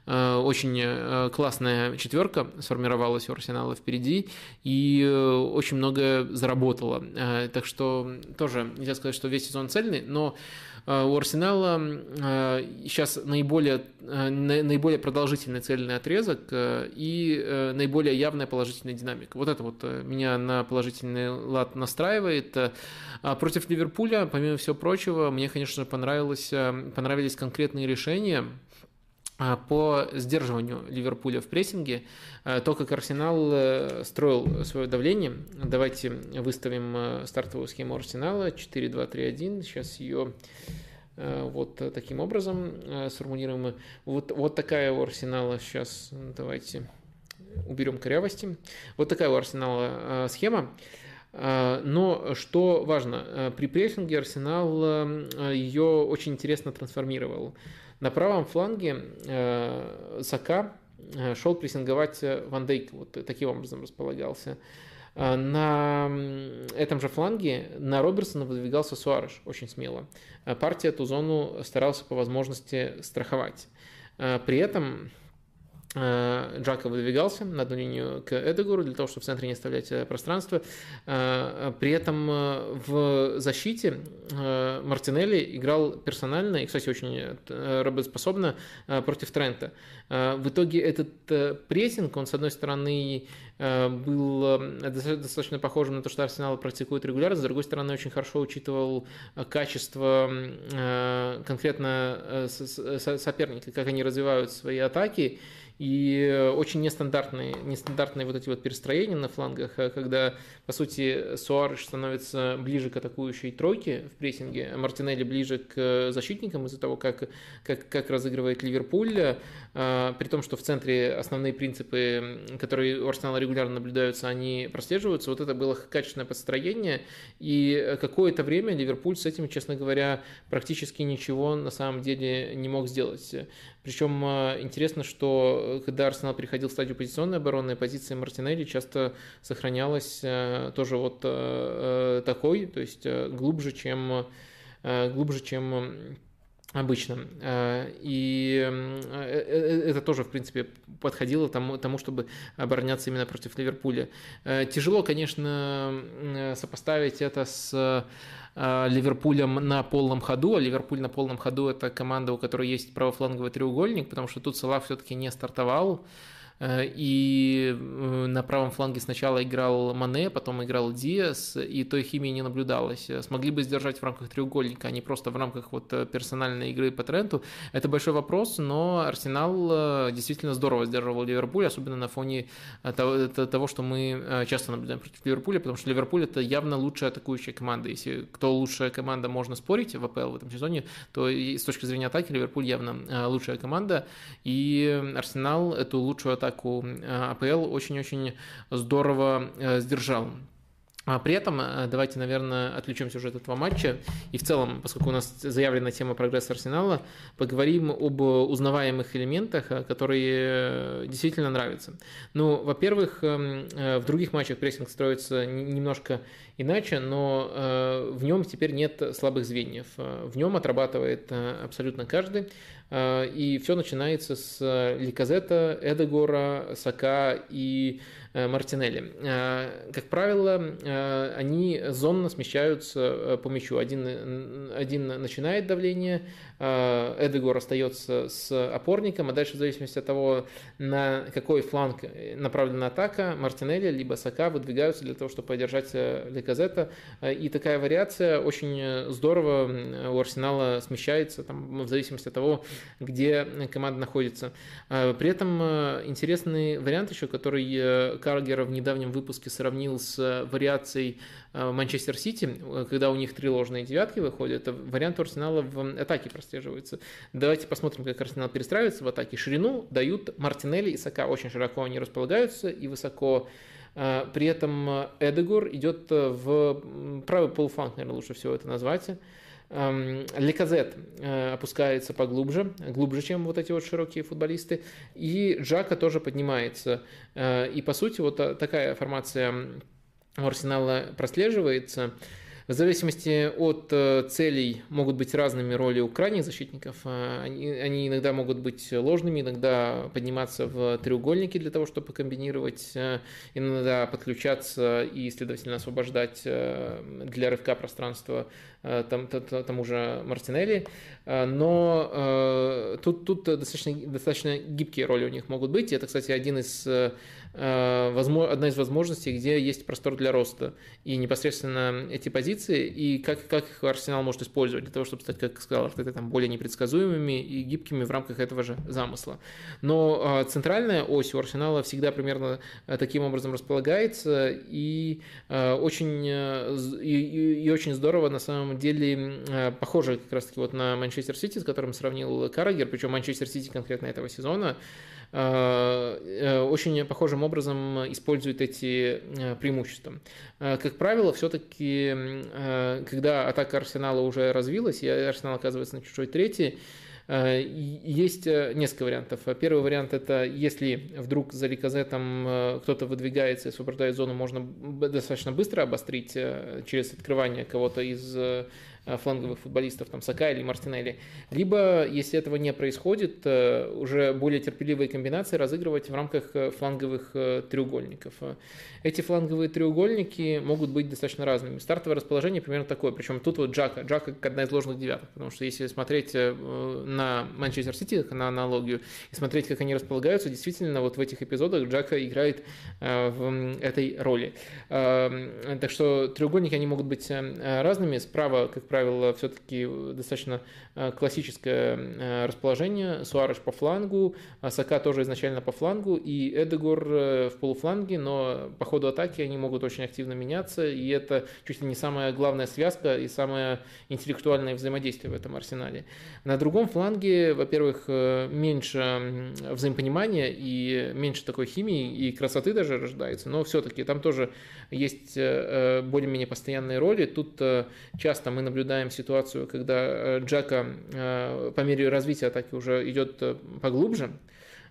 очень классная четверка сформировалась у Арсенала впереди и очень много заработала. Так что тоже нельзя сказать, что весь сезон цельный, но у Арсенала сейчас наиболее, наиболее продолжительный цельный отрезок и наиболее явная положительная динамика. Вот это вот меня на положительный лад настраивает. Против Ливерпуля, помимо всего прочего, мне, конечно же, понравилось, понравились конкретные решения по сдерживанию Ливерпуля в прессинге. То, как Арсенал строил свое давление. Давайте выставим стартовую схему Арсенала четыре два три один. Сейчас ее вот таким образом сформулируем. Вот, вот такая у Арсенала сейчас. Давайте уберем корявости. Вот такая у Арсенала схема. Но что важно, при прессинге Арсенал ее очень интересно трансформировал. На правом фланге Сака шел прессинговать Ван Дейк, вот таким образом располагался. На этом же фланге на Робертсона выдвигался Суареш очень смело. Партия эту зону старался по возможности страховать. При этом Джака выдвигался на одну линию к Эдегору для того, чтобы в центре не оставлять пространство. При этом в защите Мартинелли играл персонально и, кстати, очень работоспособно против Трента. В итоге этот прессинг, он, с одной стороны, был достаточно похожим на то, что Арсенал практикует регулярно, с другой стороны, очень хорошо учитывал качество конкретно соперника, как они развивают свои атаки, и очень нестандартные, нестандартные вот эти вот перестроения на флангах, когда, по сути, Суареш становится ближе к атакующей тройке в прессинге, а Мартинелли ближе к защитникам из-за того, как, как, как разыгрывает Ливерпуль, при том, что в центре основные принципы, которые у Арсенала регулярно наблюдаются, они прослеживаются. Вот это было качественное подстроение, и какое-то время Ливерпуль с этим, честно говоря, практически ничего на самом деле не мог сделать. Причем интересно, что что когда Арсенал переходил в стадию позиционной обороны, позиция Мартинелли часто сохранялась тоже вот такой, то есть глубже, чем, глубже, чем обычно. И это тоже, в принципе, подходило тому, тому, чтобы обороняться именно против Ливерпуля. Тяжело, конечно, сопоставить это с Ливерпулем на полном ходу. А Ливерпуль на полном ходу – это команда, у которой есть правофланговый треугольник, потому что тут Салах все-таки не стартовал. И на правом фланге сначала играл Мане, потом играл Диас, и той химии не наблюдалось. Смогли бы сдержать в рамках треугольника, а не просто в рамках вот персональной игры по Тренту? Это большой вопрос, но Арсенал действительно здорово сдерживал Ливерпуль, особенно на фоне того, что мы часто наблюдаем против Ливерпуля, потому что Ливерпуль – это явно лучшая атакующая команда. Если кто лучшая команда, можно спорить в АПЛ в этом сезоне, то с точки зрения атаки Ливерпуль явно лучшая команда, и Арсенал эту лучшую атаку атаку АПЛ очень-очень здорово сдержал. При этом давайте, наверное, отвлечемся уже от этого матча и в целом, поскольку у нас заявлена тема прогресса Арсенала, поговорим об узнаваемых элементах, которые действительно нравятся. Ну, во-первых, в других матчах прессинг строится немножко иначе, но в нем теперь нет слабых звеньев. В нем отрабатывает абсолютно каждый. И все начинается с Лаказетта, Эдегора, Сака и Мартинелли. Как правило, они зонно смещаются по мячу. Один, один начинает давление, Эдегор остается с опорником, а дальше в зависимости от того, на какой фланг направлена атака, Мартинелли либо Сака выдвигаются для того, чтобы поддержать Лаказетта. И такая вариация очень здорово у Арсенала смещается там, в зависимости от того, где команда находится. При этом интересный вариант еще, который Каргер в недавнем выпуске сравнил с вариацией Манчестер Сити, когда у них три ложные девятки выходят, вариант у Арсенала в атаке прослеживается. Давайте посмотрим, как Арсенал перестраивается в атаке. Ширину дают Мартинелли и Сака, очень широко они располагаются и высоко. При этом Эдегор идет в правый полуфланг, наверное, лучше всего это назвать. Лаказет опускается поглубже, глубже, чем вот эти вот широкие футболисты, и Джака тоже поднимается. И, по сути, вот такая формация у Арсенала прослеживается. В зависимости от целей могут быть разными роли у крайних защитников. Они, они иногда могут быть ложными, иногда подниматься в треугольники для того, чтобы комбинировать, иногда подключаться и, следовательно, освобождать для рывка пространства там, тому же Мартинелли. Но тут, тут достаточно, достаточно гибкие роли у них могут быть. И это, кстати, один из, одна из возможностей, где есть простор для роста. И непосредственно эти позиции, и как, как их Арсенал может использовать для того, чтобы стать, как сказал Артета, там, более непредсказуемыми и гибкими в рамках этого же замысла. Но центральная ось у Арсенала всегда примерно таким образом располагается, и очень, и, и очень здорово на самом деле похоже как раз-таки вот на Манчестер Сити, с которым сравнил Каррагер, причем Манчестер Сити конкретно этого сезона, очень похожим образом использует эти преимущества. Как правило, все-таки, когда атака Арсенала уже развилась, и Арсенал оказывается на чужой третьей, есть несколько вариантов. Первый вариант – это если вдруг за Лаказеттом кто-то выдвигается и освобождает зону, можно достаточно быстро обострить через открывание кого-то из фланговых футболистов, там, Сака или Мартинелли. Либо, если этого не происходит, уже более терпеливые комбинации разыгрывать в рамках фланговых треугольников. Эти фланговые треугольники могут быть достаточно разными. Стартовое расположение примерно такое, причем тут вот Джака, Джака как одна из ложных девяток, потому что если смотреть на Манчестер Сити, на аналогию, и смотреть, как они располагаются, действительно, вот в этих эпизодах Джака играет в этой роли. Так что треугольники, они могут быть разными. Справа, как правило, все-таки достаточно классическое расположение. Суареш по флангу, Сака тоже изначально по флангу, и Эдегор в полуфланге, но по ходу атаки они могут очень активно меняться, и это чуть ли не самая главная связка и самое интеллектуальное взаимодействие в этом арсенале. На другом фланге, во-первых, меньше взаимопонимания и меньше такой химии и красоты даже рождается, но все-таки там тоже есть более-менее постоянные роли. Тут часто мы наблюдаем ситуацию, когда Джака по мере развития атаки уже идет поглубже,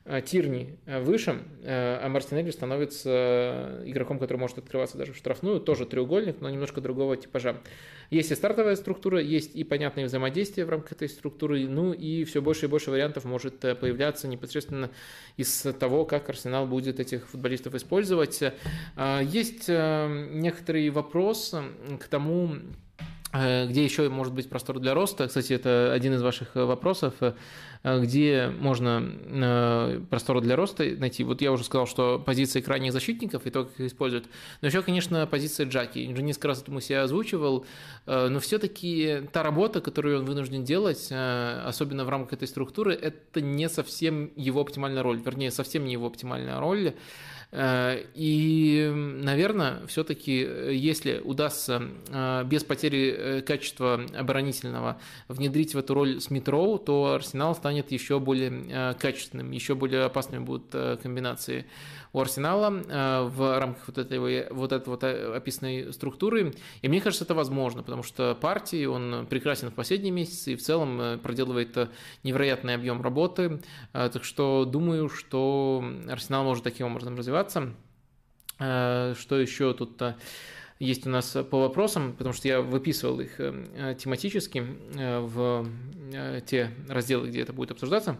Тирни выше, а Мартинелли становится игроком, который может открываться даже в штрафную, тоже треугольник, но немножко другого типажа. Есть и стартовая структура, есть и понятные взаимодействия в рамках этой структуры, ну и все больше и больше вариантов может появляться непосредственно из того, как Арсенал будет этих футболистов использовать. Есть некоторый вопрос к тому, где еще может быть простор для роста. Кстати, это один из ваших вопросов, где можно простор для роста найти. Вот я уже сказал, что позиции крайних защитников и то, как их используют. Но еще, конечно, позиция Джаки. Уже несколько раз этому себя озвучивал, но все-таки та работа, которую он вынужден делать, особенно в рамках этой структуры, это не совсем его оптимальная роль. Вернее, совсем не его оптимальная роль. И, наверное, все-таки, если удастся без потери качества оборонительного внедрить в эту роль Смит-Роу, то Арсенал станет еще более качественным, еще более опасными будут комбинации у Арсенала в рамках вот этой вот, этой вот описанной структуры. И мне кажется, это возможно, потому что партии, он прекрасен в последние месяцы и в целом проделывает невероятный объем работы. Так что думаю, что Арсенал может таким образом развиваться. Что еще тут есть у нас по вопросам, потому что я выписывал их тематически в те разделы, где это будет обсуждаться.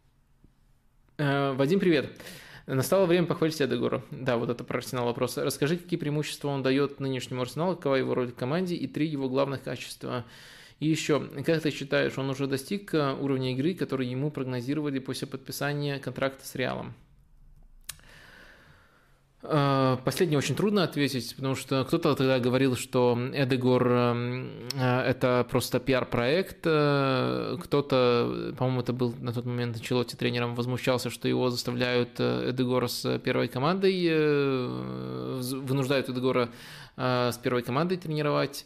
Вадим, привет. Настало время похвалить Эдегора. Да, вот это про Арсенал вопрос. Расскажи, какие преимущества он дает нынешнему Арсеналу, какова его роль в команде и три его главных качества. И еще, как ты считаешь, он уже достиг уровня игры, который ему прогнозировали после подписания контракта с Реалом? Последнее очень трудно ответить, потому что кто-то тогда говорил, что Эдегор – это просто пиар-проект, кто-то, по-моему, это был на тот момент Анчелотти тренером, возмущался, что его заставляют Эдегора с первой командой, вынуждают Эдегора с первой командой тренировать.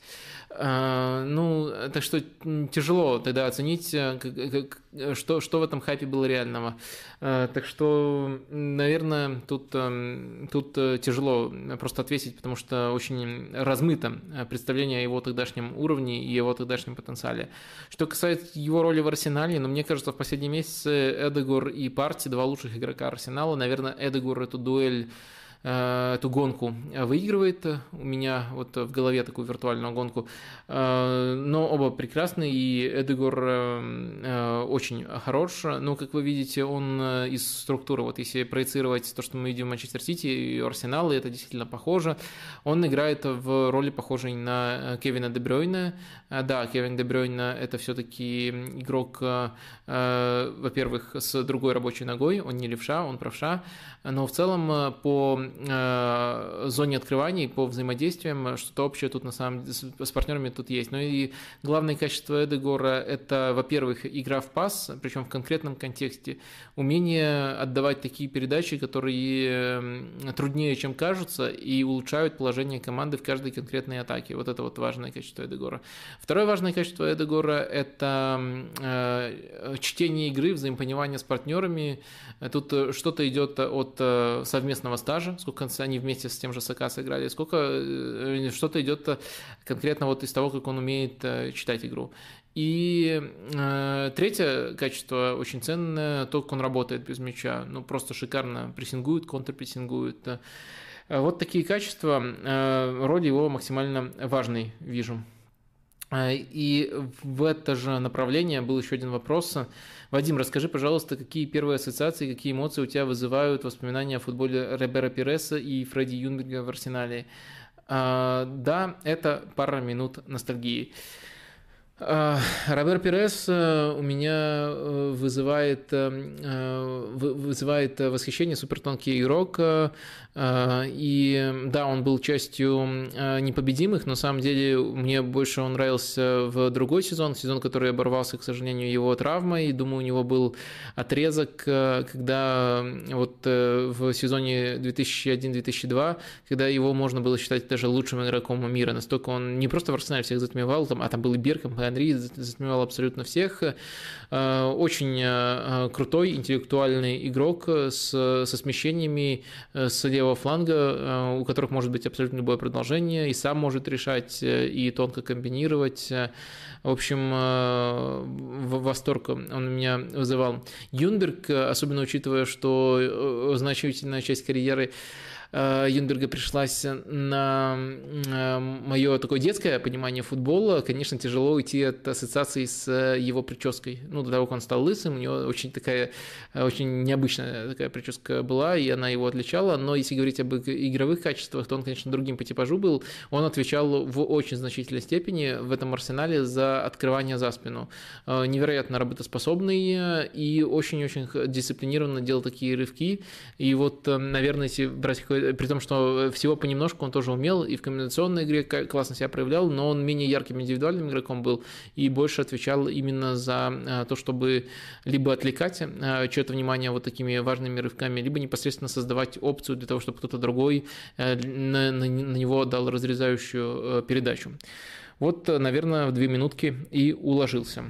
Ну, так что тяжело тогда оценить, что, что в этом хайпе было реального. Так что, наверное, тут, тут тяжело просто ответить, потому что очень размыто представление о его тогдашнем уровне и его тогдашнем потенциале. Что касается его роли в Арсенале, ну, мне кажется, в последние месяцы Эдегор и Парти, два лучших игрока Арсенала, наверное, Эдегор эту дуэль, эту гонку выигрывает. У меня вот в голове такую виртуальную гонку. Но оба прекрасны, и Эдегор очень хорош. Но, как вы видите, он из структуры, вот если проецировать то, что мы видим в Манчестер Сити и Арсенале, это действительно похоже. Он играет в роли, похожей на Кевина Де Брюйне. Да, Кевин Де Брюйне – это все-таки игрок, во-первых, с другой рабочей ногой. Он не левша, он правша. Но в целом по зоне открываний, по взаимодействиям что-то общее тут на самом деле с партнерами тут есть. Но и главное качество Эдегора – это, во-первых, игра в пас, причем в конкретном контексте, умение отдавать такие передачи, которые труднее, чем кажутся, и улучшают положение команды в каждой конкретной атаке. Вот это вот важное качество Эдегора. Второе важное качество Эдегора – это чтение игры, взаимопонимание с партнерами. Тут что-то идет от совместного стажа, сколько они вместе с тем же Сака сыграли, сколько что-то идет конкретно вот из того, как он умеет читать игру. И э, третье качество очень ценное, то, как он работает без мяча. Ну, просто шикарно прессингует, контрпрессингует. Вот такие качества, э, роль его максимально важной вижу. И в это же направление был еще один вопрос. Вадим, расскажи, пожалуйста, какие первые ассоциации, какие эмоции у тебя вызывают воспоминания о футболе Робера Пиреса и Фредди Юнберга в Арсенале? Да, это пара минут ностальгии. Робер Пирес у меня вызывает, вызывает восхищение, супертонкий игрок, и да, он был частью непобедимых, но на самом деле мне больше он нравился в другой сезон, сезон, который оборвался, к сожалению, его травмой, и думаю, у него был отрезок, когда вот в сезоне две тысячи один - две тысячи два, когда его можно было считать даже лучшим игроком мира, настолько он не просто в Арсенале всех затмевал, а там был и Беркамп, Генри затмевал абсолютно всех. Очень крутой интеллектуальный игрок с, со смещениями с левого фланга, у которых может быть абсолютно любое продолжение, и сам может решать, и тонко комбинировать. В общем, восторг он меня вызывал. Юнберг, особенно учитывая, что значительная часть карьеры Юнберга пришлась на мое такое детское понимание футбола, конечно, тяжело уйти от ассоциаций с его прической. Ну, до того, как он стал лысым, у него очень такая, очень необычная такая прическа была, и она его отличала, но если говорить об игровых качествах, то он, конечно, другим по типажу был. Он отвечал в очень значительной степени в этом арсенале за открывание за спину. Невероятно работоспособный и очень-очень дисциплинированно делал такие рывки. И вот, наверное, если брать какой при том, что всего понемножку он тоже умел, и в комбинационной игре классно себя проявлял, но он менее ярким индивидуальным игроком был и больше отвечал именно за то, чтобы либо отвлекать чье-то внимание вот такими важными рывками, либо непосредственно создавать опцию для того, чтобы кто-то другой на, на, на него дал разрезающую передачу. Вот, наверное, в две минутки и уложился.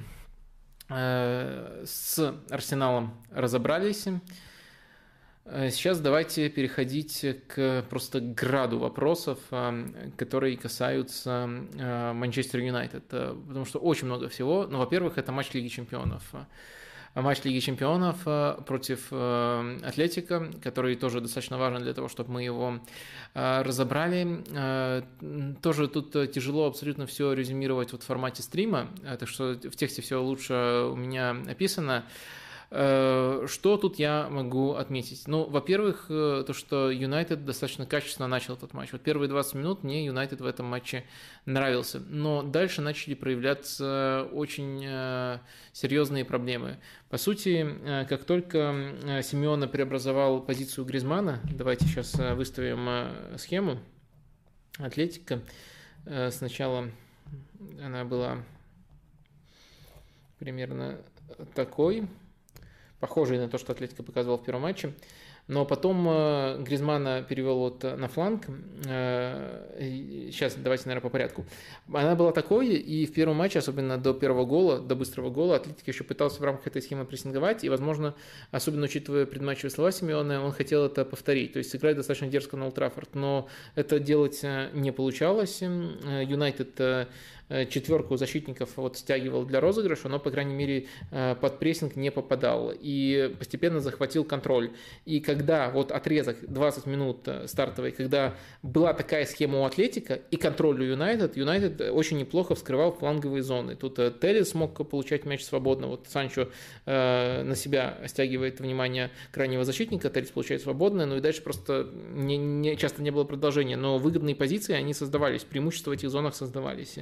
С Арсеналом разобрались. Сейчас давайте переходить к просто граду вопросов, которые касаются Манчестер Юнайтед, потому что очень много всего. Ну, во-первых, это матч Лиги Чемпионов. Матч Лиги Чемпионов против Атлетико, который тоже достаточно важен для того, чтобы мы его разобрали. Тоже тут тяжело абсолютно все резюмировать вот в формате стрима, так что в тексте все лучше у меня описано. Что тут я могу отметить? Ну, во-первых, то, что Юнайтед достаточно качественно начал этот матч. Вот первые двадцать минут мне Юнайтед в этом матче нравился, но дальше начали проявляться очень серьезные проблемы. По сути, как только Симеоне преобразовал позицию Гризмана, давайте сейчас выставим схему Атлетико. Сначала она была примерно такой, похожий на то, что Атлетико показывал в первом матче. Но потом Гризмана перевел вот на фланг. Сейчас давайте, наверное, по порядку. Она была такой, и в первом матче, особенно до первого гола, до быстрого гола, Атлетико еще пытался в рамках этой схемы прессинговать, и, возможно, особенно учитывая предматчевые слова Симеоне, он хотел это повторить, то есть сыграть достаточно дерзко на Олд Траффорд, но это делать не получалось. Юнайтед четверку защитников вот стягивал для розыгрыша, но, по крайней мере, под прессинг не попадал и постепенно захватил контроль. И когда вот отрезок двадцать минут стартовый, когда была такая схема у Атлетико и контроль у Юнайтед, Юнайтед очень неплохо вскрывал фланговые зоны. Тут Телес смог получать мяч свободно, вот Санчо э, на себя стягивает внимание крайнего защитника, Телес получает свободное, ну и дальше просто не, не, часто не было продолжения, но выгодные позиции, они создавались, преимущества в этих зонах создавались.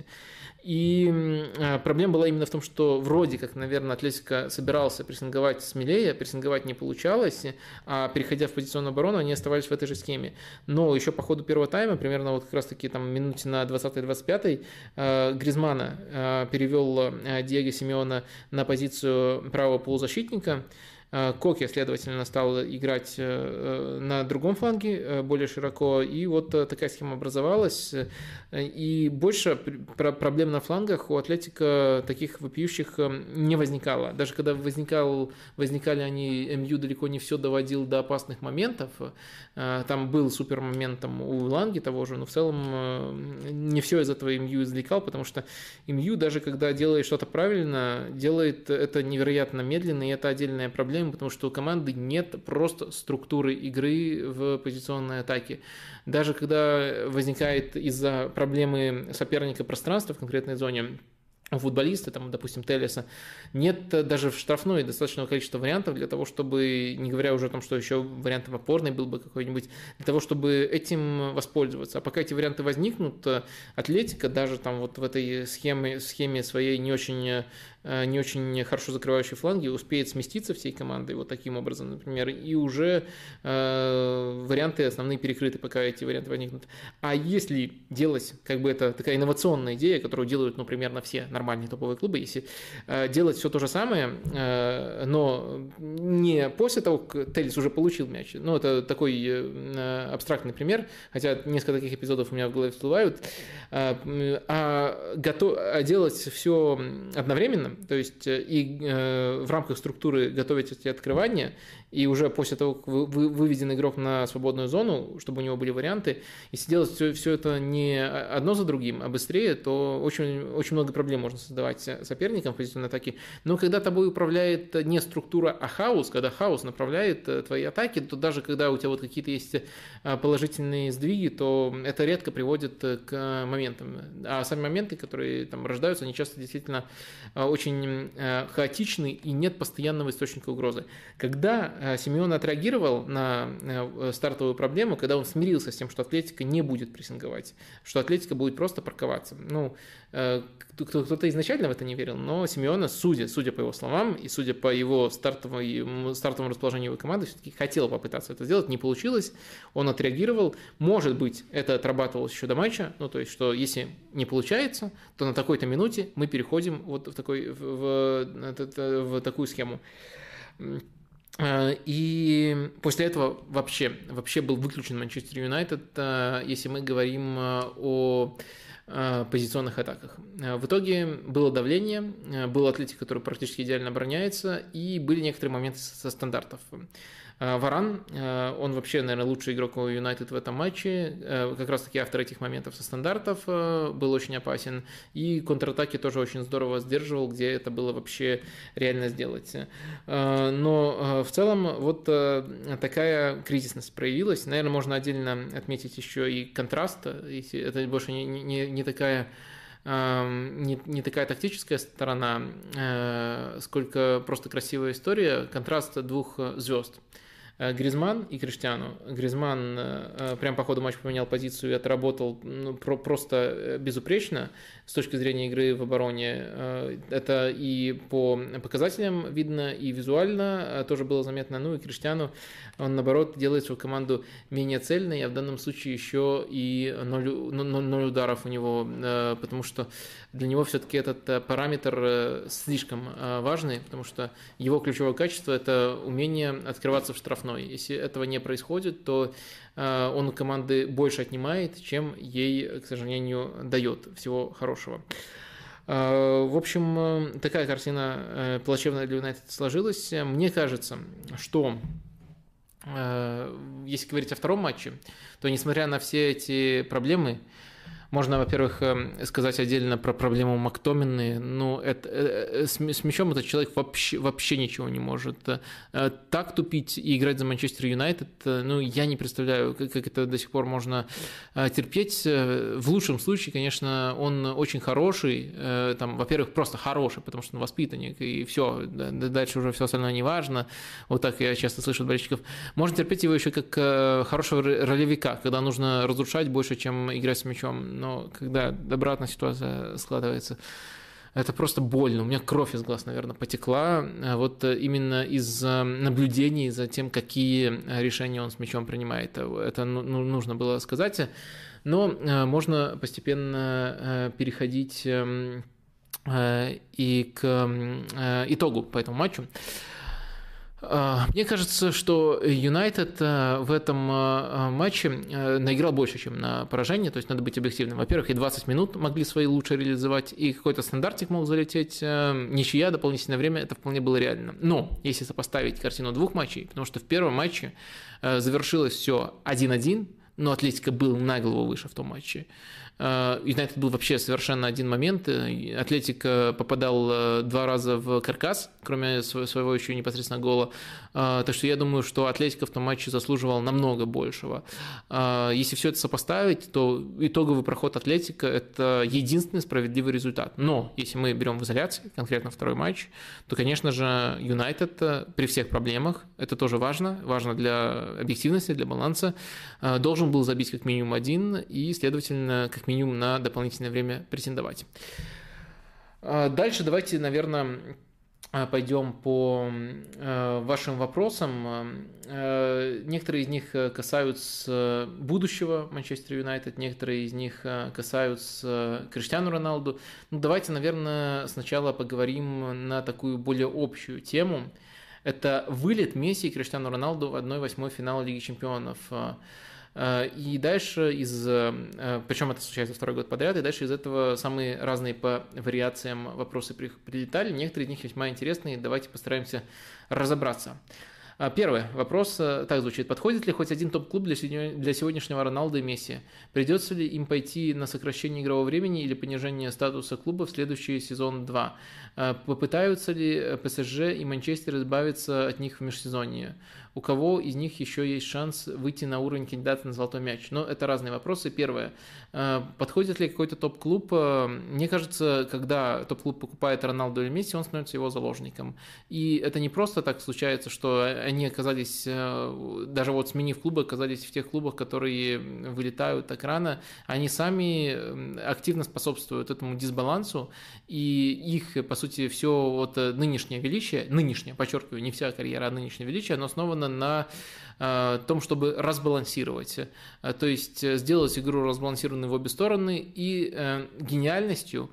И проблема была именно в том, что вроде как, наверное, Атлетико собирался прессинговать смелее, прессинговать не получалось, а переходя в позиционную оборону, они оставались в этой же схеме. Но еще по ходу первого тайма, примерно вот как раз-таки там минуте на двадцатой-двадцать пятой, Гризмана перевел Диего Симеоне на позицию правого полузащитника. Коке, следовательно, стал играть на другом фланге более широко, и вот такая схема образовалась. И больше проблем на флангах у Атлетико таких вопиющих не возникало. Даже когда возникал, возникали они, МЮ далеко не все доводил до опасных моментов. Там был супер момент там, у Ланги того же, но в целом не все из этого МЮ извлекал, потому что МЮ, даже когда делает что-то правильно, делает это невероятно медленно, и это отдельная проблема, потому что у команды нет просто структуры игры в позиционной атаке. Даже когда возникает из-за проблемы соперника пространства в конкретной зоне, у футболиста, там, допустим, Телеса, нет даже в штрафной достаточного количества вариантов для того, чтобы, не говоря уже о том, что еще вариантом опорный был бы какой-нибудь, для того, чтобы этим воспользоваться. А пока эти варианты возникнут, Атлетико даже там вот в этой схеме, схеме своей не очень, не очень хорошо закрывающей фланги успеет сместиться всей командой вот таким образом, например, и уже э, варианты основные перекрыты, пока эти варианты возникнут. А если делать, как бы это такая инновационная идея, которую делают, ну, примерно все нормальные топовые клубы, если делать все то же самое, но не после того, как Телес уже получил мяч. Ну, это такой абстрактный пример, хотя несколько таких эпизодов у меня в голове всплывают, а, готов, а делать все одновременно, то есть и в рамках структуры готовить эти открывания, и уже после того, как выведен игрок на свободную зону, чтобы у него были варианты, если делать все, все это не одно за другим, а быстрее, то очень, очень много проблем можно создавать соперникам в позиционной атаке. Но когда тобой управляет не структура, а хаос, когда хаос направляет твои атаки, то даже когда у тебя вот какие-то есть положительные сдвиги, то это редко приводит к моментам. А сами моменты, которые там рождаются, они часто действительно очень хаотичны и нет постоянного источника угрозы. Когда Симеоне отреагировал на стартовую проблему, когда он смирился с тем, что Атлетико не будет прессинговать, что Атлетико будет просто парковаться. Ну, кто-то изначально в это не верил, но Симеоне, судя, судя по его словам и судя по его стартовому, стартовому расположению его команды, все-таки хотел попытаться это сделать, не получилось, он отреагировал. Может быть, это отрабатывалось еще до матча, ну, то есть, что если не получается, то на такой-то минуте мы переходим вот в, такой, в, в, в такую схему. И после этого вообще, вообще был выключен Манчестер Юнайтед, если мы говорим о позиционных атаках. В итоге было давление, был Атлетико, который практически идеально обороняется, и были некоторые моменты со стандартов. Варан, он вообще, наверное, лучший игрок у Юнайтед в этом матче, как раз таки автор этих моментов со стандартов, был очень опасен, и контратаки тоже очень здорово сдерживал, где это было вообще реально сделать. Но в целом вот такая кризисность проявилась. Наверное, можно отдельно отметить еще и контраст, если это больше не, не, не такая... Не, не такая тактическая сторона, сколько просто красивая история, контраст двух звезд. Гризманн и Криштиану. Гризманн прямо по ходу матча поменял позицию и отработал ну, про, просто безупречно с точки зрения игры в обороне. Это и по показателям видно, и визуально тоже было заметно. Ну и Криштиану, он наоборот делает свою команду менее цельной, а в данном случае еще и ноль, ноль ударов у него, потому что для него все-таки этот параметр слишком важный, потому что его ключевое качество – это умение открываться в штрафной. Если этого не происходит, то он у команды больше отнимает, чем ей, к сожалению, дает всего хорошего. В общем, такая картина плачевная для Юнайтед сложилась. Мне кажется, что если говорить о втором матче, то несмотря на все эти проблемы, можно, во-первых, сказать отдельно про проблему Мактомины. Ну, это, с, с мячом этот человек вообще, вообще ничего не может. Так тупить и играть за Манчестер Юнайтед, ну, я не представляю, как, как это до сих пор можно терпеть. В лучшем случае, конечно, он очень хороший. Там, во-первых, просто хороший, потому что он воспитанник, и все, дальше уже все остальное не важно. Вот так я часто слышу от болельщиков. Можно терпеть его еще как хорошего ролевика, когда нужно разрушать больше, чем играть с мячом. Но когда обратная ситуация складывается, это просто больно. У меня кровь из глаз, наверное, потекла. Вот именно из наблюдений за тем, какие решения он с мячом принимает. Это ну, нужно было сказать. Но можно постепенно переходить и к итогу по этому матчу. Мне кажется, что Юнайтед в этом матче наиграл больше, чем на поражение, то есть надо быть объективным. Во-первых, и двадцать минут могли свои лучше реализовать, и какой-то стандартик мог залететь, ничья, дополнительное время, это вполне было реально. Но если сопоставить картину двух матчей, потому что в первом матче завершилось все один-один, но Атлетико был на голову выше в том матче. Юнайтед был вообще совершенно один момент. Атлетико попадал два раза в каркас, кроме своего еще непосредственно гола. Так что я думаю, что Атлетико в том матче заслуживал намного большего. Если все это сопоставить, то итоговый проход Атлетико – это единственный справедливый результат. Но если мы берем в изоляции, конкретно второй матч, то, конечно же, Юнайтед при всех проблемах, это тоже важно, важно для объективности, для баланса, должен был забить как минимум один и, следовательно, как минимум на дополнительное время претендовать. Дальше давайте, наверное, пойдем по вашим вопросам. Некоторые из них касаются будущего Манчестер Юнайтед, некоторые из них касаются Криштиану Роналду. Ну, давайте, наверное, сначала поговорим на такую более общую тему. Это вылет Месси и Криштиану Роналду в одна восьмая финала Лиги Чемпионов. И дальше из... Причем это случается второй год подряд, и дальше из этого самые разные по вариациям вопросы прилетали. Некоторые из них весьма интересные, давайте постараемся разобраться. Первый вопрос так звучит. Подходит ли хоть один топ-клуб для сегодняшнего Роналду и Месси? Придется ли им пойти на сокращение игрового времени или понижение статуса клуба в следующий сезон два? Попытаются ли ПСЖ и Манчестер избавиться от них в межсезонье? У кого из них еще есть шанс выйти на уровень кандидата на золотой мяч? Но это разные вопросы. Первое. Подходит ли какой-то топ-клуб? Мне кажется, когда топ-клуб покупает Роналду или Месси, он становится его заложником. И это не просто так случается, что они оказались, даже вот сменив клубы, оказались в тех клубах, которые вылетают так рано. Они сами активно способствуют этому дисбалансу, и их, по сути, все вот нынешнее величие, нынешнее, подчеркиваю, не вся карьера, а нынешнее величие, оно основано на том, чтобы разбалансировать, то есть сделать игру разбалансированной в обе стороны и гениальностью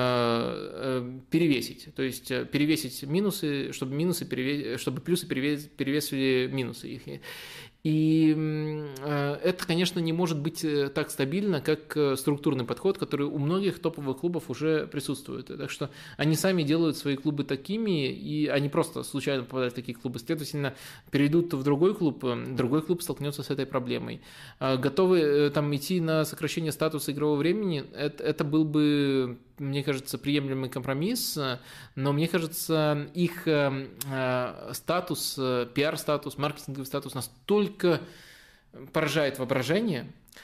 перевесить, то есть перевесить минусы, чтобы минусы перевес... чтобы плюсы перевесили минусы их. И это, конечно, не может быть так стабильно, как структурный подход, который у многих топовых клубов уже присутствует. Так что они сами делают свои клубы такими, и они просто случайно попадают в такие клубы. Следовательно, перейдут в другой клуб, другой клуб столкнется с этой проблемой. Готовы там идти на сокращение статуса игрового времени, это, это был бы, мне кажется, приемлемый компромисс, но мне кажется, их статус, пиар-статус, маркетинговый статус настолько поражает воображение,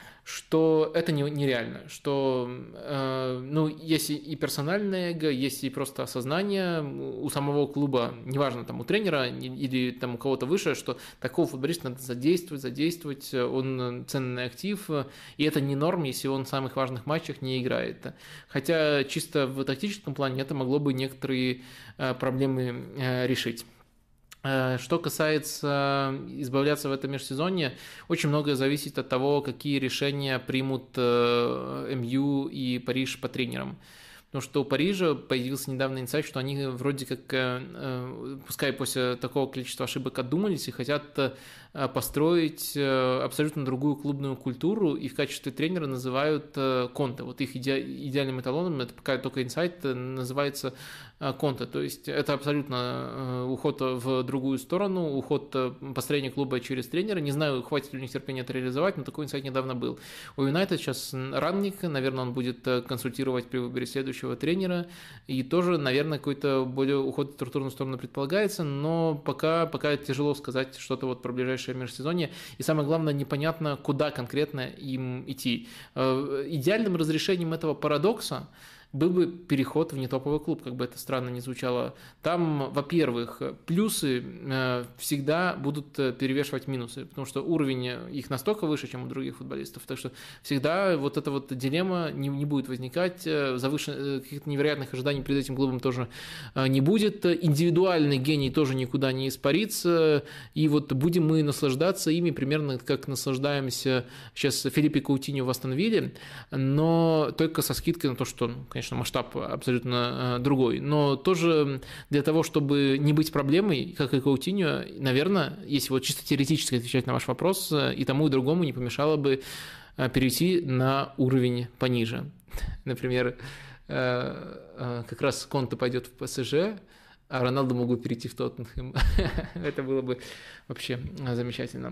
что это не, нереально, что э, ну, есть и персональное эго, есть и просто осознание у самого клуба, неважно, там, у тренера или там, у кого-то выше, что такого футболиста надо задействовать, задействовать, он ценный актив, и это не норм, если он в самых важных матчах не играет. Хотя чисто в тактическом плане это могло бы некоторые э, проблемы э, решить. Что касается избавляться в этом межсезонье, очень многое зависит от того, какие решения примут эм ю и Париж по тренерам. Потому что у Парижа появился недавно инсайт, что они вроде как, пускай после такого количества ошибок отдумались и хотят построить абсолютно другую клубную культуру, и в качестве тренера называют Конте. Вот их иде- идеальным эталоном, это пока только инсайт, называется Конте. То есть это абсолютно уход в другую сторону, уход построения клуба через тренера. Не знаю, хватит ли у них терпения это реализовать, но такой инсайт недавно был. У Юнайтед сейчас Рангник, наверное, он будет консультировать при выборе следующего тренера, и тоже, наверное, какой-то более уход в структурную сторону предполагается, но пока, пока тяжело сказать что-то вот про ближайшее межсезонье, и самое главное, непонятно, куда конкретно им идти. Идеальным разрешением этого парадокса был бы переход в нетоповый клуб, как бы это странно ни звучало. Там, во-первых, плюсы всегда будут перевешивать минусы, потому что уровень их настолько выше, чем у других футболистов. Так что всегда вот эта вот дилемма не, не будет возникать, завышен... каких-то невероятных ожиданий перед этим клубом тоже не будет. Индивидуальный гений тоже никуда не испарится, и вот будем мы наслаждаться ими примерно как наслаждаемся сейчас Филиппе Каутиньо в Астон Вилле, но только со скидкой на то, что, конечно, масштаб абсолютно другой, но тоже для того, чтобы не быть проблемой, как и Каутиньо, наверное, если вот чисто теоретически отвечать на ваш вопрос, и тому, и другому не помешало бы перейти на уровень пониже. Например, как раз Конте пойдет в ПСЖ, а Роналду могут перейти в Тоттенхэм. Это было бы вообще замечательно.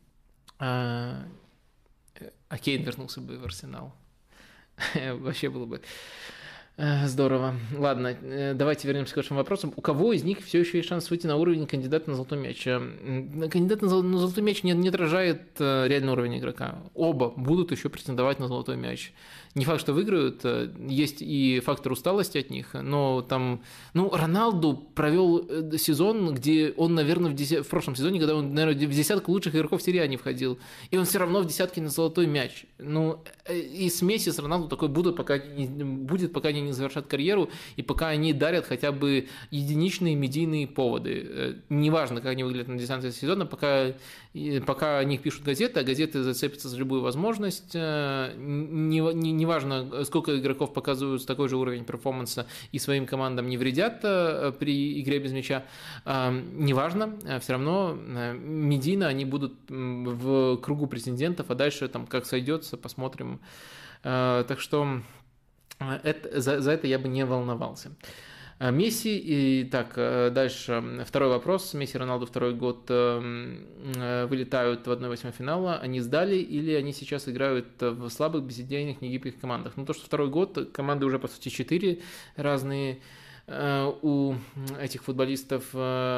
А Кейн вернулся бы в Арсенал. Вообще было бы здорово. Ладно, давайте вернемся к вашим вопросам. У кого из них все еще есть шанс выйти на уровень кандидата на золотой мяч? Кандидат на золотой мяч не, не отражает реальный уровень игрока. Оба будут еще претендовать на золотой мяч. Не факт, что выиграют, есть и фактор усталости от них, но там, ну, Роналду провел сезон, где он, наверное, в, десят... в прошлом сезоне, когда он, наверное, в десятку лучших игроков серии А не входил, и он все равно в десятке на золотой мяч. Ну, и с Месси, с Роналду такой будет, пока не, будет, пока не, они не завершат карьеру и пока они дарят хотя бы единичные медийные поводы. Неважно, как они выглядят на дистанции сезона, пока, пока о них пишут газеты, а газеты зацепятся за любую возможность. Неважно, не, не важно, сколько игроков показывают такой же уровень перформанса и своим командам не вредят при игре без мяча. Неважно, все равно медийно они будут в кругу претендентов, а дальше там как сойдется, посмотрим. Так что это, за, за это я бы не волновался. Месси, и так, дальше, второй вопрос. Месси и Роналду второй год вылетают в одна восьмая финала. Они сдали или они сейчас играют в слабых, безидейных, негибких командах? Ну, то, что второй год, команды уже, по сути, четыре разные у этих футболистов.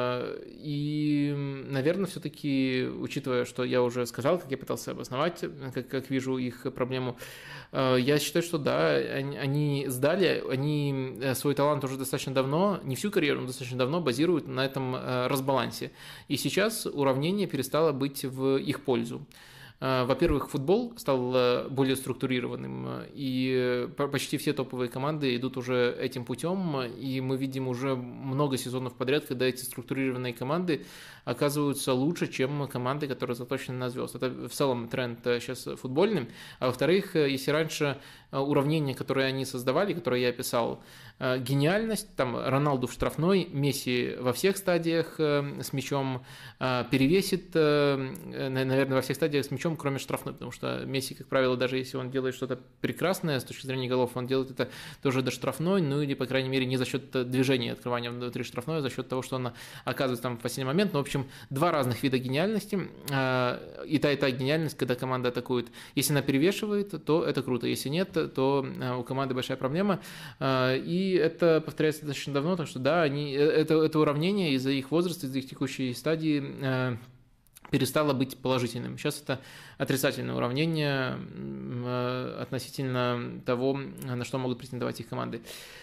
И, наверное, все-таки, учитывая, что я уже сказал, как я пытался обосновать, как, как вижу их проблему, я считаю, что да, они, они сдали, они свой талант уже достаточно давно, не всю карьеру, но достаточно давно базируют на этом разбалансе. И сейчас уравнение перестало быть в их пользу. Во-первых, футбол стал более структурированным, и почти все топовые команды идут уже этим путем, и мы видим уже много сезонов подряд, когда эти структурированные команды оказываются лучше, чем команды, которые заточены на звезд. Это в целом тренд сейчас футбольный. А во-вторых, если раньше уравнение, которое они создавали, которое я описал, гениальность, там Роналду в штрафной, Месси во всех стадиях с мячом перевесит, наверное, во всех стадиях с мячом, кроме штрафной, потому что Месси, как правило, даже если он делает что-то прекрасное с точки зрения голов, он делает это тоже до штрафной, ну или, по крайней мере, не за счет движения, открывания внутри штрафной, а за счет того, что он оказывается там в последний момент. Но, в общем, два разных вида гениальности, и та, и та гениальность, когда команда атакует. Если она перевешивает, то это круто, если нет, то у команды большая проблема, и это повторяется достаточно давно, так что да, они, это, это уравнение из-за их возраста, из-за их текущей стадии перестало быть положительным. Сейчас это отрицательное уравнение относительно того, на что могут претендовать их команды.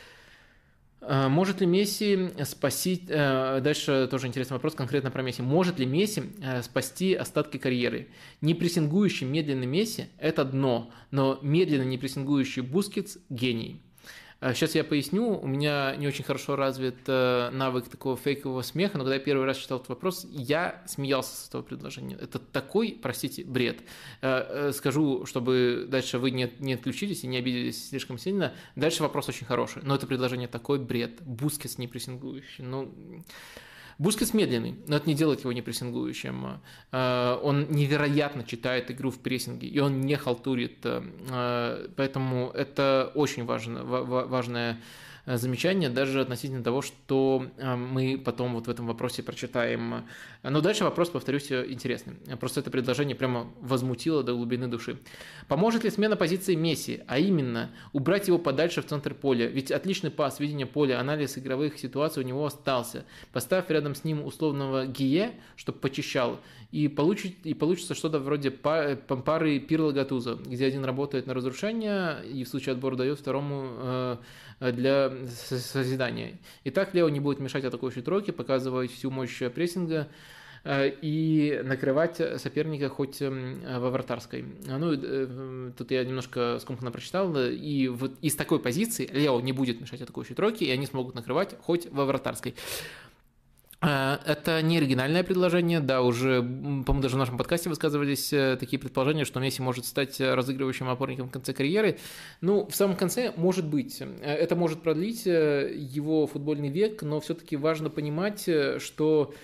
Может ли Месси спасти... Дальше тоже интересный вопрос конкретно про Месси. Может ли Месси спасти остатки карьеры? Не прессингующий медленный Месси – это дно, но медленно не прессингующий Бускетс – гений. Сейчас я поясню, у меня не очень хорошо развит навык такого фейкового смеха, но когда я первый раз читал этот вопрос, я смеялся с этого предложения. Это такой, простите, бред. Скажу, чтобы дальше вы не, не отключились и не обиделись слишком сильно. Дальше вопрос очень хороший, но это предложение такой бред. Бускетс не прессингующий. Ну... Бускетс медленный, но это не делает его не прессингующим. Он невероятно читает игру в прессинге, и он не халтурит. Поэтому это очень важно, важное замечание, даже относительно того, что мы потом вот в этом вопросе прочитаем. Но дальше вопрос, повторюсь, интересный. Просто это предложение прямо возмутило до глубины души. Поможет ли смена позиции Месси, а именно убрать его подальше в центр поля? Ведь отличный пас, видение поля, анализ игровых ситуаций у него остался. Поставь рядом с ним условного Гие, чтобы почищал, и, получит, и получится что-то вроде пары Пирло-Гатузо, где один работает на разрушение и в случае отбора дает второму для созидания. И так Лео не будет мешать атакующей тройке, показывать всю мощь прессинга и накрывать соперника хоть во вратарской. Ну, тут я немножко скомканно прочитал, и вот из такой позиции Лео не будет мешать атакующей тройке, и они смогут накрывать хоть во вратарской. Это не оригинальное предложение, да, уже, по-моему, даже в нашем подкасте высказывались такие предположения, что Месси может стать разыгрывающим опорником в конце карьеры. Ну, в самом конце, может быть, это может продлить его футбольный век, но все-таки важно понимать, что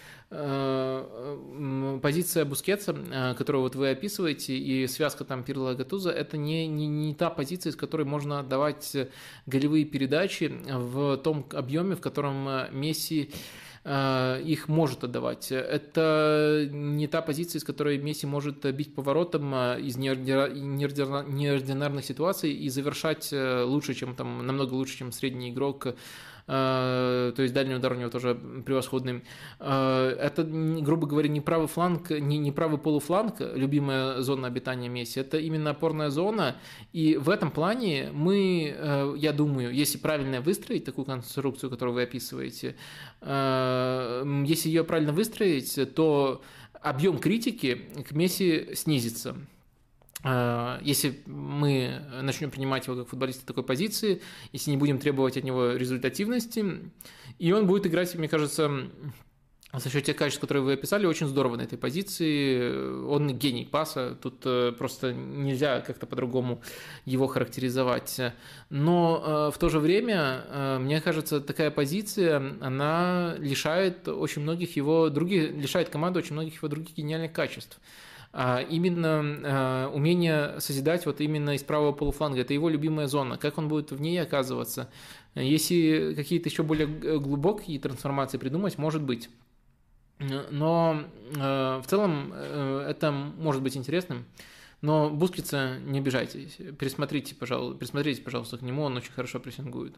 позиция Бускетса, которую вот вы описываете, и связка там Пирло-Гатузо, это не, не, не та позиция, из которой можно отдавать голевые передачи в том объеме, в котором Месси их может отдавать. Это не та позиция, из которой Месси может бить поворотом из неординарных ситуаций и завершать лучше, чем там, намного лучше, чем средний игрок. То есть дальний удар у него тоже превосходный. Это, грубо говоря, не правый фланг, не, не правый полуфланг, любимая зона обитания Месси, это именно опорная зона. И в этом плане мы, я думаю, если правильно выстроить такую конструкцию, которую вы описываете, если ее правильно выстроить, то объем критики к Месси снизится. если мы начнем принимать его как футболиста такой позиции, если не будем требовать от него результативности, и он будет играть, мне кажется, за счет тех качеств, которые вы описали, очень здорово на этой позиции. Он гений паса, тут просто нельзя как-то по-другому его характеризовать. Но в то же время, мне кажется, такая позиция, она лишает очень многих его других, лишает команду очень многих его других гениальных качеств. А именно умение созидать вот именно из правого полуфланга. Это его любимая зона. Как он будет в ней оказываться? Если какие-то еще более глубокие трансформации придумать, может быть. Но в целом это может быть интересным. Но Бускетса не обижайтесь. Пересмотрите, пожалуйста, присмотрите, пожалуйста, к нему. Он очень хорошо прессингует.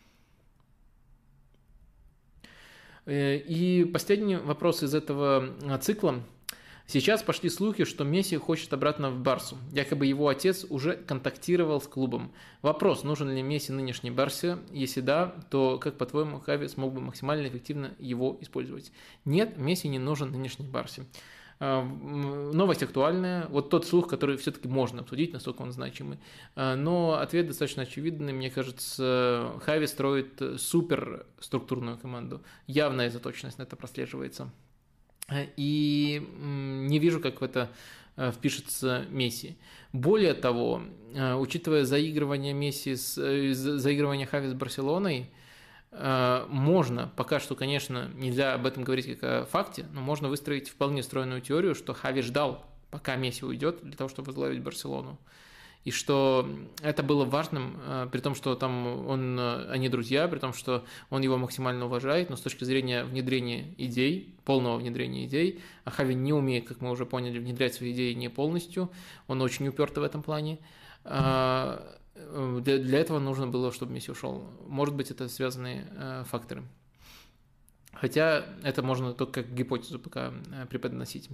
И последний вопрос из этого цикла. Сейчас пошли слухи, что Месси хочет обратно в Барсу. Якобы его отец уже контактировал с клубом. Вопрос, нужен ли Месси нынешней Барсе? Если да, то как, по-твоему, Хави смог бы максимально эффективно его использовать? Нет, Месси не нужен нынешней Барсе. Новость актуальная. Вот тот слух, который все-таки можно обсудить, насколько он значимый. Но ответ достаточно очевидный. Мне кажется, Хави строит суперструктурную команду. Явная заточенность на это прослеживается. И не вижу, как в это впишется Месси. Более того, учитывая заигрывание Месси, с, заигрывание Хави с Барселоной, можно, пока что, конечно, нельзя об этом говорить как о факте, но можно выстроить вполне стройную теорию, что Хави ждал, пока Месси уйдет, для того, чтобы возглавить Барселону. И что это было важным, при том, что там он, они друзья, при том, что он его максимально уважает, но с точки зрения внедрения идей, полного внедрения идей, а Хави не умеет, как мы уже поняли, внедрять свои идеи не полностью, он очень упертый в этом плане. Для, для этого нужно было, чтобы Месси ушел. Может быть, это связанные факторы. Хотя это можно только как гипотезу пока преподносить.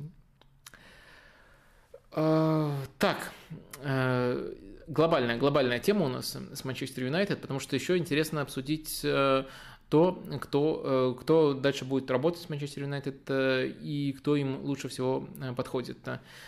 Так, глобальная, глобальная тема у нас с Манчестер Юнайтед, потому что еще интересно обсудить то, кто, кто дальше будет работать с Манчестер Юнайтед и кто им лучше всего подходит.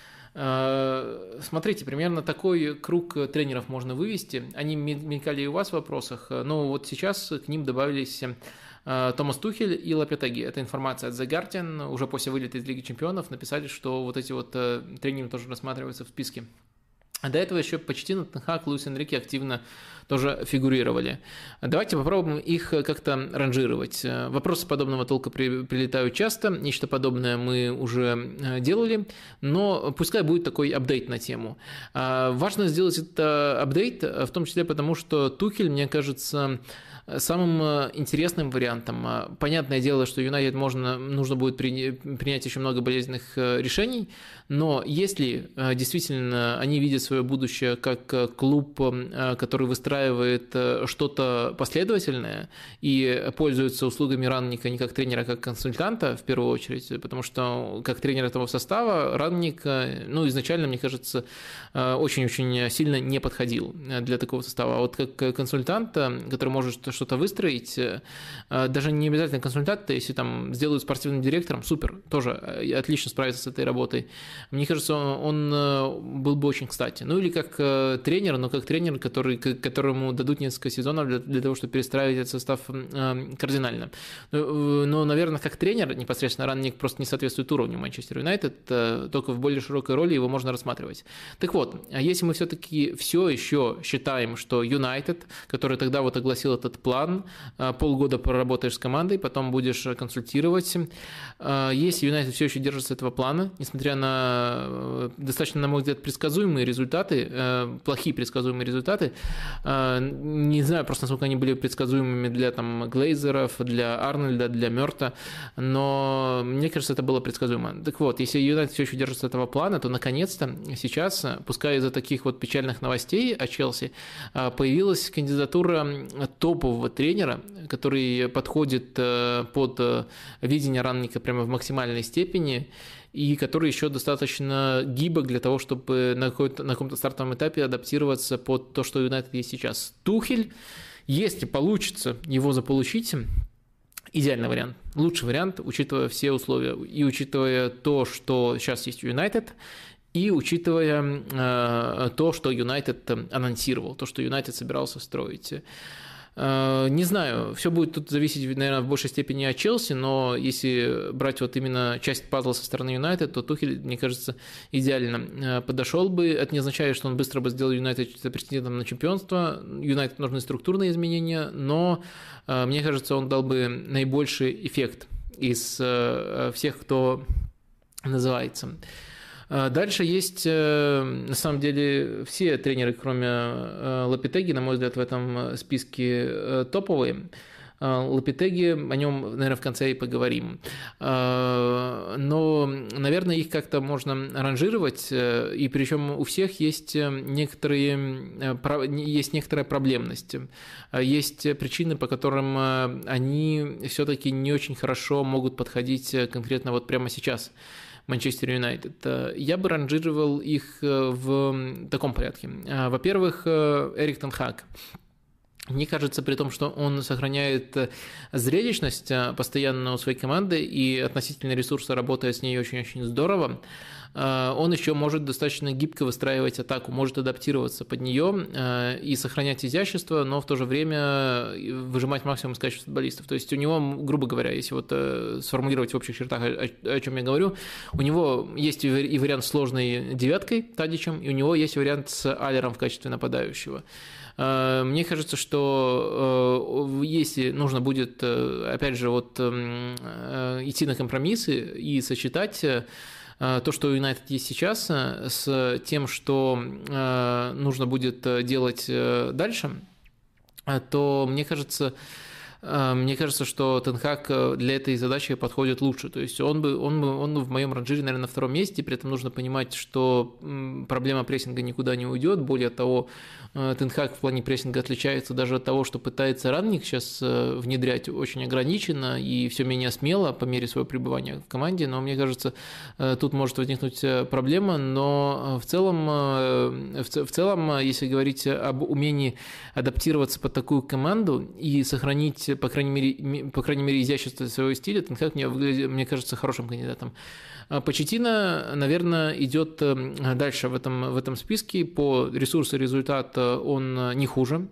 Смотрите, примерно такой круг тренеров можно вывести. Они мелькали и у вас в вопросах, но вот сейчас к ним добавились Томас Тухель и Лопетеги. Это информация от The Guardian. Уже после вылета из Лиги Чемпионов написали, что вот эти вот тренеры тоже рассматриваются в списке. А до этого еще Почтино, Тен Хаг, Луис Энрике активно тоже фигурировали. Давайте попробуем их как-то ранжировать. Вопросы подобного толка при, прилетают часто, нечто подобное мы уже делали, но пускай будет такой апдейт на тему. Важно сделать это апдейт, в том числе потому, что Тухель, мне кажется, самым интересным вариантом. Понятное дело, что Юнайтед можно, нужно будет при, принять еще много болезненных решений, но если действительно они видят свое будущее как клуб, который выстраивает что-то последовательное и пользуется услугами Рангника не как тренера, а как консультанта в первую очередь, потому что как тренер этого состава Рангник, ну, изначально, мне кажется, очень-очень сильно не подходил для такого состава. А вот как консультант, который может что-то выстроить, даже не обязательно консультант, если там сделают спортивным директором, супер, тоже отлично справится с этой работой. Мне кажется, он был бы очень кстати. Ну или как тренер, но как тренер, который, которому дадут несколько сезонов для, для того, чтобы перестраивать этот состав кардинально. Но, но, наверное, как тренер непосредственно Рангник просто не соответствует уровню Манчестер Юнайтед, только в более широкой роли его можно рассматривать. Так вот, если мы все-таки все еще считаем, что Юнайтед, который тогда вот огласил этот план, полгода проработаешь с командой, потом будешь консультировать. Если Юнайтед все еще держится этого плана, несмотря на достаточно, на мой взгляд, предсказуемые результаты, плохие предсказуемые результаты, не знаю просто, насколько они были предсказуемыми для там Глейзеров, для Арнольда, для Мёрта, но мне кажется, это было предсказуемо. Так вот, если Юнайтед все еще держится этого плана, то наконец-то сейчас, пускай из-за таких вот печальных новостей о Челси, появилась кандидатура топового тренера, который подходит под видение Рангника прямо в максимальной степени и который еще достаточно гибок для того, чтобы на, на каком-то стартовом этапе адаптироваться под то, что Юнайтед есть сейчас. Тухель, если получится его заполучить, идеальный вариант, лучший вариант, учитывая все условия и учитывая то, что сейчас есть у Юнайтед, и учитывая э, то, что Юнайтед анонсировал, то, что Юнайтед собирался строить. Не знаю, все будет тут зависеть, наверное, в большей степени от Челси, но если брать вот именно часть пазла со стороны Юнайтед, то Тухель, мне кажется, идеально подошел бы. Это не означает, что он быстро бы сделал Юнайтед претендентом на чемпионство. Юнайтед нужны структурные изменения, но мне кажется, он дал бы наибольший эффект из всех, кто называется. Дальше есть, на самом деле, все тренеры, кроме Лопетеги, на мой взгляд, в этом списке топовые. Лопетеги, о нем, наверное, в конце и поговорим. Но, наверное, их как-то можно ранжировать, и причем у всех есть, некоторые, есть некоторая проблемность. Есть причины, по которым они все-таки не очень хорошо могут подходить конкретно вот прямо сейчас. Манчестер Юнайтед. Я бы ранжировал их в таком порядке. Во-первых, Эрик тен Хаг. Мне кажется, при том, что он сохраняет зрелищность постоянно у своей команды и относительно ресурса работает с ней очень-очень здорово, он еще может достаточно гибко выстраивать атаку, может адаптироваться под нее и сохранять изящество, но в то же время выжимать максимум из качества футболистов. То есть у него, грубо говоря, если вот сформулировать в общих чертах, о чем я говорю, у него есть и вариант с сложной девяткой Тадичем, и у него есть вариант с Алером в качестве нападающего. Мне кажется, что если нужно будет, опять же, вот идти на компромиссы и сочетать то, что у Юнайтед есть сейчас, с тем, что нужно будет делать дальше, то мне кажется, мне кажется, что Тен Хаг для этой задачи подходит лучше. То есть он бы, он бы, он в моем ранжире, наверное, на втором месте. При этом нужно понимать, что проблема прессинга никуда не уйдет. Более того, Тен Хаг в плане прессинга отличается даже от того, что пытается Рангник сейчас внедрять очень ограниченно и все менее смело по мере своего пребывания в команде. Но мне кажется, тут может возникнуть проблема. Но в целом, в целом, если говорить об умении адаптироваться под такую команду и сохранить, по крайней мере, по крайней мере изящество своего стиля, Тен Хаг мне, выглядит, мне кажется хорошим кандидатом. Почеттино, наверное, идет дальше в этом, в этом списке. По ресурсу результат он не хуже.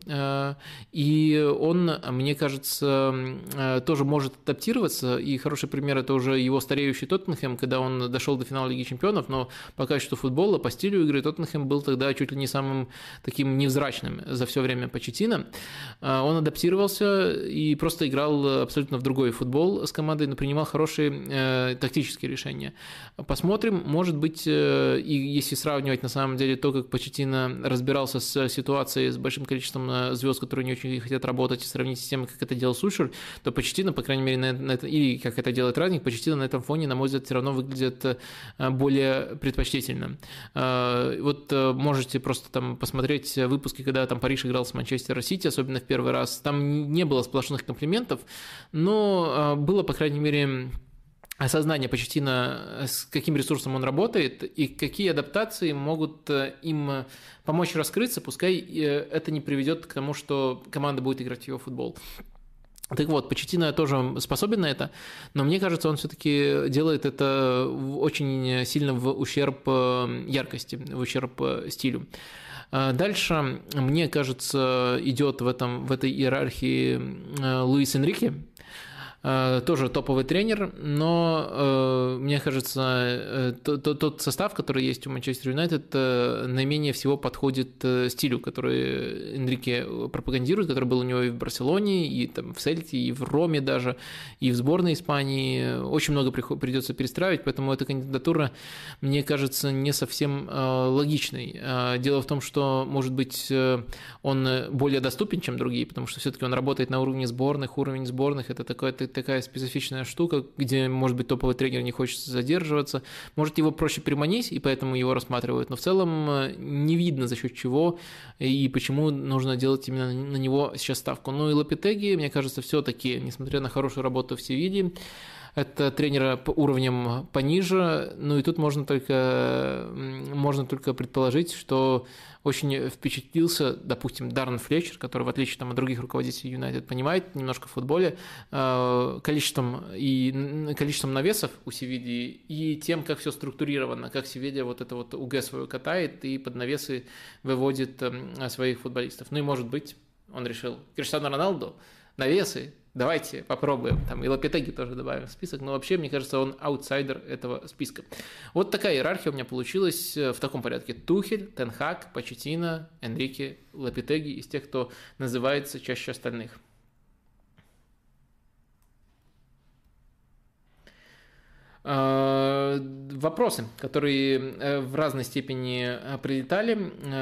И он, мне кажется, тоже может адаптироваться. И хороший пример – это уже его стареющий Тоттенхэм, когда он дошел до финала Лиги Чемпионов, но по качеству футбола, по стилю игры Тоттенхэм был тогда чуть ли не самым таким невзрачным за все время Почеттино. Он адаптировался и просто играл абсолютно в другой футбол с командой, но принимал хорошие тактические решения. Посмотрим, может быть, и если сравнивать на самом деле то, как Почеттино разбирался с ситуацией с большим количеством звезд, которые не очень хотят работать, и сравнить с тем, как это делал Сульшер, то Почеттино, по крайней мере, на, на это, или как это делает Рангник, Почеттино на этом фоне, на мой взгляд, все равно выглядит более предпочтительно. Вот можете просто там посмотреть выпуски, когда там Париж играл с Манчестер Сити, особенно в первый раз, там не было сплошных комплиментов, но было, по крайней мере, осознание Почеттино, с каким ресурсом он работает и какие адаптации могут им помочь раскрыться, пускай это не приведет к тому, что команда будет играть в его футбол. Так вот, Почеттино тоже способен на это, но мне кажется, он все-таки делает это очень сильно в ущерб яркости, в ущерб стилю. Дальше, мне кажется, идет в, этом, в этой иерархии Луис Энрике. Тоже топовый тренер, но, мне кажется, тот состав, который есть у Манчестер Юнайтед, наименее всего подходит стилю, который Энрике пропагандирует, который был у него и в Барселоне, и там в Сельте, и в Роме даже, и в сборной Испании. Очень много придется перестраивать, поэтому эта кандидатура, мне кажется, не совсем логичной. Дело в том, что, может быть, он более доступен, чем другие, потому что все-таки он работает на уровне сборных, уровень сборных – это такое такая специфичная штука, где, может быть, топовый тренер не хочет задерживаться. Может, его проще приманить, и поэтому его рассматривают. Но в целом не видно, за счет чего и почему нужно делать именно на него сейчас ставку. Ну и Лопетеги, мне кажется, все-таки, несмотря на хорошую работу в Севилье, это тренера по уровнем пониже, ну и тут можно только, можно только предположить, что очень впечатлился, допустим, Даррен Флетчер, который, в отличие там, от других руководителей Юнайтед, понимает немножко в футболе, количеством, и, количеством навесов у Севильи и тем, как все структурировано, как Севилья вот это вот УГ свою катает и под навесы выводит своих футболистов. Ну и, может быть, он решил, Криштиану Роналду, навесы, давайте попробуем. Там и Лопетеги тоже добавим в список, но вообще, мне кажется, он аутсайдер этого списка. Вот такая иерархия у меня получилась в таком порядке. Тухель, Тен Хаг, Почеттино, Энрике, Лопетеги из тех, кто называется чаще остальных. Вопросы, которые в разной степени прилетали,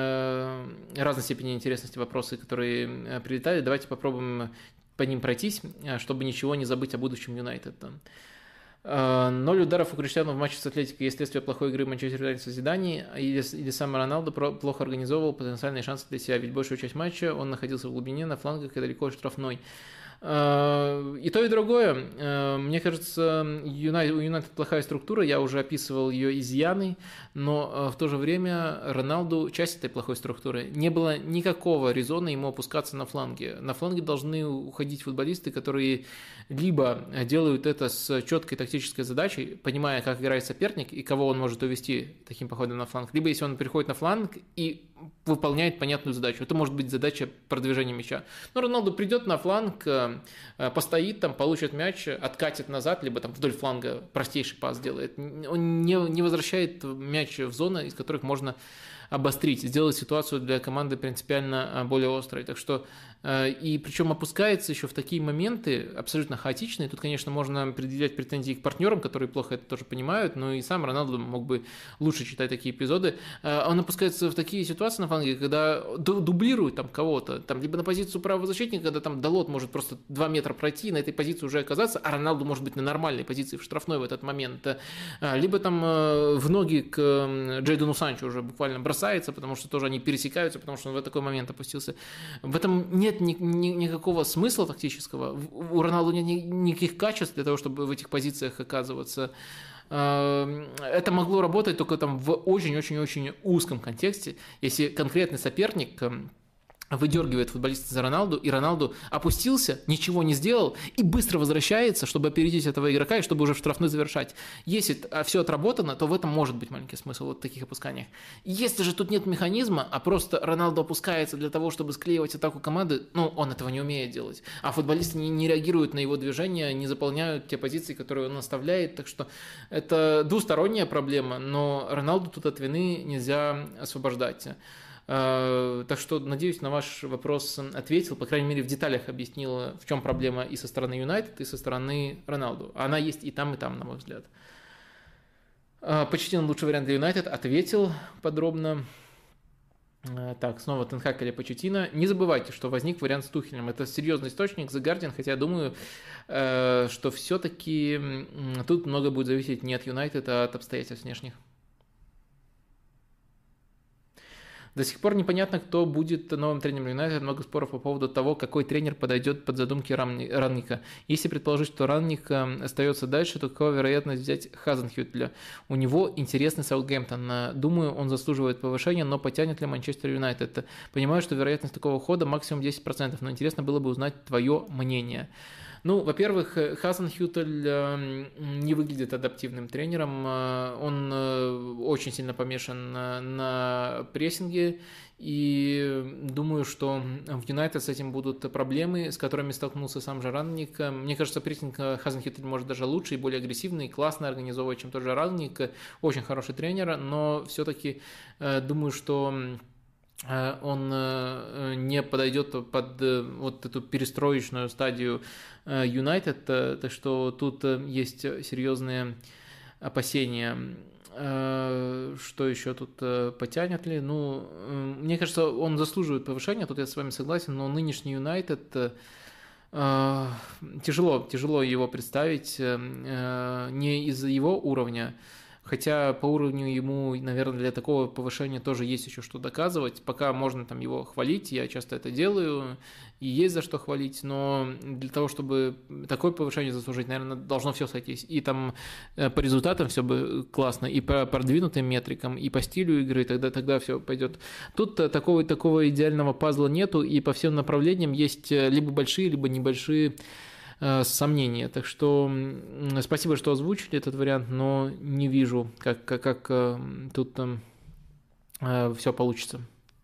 в разной степени интересности вопросы, которые прилетали, давайте попробуем по ним пройтись, чтобы ничего не забыть о будущем Юнайтед. Ноль ударов у Криштиану в матче с Атлетико есть следствие плохой игры Манчестер Юнайтед в созидании, или, или сам Роналдо плохо организовывал потенциальные шансы для себя, ведь большую часть матча он находился в глубине, на флангах и далеко от штрафной. И то, и другое. Мне кажется, у Юнайтед плохая структура, я уже описывал ее изъяны, но в то же время Роналду часть этой плохой структуры. Не было никакого резона ему опускаться на фланге. На фланге должны уходить футболисты, которые либо делают это с четкой тактической задачей, понимая, как играет соперник и кого он может увести таким походом на фланг, либо если он переходит на фланг и выполняет понятную задачу. Это может быть задача продвижения мяча. Но Роналду придет на фланг, постоит там, получит мяч, откатит назад, либо там вдоль фланга простейший пас делает. Он не, не возвращает мяч в зоны, из которых можно обострить, сделать ситуацию для команды принципиально более острой. Так что, и причем опускается еще в такие моменты абсолютно хаотичные. Тут, конечно, можно предъявлять претензии к партнерам, которые плохо это тоже понимают, но и сам Роналду мог бы лучше читать такие эпизоды. Он опускается в такие ситуации на фланге, когда дублирует там кого-то, там, либо на позицию правого защитника, когда там Далот может просто два метра пройти, на этой позиции уже оказаться, а Роналду может быть на нормальной позиции в штрафной в этот момент, либо там в ноги к Джейдону Санчо уже буквально бросается, потому что тоже они пересекаются, потому что он в такой момент опустился. В этом нет ни, ни, никакого смысла тактического. У Роналду нет ни, никаких качеств для того, чтобы в этих позициях оказываться. Это могло работать только там в очень-очень-очень узком контексте, если конкретный соперник выдергивает футболиста за Роналду, и Роналду опустился, ничего не сделал, и быстро возвращается, чтобы опередить этого игрока, и чтобы уже в штрафной завершать. Если все отработано, то в этом может быть маленький смысл вот в таких опусканиях. Если же тут нет механизма, а просто Роналду опускается для того, чтобы склеивать атаку команды, ну, он этого не умеет делать. А футболисты не, не реагируют на его движения, не заполняют те позиции, которые он оставляет, так что это двусторонняя проблема, но Роналду тут от вины нельзя освобождать. Так что, надеюсь, на ваш вопрос ответил, по крайней мере, в деталях объяснил, в чем проблема и со стороны Юнайтед, и со стороны Роналду. Она есть и там, и там, на мой взгляд. Почеттино лучший вариант для Юнайтед, ответил подробно. Так, снова Тен Хаг или Почеттино. Не забывайте, что возник вариант с Тухелем. Это серьезный источник, The Guardian, хотя я думаю, что все-таки тут много будет зависеть не от Юнайтед, а от обстоятельств внешних. До сих пор непонятно, кто будет новым тренером Юнайтед. Много споров по поводу того, какой тренер подойдет под задумки Рангника. Если предположить, что Рангник остается дальше, то какова вероятность взять Хазенхютля? У него интересный Саутгемптон. Думаю, он заслуживает повышения, но потянет ли Манчестер Юнайтед? Понимаю, что вероятность такого хода максимум десять процентов, но интересно было бы узнать твое мнение. Ну, во-первых, Хазенхюттель не выглядит адаптивным тренером, он очень сильно помешан на прессинге, и думаю, что в Юнайтед с этим будут проблемы, с которыми столкнулся сам же Рангник. Мне кажется, прессинг Хазенхюттель может даже лучше и более агрессивный, классно организовывать, чем тот же Рангник, очень хороший тренер, но все-таки думаю, что он не подойдет под вот эту перестроечную стадию Юнайтед, так что тут есть серьезные опасения. Что еще тут потянет ли? Ну, мне кажется, он заслуживает повышения, тут я с вами согласен, но нынешний Юнайтед тяжело, тяжело его представить не из-за его уровня, хотя по уровню ему, наверное, для такого повышения тоже есть еще что доказывать, пока можно там его хвалить, я часто это делаю, и есть за что хвалить, но для того, чтобы такое повышение заслужить, наверное, должно все сойтись, и там по результатам все бы классно, и по продвинутым метрикам, и по стилю игры, тогда, тогда все пойдет. Тут такого, такого идеального пазла нету, и по всем направлениям есть либо большие, либо небольшие сомнения. Так что спасибо, что озвучили этот вариант, но не вижу, как, как, как тут там все получится.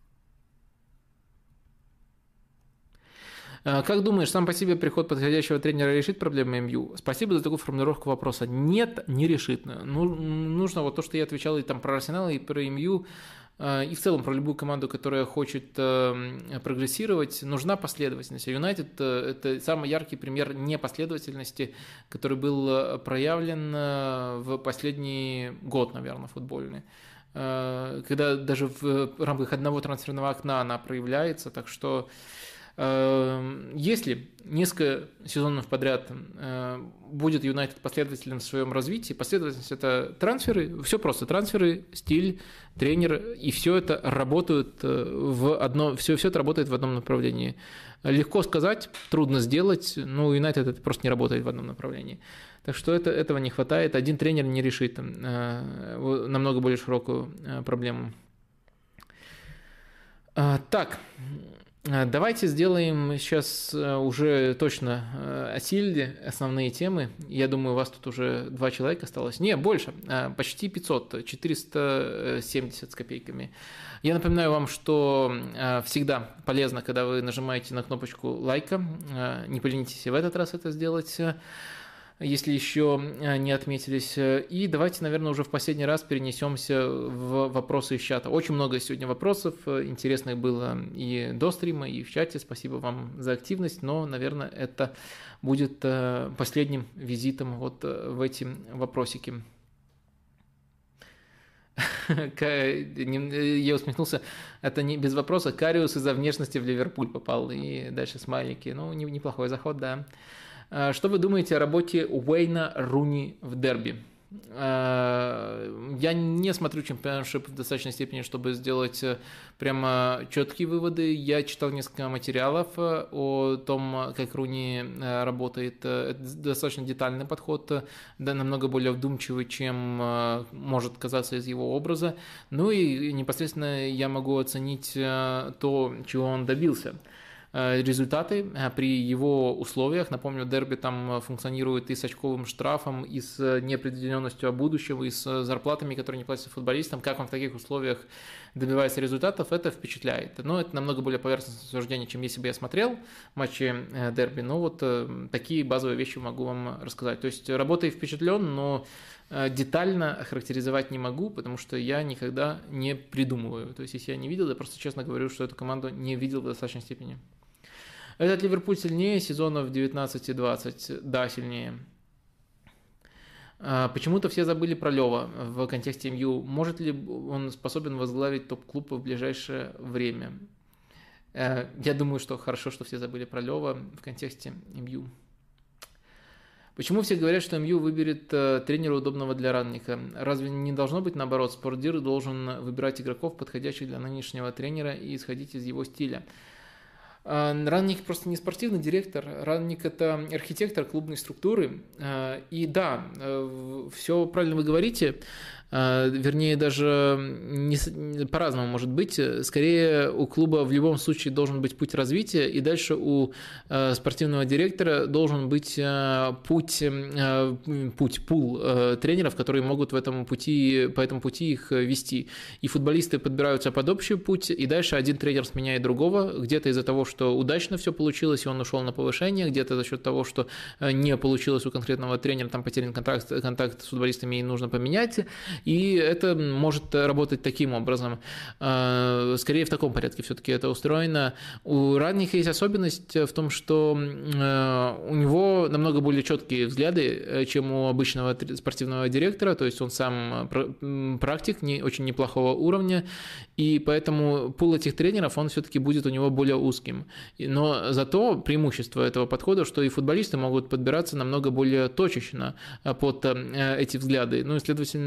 Как думаешь, сам по себе приход подходящего тренера решит проблемы эм ю? Спасибо за такую формулировку вопроса. Нет, не решит. Ну, нужно вот то, что я отвечал и там про Арсенал, и про эм ю, и в целом про любую команду, которая хочет прогрессировать, нужна последовательность. Юнайтед – это самый яркий пример непоследовательности, который был проявлен в последний год, наверное, футбольный. Когда даже в рамках одного трансферного окна она проявляется, так что если несколько сезонов подряд будет Юнайтед последовательным в своем развитии, последовательность – это трансферы, все просто, трансферы, стиль, тренер, и все это работает в одно, все, все это работает в одном направлении. Легко сказать, трудно сделать, но Юнайтед это просто не работает в одном направлении. Так что это, этого не хватает, один тренер не решит намного более широкую проблему. Так. Давайте сделаем сейчас уже точно осилили основные темы. Я думаю, у вас тут уже два человека осталось. Не, больше, почти пятьсот, четыреста семьдесят с копейками. Я напоминаю вам, что всегда полезно, когда вы нажимаете на кнопочку лайка. Не поленитесь и в этот раз это сделать, если еще не отметились. И давайте, наверное, уже в последний раз перенесемся в вопросы из чата. Очень много сегодня вопросов, интересных было и до стрима, и в чате. Спасибо вам за активность, но, наверное, это будет последним визитом вот в эти вопросики. Я усмехнулся, это не без вопроса. Кариус из-за внешности в Ливерпуль попал, и дальше смайлики. Ну, неплохой заход, да. Что вы думаете о работе Уэйна Руни в дерби? Я не смотрю чемпионшип в достаточной степени, чтобы сделать прямо четкие выводы. Я читал несколько материалов о том, как Руни работает. Это достаточно детальный подход, да, намного более вдумчивый, чем может казаться из его образа. Ну и непосредственно я могу оценить то, чего он добился. Результаты при его условиях. Напомню, дерби там функционирует и с очковым штрафом, и с неопределенностью о будущем, и с зарплатами, которые не платятся футболистам. Как он в таких условиях добивается результатов, это впечатляет. Но это намного более поверхностное суждение, чем если бы я смотрел матчи дерби. Но вот такие базовые вещи могу вам рассказать. То есть работой впечатлен, но детально охарактеризовать не могу, потому что я никогда не придумываю. То есть если я не видел, я просто честно говорю, что эту команду не видел в достаточной степени. Этот Ливерпуль сильнее сезонов девятнадцать и двадцать? Да, сильнее. Почему-то все забыли про Лева в контексте эм ю. Может ли он способен возглавить топ-клуб в ближайшее время? Я думаю, что хорошо, что все забыли про Лева в контексте эм ю. Почему все говорят, что эм ю выберет тренера, удобного для Рангника? Разве не должно быть наоборот? Спортдир должен выбирать игроков, подходящих для нынешнего тренера, и исходить из его стиля. Рангник просто не спортивный директор, Рангник – это архитектор клубной структуры. И да, все правильно вы говорите, вернее, даже не, по-разному может быть. Скорее, у клуба в любом случае должен быть путь развития, и дальше у спортивного директора должен быть путь, путь пул тренеров, которые могут в этом пути, по этому пути их вести. И футболисты подбираются под общий путь, и дальше один тренер сменяет другого, где-то из-за того, что удачно все получилось, и он ушел на повышение, где-то за счет того, что не получилось у конкретного тренера, там потерян контакт, контакт с футболистами и нужно поменять. И это может работать таким образом. Скорее в таком порядке все-таки это устроено. У Рангника есть особенность в том, что у него намного более четкие взгляды, чем у обычного спортивного директора, то есть он сам практик не, очень неплохого уровня, и поэтому пул этих тренеров, он все-таки будет у него более узким. Но зато преимущество этого подхода, что и футболисты могут подбираться намного более точечно под эти взгляды. Ну и, следовательно,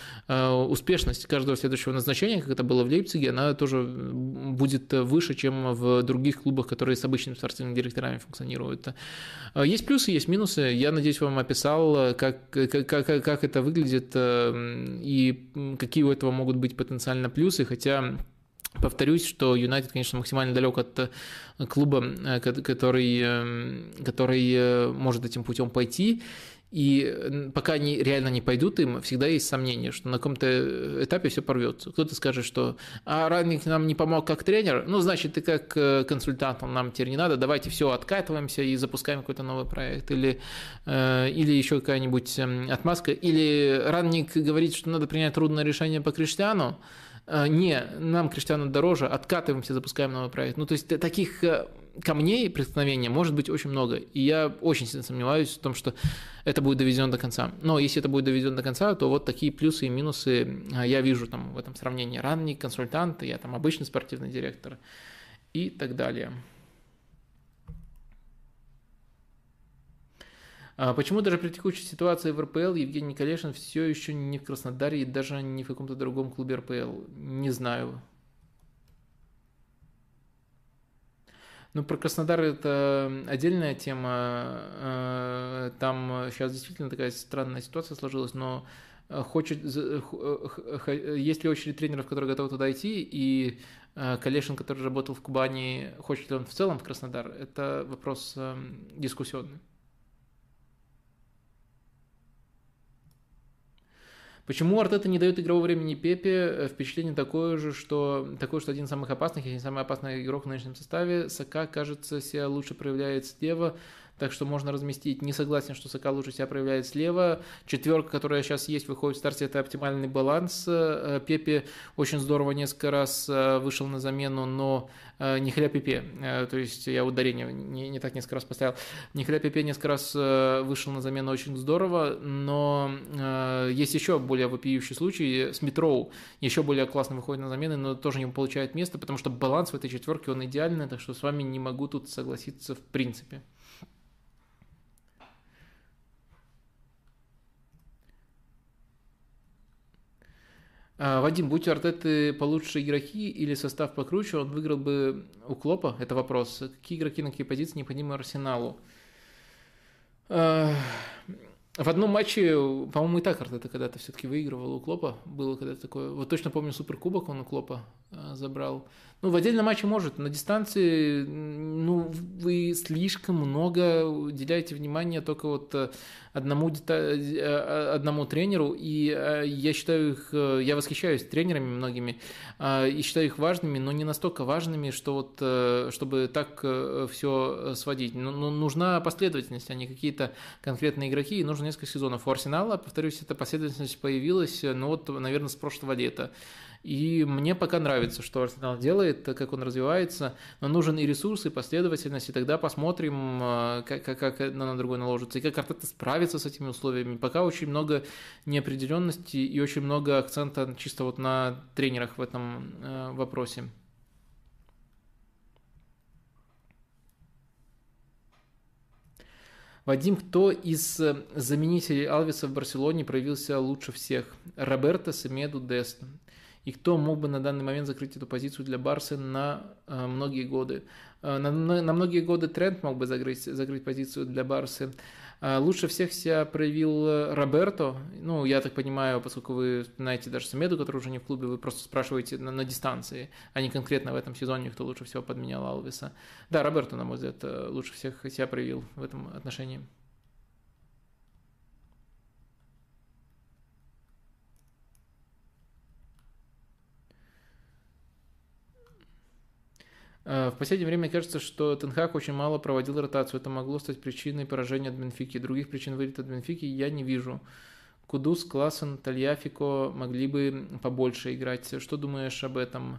успешность каждого следующего назначения, как это было в Лейпциге, она тоже будет выше, чем в других клубах, которые с обычными спортивными директорами функционируют. Есть плюсы, есть минусы. Я надеюсь, вам описал, как, как, как, как это выглядит и какие у этого могут быть потенциально плюсы, хотя... Повторюсь, что Юнайтед, конечно, максимально далек от клуба, который, который может этим путем пойти. И пока они реально не пойдут им, всегда есть сомнение, что на каком-то этапе все порвется. Кто-то скажет, что а Рангник нам не помог как тренер, ну, значит, и как консультант он нам теперь не надо, давайте все откатываемся и запускаем какой-то новый проект. Или, или еще какая-нибудь отмазка. Или Рангник говорит, что надо принять трудное решение по Криштиану. Не, нам Криштиану дороже, откатываемся, запускаем новый проект. Ну, то есть таких камней преткновения может быть очень много. И я очень сильно сомневаюсь в том, что это будет доведено до конца. Но если это будет доведено до конца, то вот такие плюсы и минусы я вижу там в этом сравнении. Ранний консультант, я там обычный спортивный директор и так далее. Почему даже при текущей ситуации в эр пэ эл Евгений Калешин все еще не в Краснодаре и даже не в каком-то другом клубе эр пэ эл? Не знаю. Ну, про Краснодар это отдельная тема. Там сейчас действительно такая странная ситуация сложилась, но хочет, есть ли очередь тренеров, которые готовы туда идти, и Калешин, который работал в Кубани, хочет ли он в целом в Краснодар, это вопрос дискуссионный. Почему Артета не дает игрового времени Пепе? Впечатление такое же, что, такое, что один из самых опасных, если не самый опасный игрок в нынешнем составе. Сака, кажется, себя лучше проявляет слева, так что можно разместить. Не согласен, что Сака лучше себя проявляет слева. Четверка, которая сейчас есть, выходит в старте, это оптимальный баланс. Пепе очень здорово несколько раз вышел на замену, но не хля Пепе, то есть я ударение не, не так несколько раз поставил. Не хля Пепе несколько раз вышел на замену очень здорово, но есть еще более вопиющий случай с Митроу, еще более классно выходит на замены, но тоже не получает место, потому что баланс в этой четверке, он идеальный, так что с вами не могу тут согласиться в принципе. Вадим, будь у Артеты получше игроки или состав покруче, он выиграл бы у Клопа? Это вопрос. Какие игроки на какие позиции необходимы Арсеналу? В одном матче, по-моему, и так Артета когда-то все-таки выигрывал у Клопа. Было когда-то такое. Вот точно помню, Суперкубок он у Клопа забрал. Ну, в отдельном матче может. На дистанции, ну, вы слишком много уделяете внимания только вот одному, одному тренеру. И я считаю их, я восхищаюсь тренерами многими, и считаю их важными, но не настолько важными, что вот, чтобы так все сводить. Но нужна последовательность, а не какие-то конкретные игроки, и нужно несколько сезонов. У Арсенала, повторюсь, эта последовательность появилась, ну вот, наверное, с прошлого лета. И мне пока нравится, что Арсенал делает, как он развивается, но нужен и ресурс, и последовательность, и тогда посмотрим, как, как, как одно на другое наложится, и как Артета справится с этими условиями. Пока очень много неопределенности и очень много акцента чисто вот на тренерах в этом вопросе. Вадим, кто из заменителей Алвеса в Барселоне проявился лучше всех? Роберто, Семеду, Дест. И кто мог бы на данный момент закрыть эту позицию для Барсы на э, многие годы? Э, на, на, на многие годы Трент мог бы закрыть, закрыть позицию для Барсы. Э, лучше всех себя проявил Роберто. Ну, я так понимаю, поскольку вы знаете даже Семеду, который уже не в клубе, вы просто спрашиваете на, на дистанции, а не конкретно в этом сезоне, кто лучше всего подменял Алвеса. Да, Роберто, на мой взгляд, лучше всех себя проявил в этом отношении. В последнее время кажется, что Тен Хаг очень мало проводил ротацию. Это могло стать причиной поражения от Бенфики. Других причин вылета от Бенфики я не вижу. Кудус, Классен, Тальяфико могли бы побольше играть. Что думаешь об этом?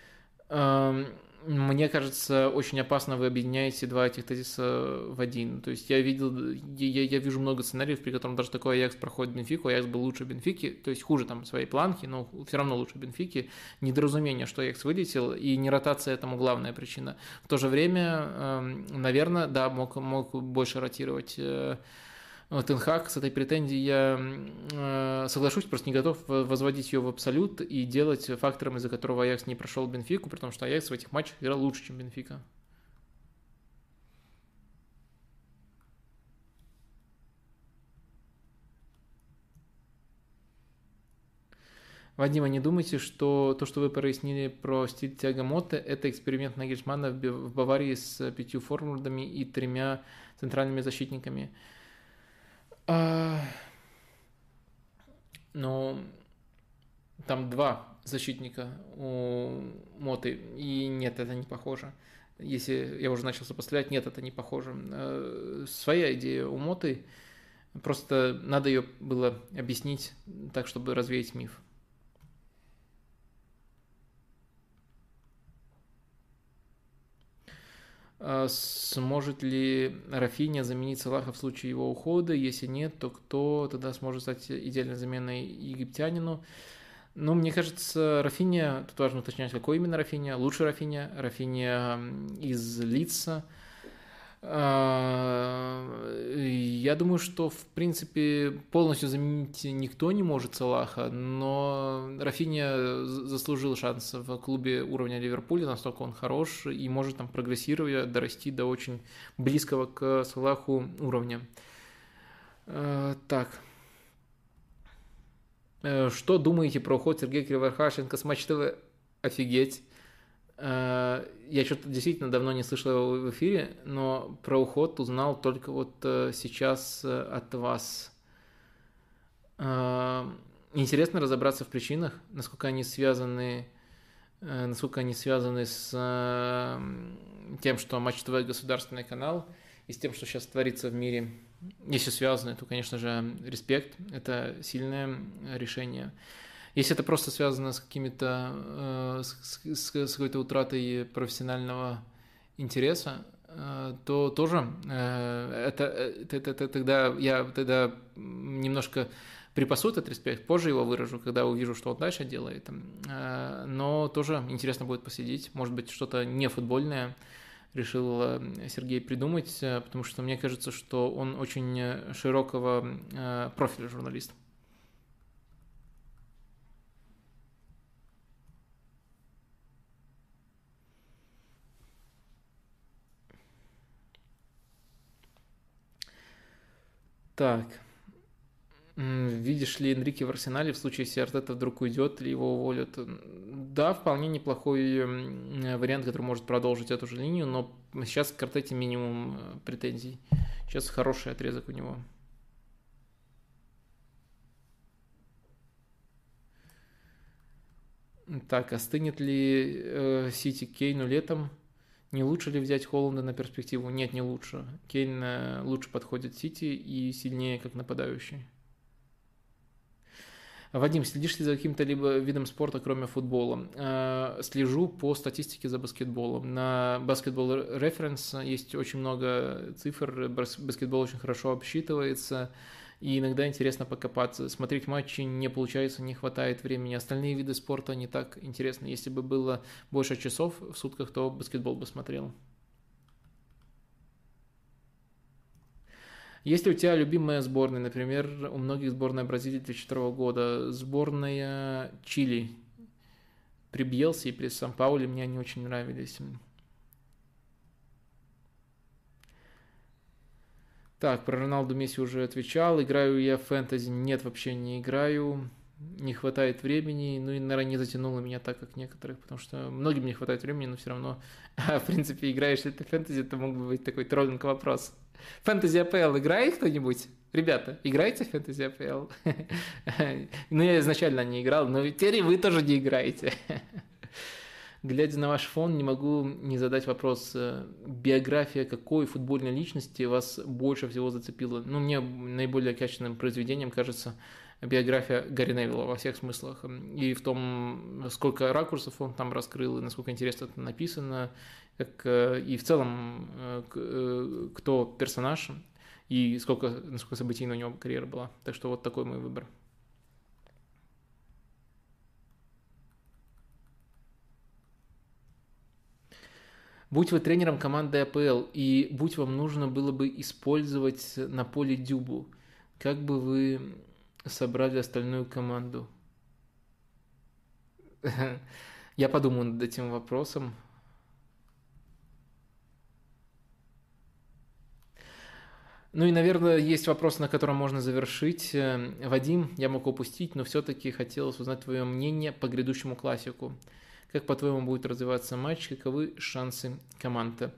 Мне кажется, очень опасно вы объединяете два этих тезиса в один. То есть я видел, я, я вижу много сценариев, при котором даже такой Аякс проходит Бенфику, Аякс был лучше Бенфики, то есть хуже там своей планки, но все равно лучше Бенфики. Недоразумение, что Аякс вылетел, и не ротация этому главная причина. В то же время, наверное, да, мог, мог больше ротировать Тен Хаг с этой претензией я э, соглашусь, просто не готов возводить ее в абсолют и делать фактором, из-за которого Аякс не прошел Бенфику, потому что Аякс в этих матчах играл лучше, чем Бенфика. Вадим, а не думайте, что то, что вы прояснили про стиль Тиаго Мотты, это эксперимент Нагельсманна в Баварии с пятью форвардами и тремя центральными защитниками? А... Но там два защитника у Моты, и нет, это не похоже. Если я уже начал сопоставлять, нет, это не похоже. Своя идея у Моты, просто надо ее было объяснить так, чтобы развеять миф. Сможет ли Рафинья заменить Салаха в случае его ухода? Если нет, то кто тогда сможет стать идеальной заменой египтянину? Ну, мне кажется, Рафинья, тут важно уточнять, какой именно Рафинья. Лучше Рафинья, Рафинья из Лидса. Я думаю, что, в принципе, полностью заменить никто не может Салаха, но Рафинья заслужил шанс в клубе уровня Ливерпуля, настолько он хорош и может там прогрессируя дорасти до очень близкого к Салаху уровня. Так. Что думаете про уход Сергея Кривохарченко с Матч ТВ? Офигеть. Я что-то действительно давно не слышал его в эфире, но про уход узнал только вот сейчас от вас. Интересно разобраться в причинах, насколько они связаны, насколько они связаны с тем, что Матч ТВ государственный канал, и с тем, что сейчас творится в мире. Если связаны, то, конечно же, респект, это сильное решение. Если это просто связано с какими-то, с, с, с какой-то утратой профессионального интереса, то тоже это, это, это, это тогда я тогда немножко припасу этот респект, позже его выражу, когда увижу, что он дальше делает. Но тоже интересно будет посидеть, может быть, что-то не футбольное решил Сергей придумать, потому что мне кажется, что он очень широкого профиля журналист. Так, видишь ли Энрике в Арсенале в случае, если Артета вдруг уйдет или его уволят? Да, вполне неплохой вариант, который может продолжить эту же линию, но сейчас к Артете минимум претензий. Сейчас хороший отрезок у него. Так, остынет ли Сити Кейну летом? Не лучше ли взять Холланда на перспективу? Нет, не лучше. Кейн лучше подходит Сити и сильнее как нападающий. Вадим, следишь ли за каким-то либо видом спорта, кроме футбола? Слежу по статистике за баскетболом. На Basketball Reference есть очень много цифр, баскетбол очень хорошо обсчитывается, и иногда интересно покопаться. Смотреть матчи не получается, не хватает времени. Остальные виды спорта не так интересны. Если бы было больше часов в сутках, то баскетбол бы смотрел. Есть ли у тебя любимая сборная? Например, у многих сборная Бразилии две тысячи второго года. Сборная Чили. При Бьелсе и при Сан-Пауле мне они очень нравились. Так, про Роналду Месси уже отвечал. Играю я в фэнтези? Нет, вообще не играю. Не хватает времени. Ну и, наверное, не затянуло меня так, как некоторых, потому что многим не хватает времени, но все равно, в принципе, играешь ли ты в фэнтези, это мог бы быть такой троллинг вопрос. Фэнтези АПЛ играет кто-нибудь? Ребята, играете в фэнтези АПЛ? Ну, я изначально не играл, но теперь и вы тоже не играете. Глядя на ваш фон, не могу не задать вопрос. Биография какой футбольной личности вас больше всего зацепила? Ну, мне наиболее качественным произведением кажется биография Гарри Невилла во всех смыслах. И в том, сколько ракурсов он там раскрыл, и насколько интересно это написано, как, и в целом, кто персонаж, и сколько, насколько событийная у него карьера была. Так что вот такой мой выбор. Будь вы тренером команды АПЛ, и будь вам нужно было бы использовать на поле Дюбу, Как бы вы собрали остальную команду? Я подумаю над этим вопросом. Ну и, наверное, есть вопрос, на котором можно завершить. Вадим, я мог упустить, но все-таки хотелось узнать твое мнение по грядущему классику. Как, по-твоему, будет развиваться матч? Каковы шансы команды?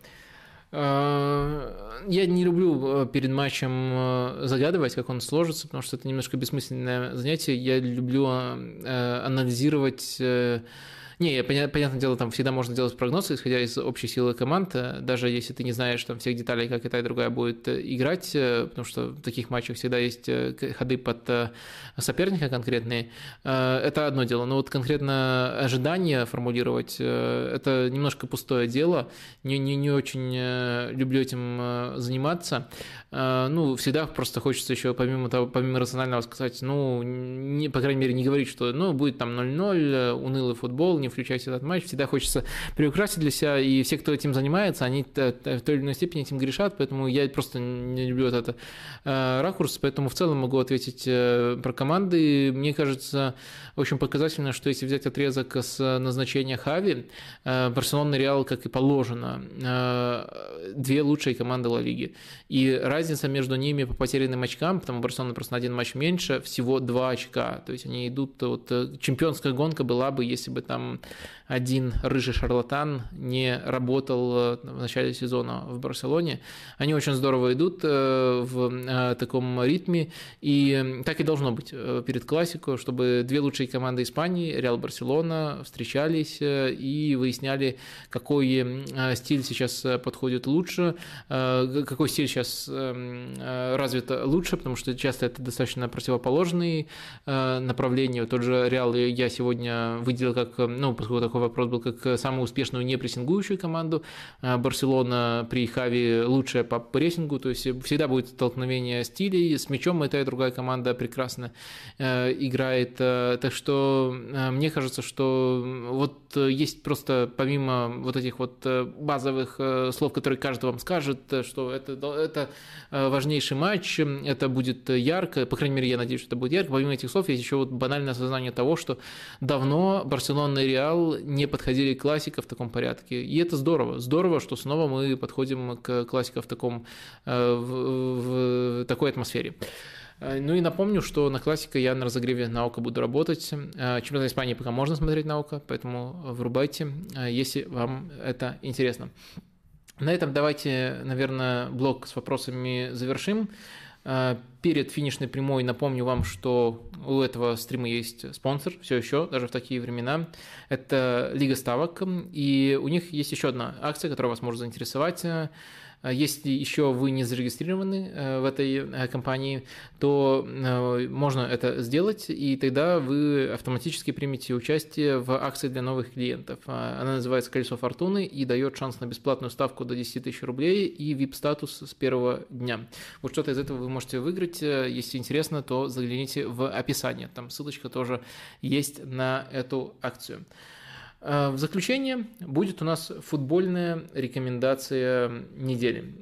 Я не люблю перед матчем загадывать, как он сложится, потому что это немножко бессмысленное занятие. Я люблю анализировать... Не, понятное дело, там всегда можно делать прогнозы, исходя из общей силы команд, даже если ты не знаешь там всех деталей, как и та и другая будет играть, потому что в таких матчах всегда есть ходы под соперника конкретные. Это одно дело, но вот конкретно ожидания формулировать, это немножко пустое дело, не, не, не очень люблю этим заниматься. Ну, всегда просто хочется еще помимо того, помимо рационального сказать, ну, не, по крайней мере, не говорить, что, ну, будет там ноль-ноль, унылый футбол, не включайся в этот матч, всегда хочется приукрасить для себя, и все, кто этим занимается, они в той или иной степени этим грешат, поэтому я просто не люблю вот этот э, ракурс, поэтому в целом могу ответить э, про команды. Мне кажется, очень показательно, что если взять отрезок с назначения Хави, э, Барселона и Реал, как и положено, э, две лучшие команды Ла Лиги, и разница между ними по потерянным очкам, потому что Барселона просто на один матч меньше, всего два очка, то есть они идут, вот чемпионская гонка была бы, если бы там один рыжий шарлатан не работал в начале сезона в Барселоне. Они очень здорово идут в таком ритме, и так и должно быть перед классико, чтобы две лучшие команды Испании, Реал, Барселона, встречались и выясняли, какой стиль сейчас подходит лучше, какой стиль сейчас развит лучше, потому что часто это достаточно противоположные направления. Тот же Реал я сегодня выделил как, ну, поскольку такой вопрос был, как самую успешную непрессингующую команду. Барселона при Хави лучшая по прессингу, то есть всегда будет столкновение стилей. С мячом и та и другая команда прекрасно играет. Так что мне кажется, что вот есть просто помимо вот этих вот базовых слов, которые каждый вам скажет, что это, это важнейший матч, это будет ярко, по крайней мере, я надеюсь, что это будет ярко. Помимо этих слов есть еще вот банальное осознание того, что давно Барселона и Реал не подходили к классике в таком порядке. И это здорово. Здорово, что снова мы подходим к классике в, таком, в, в такой атмосфере. Ну и напомню, что на классике я на разогреве на ОКО буду работать. Чемпионат Испании пока можно смотреть на ОКО, поэтому врубайте, если вам это интересно. На этом давайте, наверное, блок с вопросами завершим. Перед финишной прямой напомню вам, что у этого стрима есть спонсор, все еще, даже в такие времена. Это Лига ставок, и у них есть еще одна акция, которая вас может заинтересовать. Если еще вы не зарегистрированы в этой компании, то можно это сделать, и тогда вы автоматически примете участие в акции для новых клиентов. Она называется «Колесо фортуны» и дает шанс на бесплатную ставку до десять тысяч рублей и ви ай пи-статус с первого дня. Вот что-то из этого вы можете выиграть. Если интересно, то загляните в описание. Там ссылочка тоже есть на эту акцию. В заключение будет у нас футбольная рекомендация недели.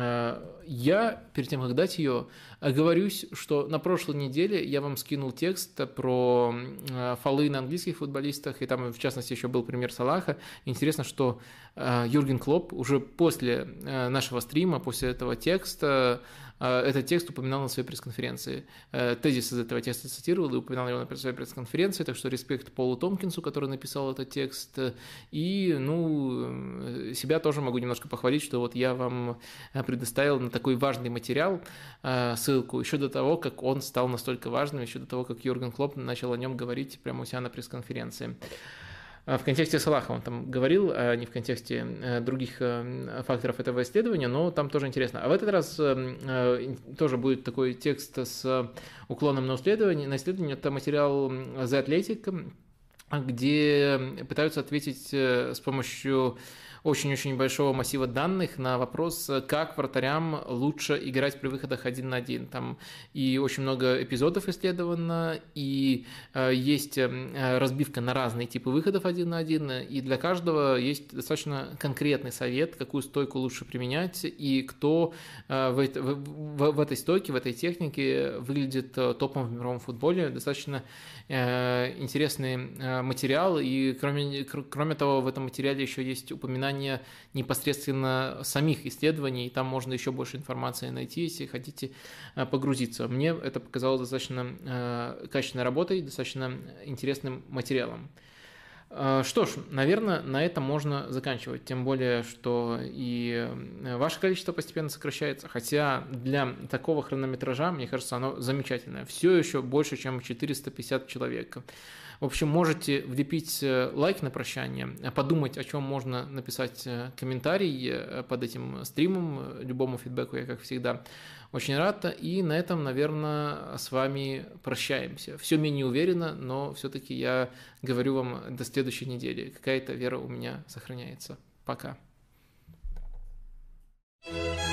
Я, перед тем, как дать ее, оговорюсь, что на прошлой неделе я вам скинул текст про фолы на английских футболистах, и там, в частности, еще был пример Салаха. Интересно, что Юрген Клопп уже после нашего стрима, после этого текста, этот текст упоминал на своей пресс-конференции. Тезис из этого текста цитировал и упоминал его на своей пресс-конференции, так что респект Полу Томпкинсу, который написал этот текст, и, ну, себя тоже могу немножко похвалить, что вот я вам предоставил на такой важный материал ссылку еще до того, как он стал настолько важным, еще до того, как Юрген Клопп начал о нем говорить прямо у себя на пресс-конференции. В контексте Салаха он там говорил, а не в контексте других факторов этого исследования, но там тоже интересно. А в этот раз тоже будет такой текст с уклоном на исследование. На исследование это материал The Athletic, где пытаются ответить с помощью очень-очень большого массива данных на вопрос, как вратарям лучше играть при выходах один на один. Там и очень много эпизодов исследовано, и есть разбивка на разные типы выходов один на один, и для каждого есть достаточно конкретный совет, какую стойку лучше применять, и кто в, в, в этой стойке, в этой технике выглядит топом в мировом футболе. Достаточно интересный материал, и кроме, кроме того, в этом материале еще есть упоминание непосредственно самих исследований, и там можно еще больше информации найти, если хотите погрузиться. Мне это показалось достаточно качественной работой, достаточно интересным материалом. Что ж, наверное, на этом можно заканчивать, тем более, что и ваше количество постепенно сокращается, хотя для такого хронометража, мне кажется, оно замечательное, все еще больше, чем четыреста пятьдесят человек. В общем, можете влепить лайк на прощание, подумать, о чем можно написать комментарий под этим стримом, любому фидбэку я, как всегда, очень рад. И на этом, наверное, с вами прощаемся. Все менее уверенно, но все-таки я говорю вам до следующей недели. Какая-то вера у меня сохраняется. Пока.